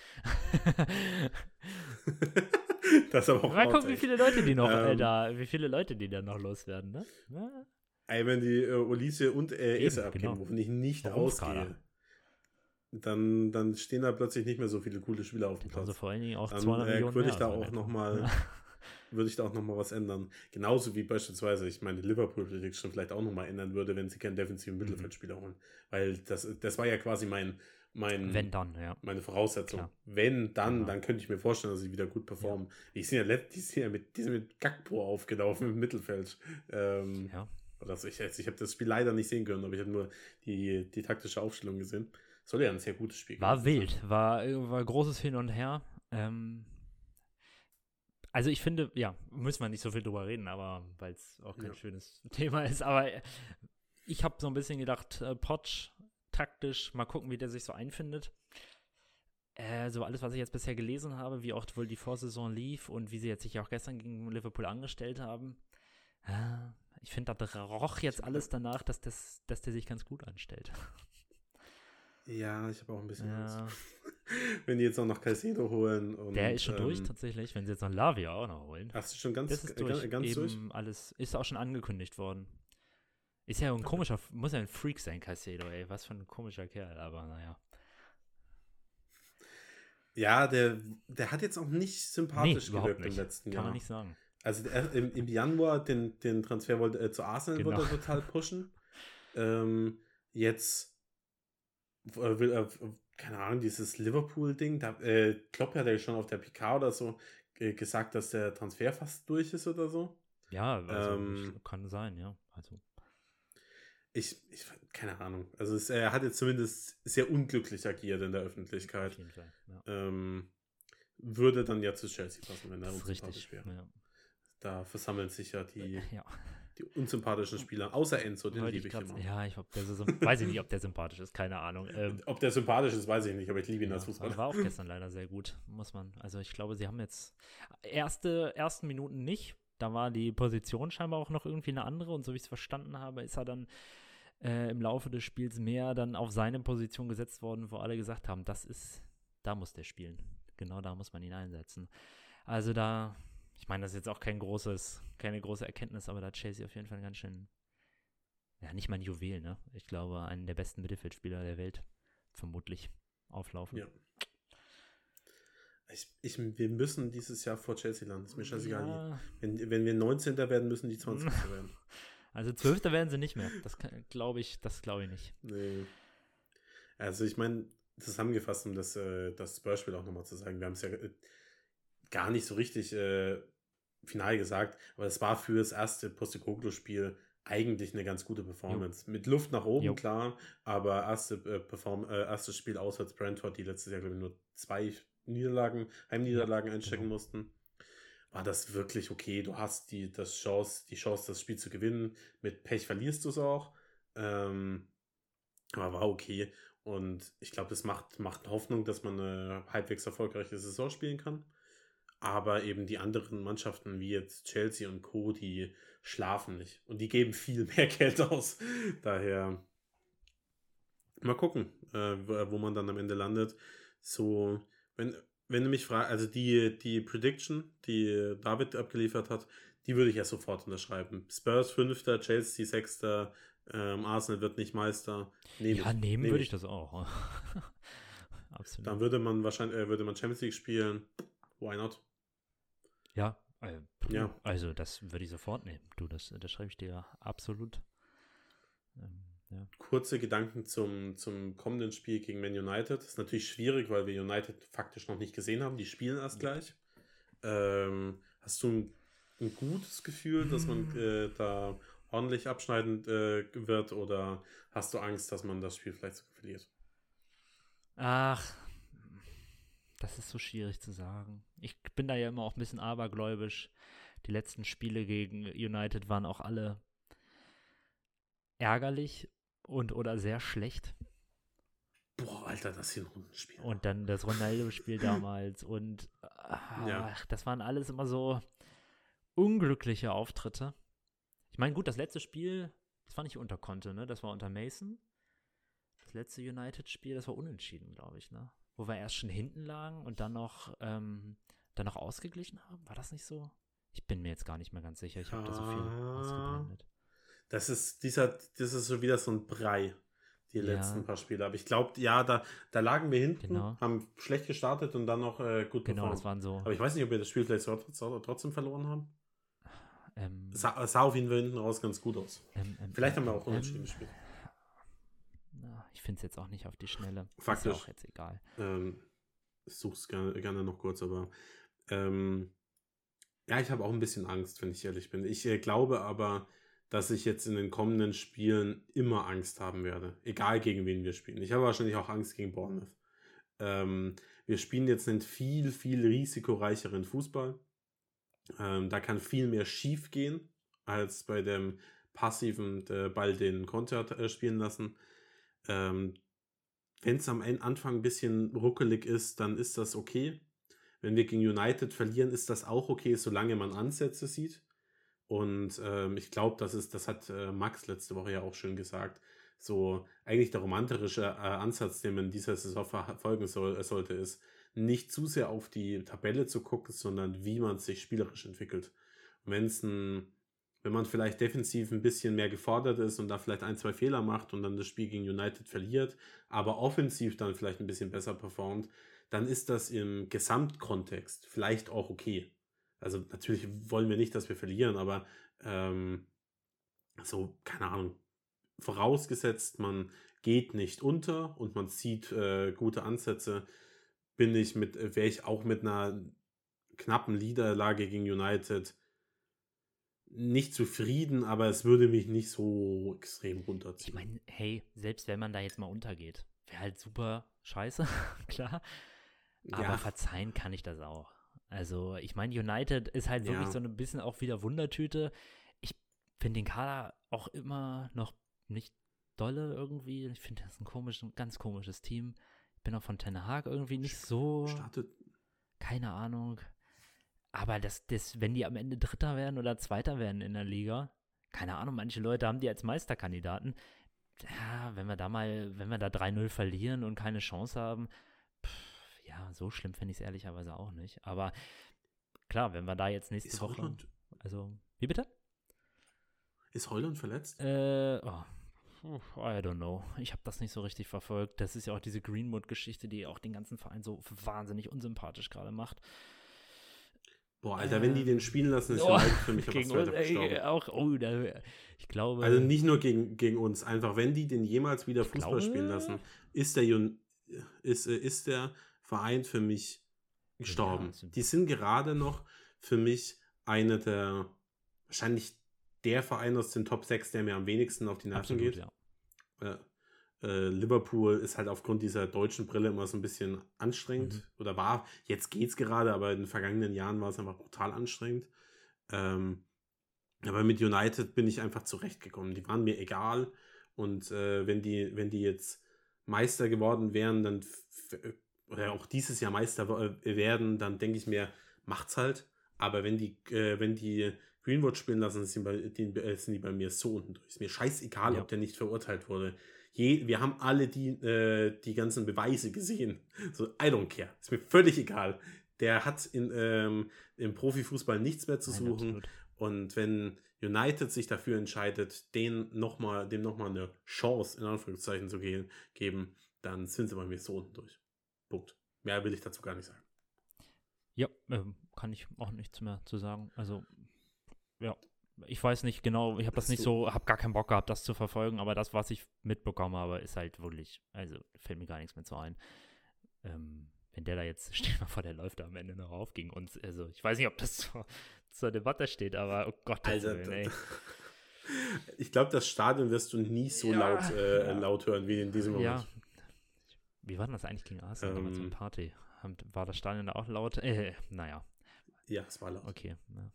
[SPEAKER 2] Das aber auch
[SPEAKER 3] mal gucken, wie viele Leute die noch, ähm, äh, da, wie viele Leute die dann noch loswerden, ne? Ja.
[SPEAKER 2] Ey, wenn die äh, Ulisse und äh, Esse abgeben,
[SPEAKER 3] genau.
[SPEAKER 2] wovon ich nicht ausgehe, dann, dann stehen da plötzlich nicht mehr so viele coole Spieler auf dem Platz.
[SPEAKER 3] Also vor allen Dingen auch
[SPEAKER 2] dann,
[SPEAKER 3] zweihundert
[SPEAKER 2] äh,
[SPEAKER 3] Millionen
[SPEAKER 2] würde ich
[SPEAKER 3] mehr,
[SPEAKER 2] da auch noch mal würde ich da auch noch mal was ändern. Genauso wie beispielsweise, ich meine, Liverpool-Prediction vielleicht auch noch mal ändern würde, wenn sie keinen defensiven mhm. Mittelfeldspieler holen. Weil das, das war ja quasi mein, mein
[SPEAKER 3] wenn dann, ja.
[SPEAKER 2] meine Voraussetzung.
[SPEAKER 3] Klar.
[SPEAKER 2] Wenn dann,
[SPEAKER 3] genau.
[SPEAKER 2] dann könnte ich mir vorstellen, dass sie wieder gut performen. Ja. Die sind ja, die sind ja mit, die sind mit Gakpo aufgelaufen im Mittelfeld. Ähm,
[SPEAKER 3] ja.
[SPEAKER 2] Also ich, ich habe das Spiel leider nicht sehen können, aber ich habe nur die, die taktische Aufstellung gesehen. Soll ja ein sehr gutes Spiel
[SPEAKER 3] War wild, war, war großes Hin und Her. Ähm, also ich finde, ja, müssen wir nicht so viel drüber reden, aber weil es auch kein ja. schönes Thema ist. Aber ich habe so ein bisschen gedacht, äh, Poch, taktisch, mal gucken, wie der sich so einfindet. äh, so alles, was ich jetzt bisher gelesen habe, wie auch wohl die Vorsaison lief und wie sie jetzt sich auch gestern gegen Liverpool angestellt haben, äh, ich finde, da roch jetzt alles danach, dass, das, dass der sich ganz gut anstellt.
[SPEAKER 2] Ja, ich habe auch ein bisschen
[SPEAKER 3] ja.
[SPEAKER 2] Angst. Wenn die jetzt auch noch Caicedo holen. Und,
[SPEAKER 3] der ist schon
[SPEAKER 2] ähm,
[SPEAKER 3] durch tatsächlich, wenn sie jetzt noch Lavia auch noch holen.
[SPEAKER 2] Hast du schon ganz,
[SPEAKER 3] das ist durch.
[SPEAKER 2] ganz, ganz
[SPEAKER 3] Eben
[SPEAKER 2] durch?
[SPEAKER 3] alles, ist auch schon angekündigt worden. Ist ja ein komischer, muss ja ein Freak sein, Caicedo, ey. Was für ein komischer Kerl, aber naja.
[SPEAKER 2] Ja, der, der hat jetzt auch nicht sympathisch
[SPEAKER 3] nee, gewirkt
[SPEAKER 2] im letzten
[SPEAKER 3] Kann
[SPEAKER 2] Jahr.
[SPEAKER 3] man nicht sagen.
[SPEAKER 2] Also der, im, im Januar den, den Transfer wollte äh, zu Arsenal
[SPEAKER 3] Genau.
[SPEAKER 2] wollte er total pushen. ähm, jetzt äh, will er, keine Ahnung, dieses Liverpool-Ding, da äh, Klopp hat ja schon auf der P K oder so äh, gesagt, dass der Transfer fast durch ist oder so.
[SPEAKER 3] Ja, also
[SPEAKER 2] Ähm,
[SPEAKER 3] kann sein, ja. Also.
[SPEAKER 2] Ich, ich, keine Ahnung. Also es, er hat jetzt zumindest sehr unglücklich agiert in der Öffentlichkeit.
[SPEAKER 3] Auf jeden Fall, ja.
[SPEAKER 2] Ähm, würde dann ja zu Chelsea passen, wenn er
[SPEAKER 3] Das ist
[SPEAKER 2] unsympathisch
[SPEAKER 3] richtig,
[SPEAKER 2] wäre.
[SPEAKER 3] ja.
[SPEAKER 2] Da versammeln sich ja die,
[SPEAKER 3] ja.
[SPEAKER 2] die unsympathischen Spieler, außer Enzo, den
[SPEAKER 3] Wollte
[SPEAKER 2] liebe ich,
[SPEAKER 3] ich
[SPEAKER 2] immer.
[SPEAKER 3] grad, ja, ich ob der so, weiß ich nicht, ob der sympathisch ist, keine Ahnung. Ähm,
[SPEAKER 2] Ob der sympathisch ist, weiß ich nicht, aber ich liebe ihn
[SPEAKER 3] ja,
[SPEAKER 2] als Fußballer.
[SPEAKER 3] war auch gestern leider sehr gut, muss man. Also ich glaube, sie haben jetzt erste ersten Minuten nicht. Da war die Position scheinbar auch noch irgendwie eine andere und so wie ich es verstanden habe, ist er dann äh, im Laufe des Spiels mehr dann auf seine Position gesetzt worden, wo alle gesagt haben, das ist, da muss der spielen. Genau da muss man ihn einsetzen. Also da, ich meine, das ist jetzt auch kein großes, keine große Erkenntnis, aber da hat Chelsea auf jeden Fall ganz schön, ja, nicht mal ein Juwel, ne? Ich glaube, einen der besten Mittelfeldspieler der Welt vermutlich auflaufen.
[SPEAKER 2] Ja. Ich, ich, wir müssen dieses Jahr vor Chelsea landen, ist mir scheißegal. Ja. Wenn, wenn wir neunzehnter werden, müssen die zwanzigster werden.
[SPEAKER 3] Also zwölfter werden sie nicht mehr. Das glaube ich, das glaube ich nicht.
[SPEAKER 2] Nee. Also ich meine, zusammengefasst, um das, äh, das Beispiel auch nochmal zu sagen, wir haben es ja äh, gar nicht so richtig äh, final gesagt, aber es war für das erste Postecoglou-Spiel eigentlich eine ganz gute Performance. Jo. Mit Luft nach oben, jo. klar, aber erste, äh, Perform- äh, erstes Spiel auswärts Brentford, die letztes Jahr, glaube ich, nur zwei Niederlagen, Heimniederlagen ja, einstecken genau. mussten. War das wirklich okay? Du hast die, das Chance, die Chance, das Spiel zu gewinnen. Mit Pech verlierst du es auch. Ähm, aber war okay. Und ich glaube, das macht, macht Hoffnung, dass man eine halbwegs erfolgreiche Saison spielen kann. Aber eben die anderen Mannschaften, wie jetzt Chelsea und Co., die schlafen nicht. Und die geben viel mehr Geld aus. Daher mal gucken, äh, wo man dann am Ende landet. So, wenn... Wenn du mich fragst, also die, die Prediction, die David abgeliefert hat, die würde ich ja sofort unterschreiben. Spurs Fünfter, Chelsea Sechster, ähm, Arsenal wird nicht Meister.
[SPEAKER 3] Nehm ja, ich, nehmen nehm würde ich das auch.
[SPEAKER 2] Absolut. Dann würde man wahrscheinlich, äh, würde man Champions League spielen. Why not?
[SPEAKER 3] Ja, äh,
[SPEAKER 2] ja.
[SPEAKER 3] Also das würde ich sofort nehmen. Du, das, das schreibe ich dir absolut. Ähm, Ja.
[SPEAKER 2] Kurze Gedanken zum, zum kommenden Spiel gegen Man United. Das ist natürlich schwierig, weil wir United faktisch noch nicht gesehen haben. Die spielen erst gleich. Ähm, hast du ein, ein gutes Gefühl, dass man äh, da ordentlich abschneiden äh, wird, oder hast du Angst, dass man das Spiel vielleicht sogar verliert?
[SPEAKER 3] Ach, das ist so schwierig zu sagen. Ich bin da ja immer auch ein bisschen abergläubisch. Die letzten Spiele gegen United waren auch alle ärgerlich und oder sehr schlecht.
[SPEAKER 2] Boah, Alter, das hier ein Rundenspiel.
[SPEAKER 3] Und dann das Ronaldo-Spiel damals und ach, ja. das waren alles immer so unglückliche Auftritte. Ich meine, gut, das letzte Spiel, das war nicht unter Conte, ne? Das war unter Mason. Das letzte United-Spiel, das war unentschieden, glaube ich, ne? Wo wir erst schon hinten lagen und dann noch, ähm, dann noch ausgeglichen haben. War das nicht so? Ich bin mir jetzt gar nicht mehr ganz sicher. Ich habe da so viel ausgeblendet.
[SPEAKER 2] Das ist dieser, das ist so wieder so ein Brei, die ja. letzten paar Spiele. Aber ich glaube, ja, da, da lagen wir hinten,
[SPEAKER 3] genau.
[SPEAKER 2] haben schlecht gestartet und dann noch äh, gut
[SPEAKER 3] Genau,
[SPEAKER 2] performt.
[SPEAKER 3] das waren so.
[SPEAKER 2] Aber ich weiß nicht, ob wir das Spiel vielleicht trotzdem verloren haben.
[SPEAKER 3] Ähm,
[SPEAKER 2] Sa- sah auf jeden Fall hinten raus ganz gut aus.
[SPEAKER 3] Ähm, ähm,
[SPEAKER 2] vielleicht
[SPEAKER 3] ähm,
[SPEAKER 2] haben wir auch unentschieden
[SPEAKER 3] ähm,
[SPEAKER 2] gespielt.
[SPEAKER 3] Na, ich finde es jetzt auch nicht auf die Schnelle.
[SPEAKER 2] Faktisch.
[SPEAKER 3] Ist ja auch jetzt egal.
[SPEAKER 2] Ähm, ich suche es gerne, gerne noch kurz, aber ähm, ja, ich habe auch ein bisschen Angst, wenn ich ehrlich bin. Ich äh, glaube aber, dass ich jetzt in den kommenden Spielen immer Angst haben werde. Egal gegen wen wir spielen. Ich habe wahrscheinlich auch Angst gegen Bournemouth. Ähm, wir spielen jetzt einen viel, viel risikoreicheren Fußball. Ähm, da kann viel mehr schief gehen, als bei dem passiven äh, Ball, den Conte hat äh, spielen lassen. Ähm, wenn es am Anfang ein bisschen ruckelig ist, dann ist das okay. Wenn wir gegen United verlieren, ist das auch okay, solange man Ansätze sieht. Und ähm, ich glaube, das ist, das hat äh, Max letzte Woche ja auch schön gesagt, so eigentlich der romantische äh, Ansatz, den man in dieser Saison verfolgen soll, äh, sollte, ist, nicht zu sehr auf die Tabelle zu gucken, sondern wie man sich spielerisch entwickelt. Und wenn es ein, wenn man vielleicht defensiv ein bisschen mehr gefordert ist und da vielleicht ein, zwei Fehler macht und dann das Spiel gegen United verliert, aber offensiv dann vielleicht ein bisschen besser performt, dann ist das im Gesamtkontext vielleicht auch okay. Also natürlich wollen wir nicht, dass wir verlieren, aber ähm, so, keine Ahnung, vorausgesetzt, man geht nicht unter und man sieht äh, gute Ansätze, bin ich mit, wäre ich auch mit einer knappen Niederlage gegen United nicht zufrieden, aber es würde mich nicht so extrem runterziehen.
[SPEAKER 3] Ich meine, hey, selbst wenn man da jetzt mal untergeht, wäre halt super scheiße, klar. Aber ja. Verzeihen kann ich das auch. Also, ich meine, United ist halt wirklich ja. so ein bisschen auch wieder Wundertüte. Ich finde den Kader auch immer noch nicht dolle irgendwie. Ich finde, das ist ein komisch, ein ganz komisches Team. Ich bin auch von Ten Hag irgendwie nicht so,
[SPEAKER 2] Startet.
[SPEAKER 3] keine Ahnung. Aber das, das, wenn die am Ende Dritter werden oder Zweiter werden in der Liga, keine Ahnung, manche Leute haben die als Meisterkandidaten. Ja, wenn wir da mal, wenn wir da drei null verlieren und keine Chance haben, pff, ja, so schlimm finde ich es ehrlicherweise auch nicht. Aber klar, wenn wir da jetzt nächste
[SPEAKER 2] ist
[SPEAKER 3] Woche,
[SPEAKER 2] Heuland,
[SPEAKER 3] also, wie bitte?
[SPEAKER 2] Ist Heuland verletzt?
[SPEAKER 3] Äh, oh. I don't know. Ich habe das nicht so richtig verfolgt. Das ist ja auch diese Greenwood-Geschichte, die auch den ganzen Verein so wahnsinnig unsympathisch gerade macht.
[SPEAKER 2] Boah, Alter, ähm, wenn die den spielen lassen, ist oh, für mich
[SPEAKER 3] gegen uns, ey, auch, oh, da, ich glaube.
[SPEAKER 2] Also nicht nur gegen, gegen uns, einfach wenn die den jemals wieder Fußball glaube, spielen lassen, ist der, ist, ist der Verein für mich gestorben. Ja, also die sind gerade noch für mich eine der, wahrscheinlich der Verein aus den Top sechs, der mir am wenigsten auf die Nerven
[SPEAKER 3] absolut,
[SPEAKER 2] geht.
[SPEAKER 3] Ja.
[SPEAKER 2] Äh, äh, Liverpool ist halt aufgrund dieser deutschen Brille immer so ein bisschen anstrengend. Mhm. Oder war, jetzt geht's gerade, aber in den vergangenen Jahren war es einfach brutal anstrengend. Ähm, aber mit United bin ich einfach zurechtgekommen. Die waren mir egal. Und äh, wenn die, wenn die jetzt Meister geworden wären, dann f- oder auch dieses Jahr Meister äh, werden, dann denke ich mir, macht's halt. Aber wenn die, äh, wenn die Greenwood spielen lassen, sind, bei, die, sind die bei mir so unten durch. Ist mir scheißegal, ja. ob der nicht verurteilt wurde. Je, wir haben alle die, äh, die ganzen Beweise gesehen. So, I don't care. Ist mir völlig egal. Der hat in, ähm, im Profifußball nichts mehr zu suchen. Nein, und wenn United sich dafür entscheidet, den noch mal, dem nochmal eine Chance, in Anführungszeichen, zu gehen, geben, dann sind sie bei mir so unten durch. Punkt. Mehr will ich dazu gar nicht sagen.
[SPEAKER 3] Ja, ähm, kann ich auch nichts mehr zu sagen. Also, ja, ich weiß nicht genau, ich habe das nicht so, habe gar keinen Bock gehabt, das zu verfolgen, aber das, was ich mitbekommen habe, ist halt wirklich, also fällt mir gar nichts mehr zu ein. Ähm, wenn der da jetzt, stell dir mal vor, der läuft da am Ende noch auf gegen uns, also ich weiß nicht, ob das zur, zur Debatte steht, aber oh Gott,
[SPEAKER 2] also,
[SPEAKER 3] Willen, ey.
[SPEAKER 2] Ich glaube, das Stadion wirst du nie so ja, laut, äh, ja. laut hören wie in diesem Moment.
[SPEAKER 3] Ja. Wie war denn das eigentlich gegen Arsenal? Ähm, damals so eine Party. War das Stadion da auch laut? Äh, naja.
[SPEAKER 2] Ja, es war laut.
[SPEAKER 3] Okay, ja.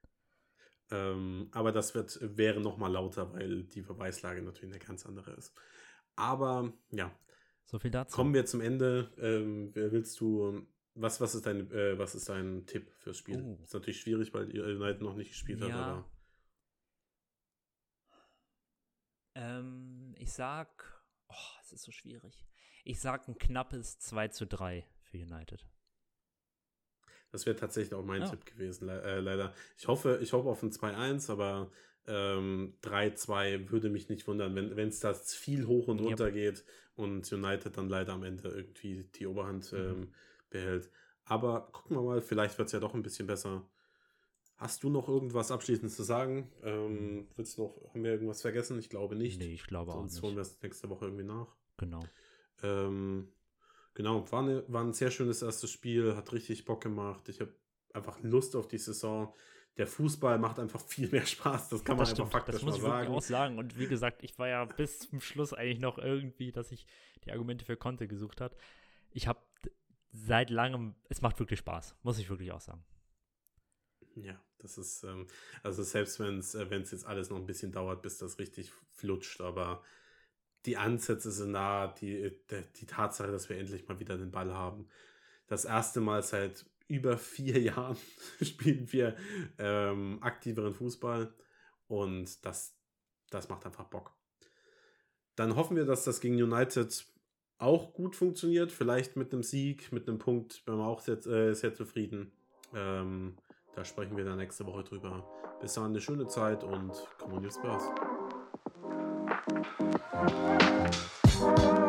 [SPEAKER 2] Ähm, aber das wird, wäre nochmal lauter, weil die Beweislage natürlich eine ganz andere ist. Aber ja,
[SPEAKER 3] so viel dazu.
[SPEAKER 2] Kommen wir zum Ende. Ähm, willst du, was, was, ist dein, äh, was ist dein Tipp fürs Spiel? Oh. Ist natürlich schwierig, weil United noch nicht gespielt
[SPEAKER 3] ja.
[SPEAKER 2] hat. Aber
[SPEAKER 3] ähm, ich sag, oh, es ist so schwierig. Ich sag ein knappes zwei zu drei für United.
[SPEAKER 2] Das wäre tatsächlich auch mein oh. Tipp gewesen, le- äh, leider. Ich hoffe, ich hoffe auf ein zwei eins, aber ähm, drei zwei würde mich nicht wundern, wenn es da viel hoch und runter yep. geht und United dann leider am Ende irgendwie die Oberhand ähm, mhm. behält. Aber gucken wir mal, vielleicht wird es ja doch ein bisschen besser. Hast du noch irgendwas abschließend zu sagen? Ähm, willst du noch, haben wir irgendwas vergessen? Ich glaube nicht.
[SPEAKER 3] Nee, ich glaube
[SPEAKER 2] Sonst
[SPEAKER 3] auch nicht.
[SPEAKER 2] Sonst holen wir es nächste Woche irgendwie nach.
[SPEAKER 3] Genau.
[SPEAKER 2] Ähm, Genau, war, eine, war ein sehr schönes erstes Spiel, hat richtig Bock gemacht. Ich habe einfach Lust auf die Saison. Der Fußball macht einfach viel mehr Spaß, das kann man das einfach stimmt. faktisch
[SPEAKER 3] das muss
[SPEAKER 2] mal
[SPEAKER 3] ich
[SPEAKER 2] sagen.
[SPEAKER 3] Auch sagen. Und wie gesagt, ich war ja bis zum Schluss eigentlich noch irgendwie, dass ich die Argumente für Conte gesucht habe. Ich habe seit langem, es macht wirklich Spaß, muss ich wirklich auch sagen.
[SPEAKER 2] Ja, das ist, ähm, also selbst wenn es äh, wenn es jetzt alles noch ein bisschen dauert, bis das richtig flutscht, aber die Ansätze sind da, die, die, die Tatsache, dass wir endlich mal wieder den Ball haben. Das erste Mal seit über vier Jahren spielen wir ähm, aktiveren Fußball und das, das macht einfach Bock. Dann hoffen wir, dass das gegen United auch gut funktioniert. Vielleicht mit einem Sieg, mit einem Punkt, bin wir auch sehr, äh, sehr zufrieden. Ähm, da sprechen wir dann nächste Woche drüber. Bis dahin eine schöne Zeit und come on, your Spurs.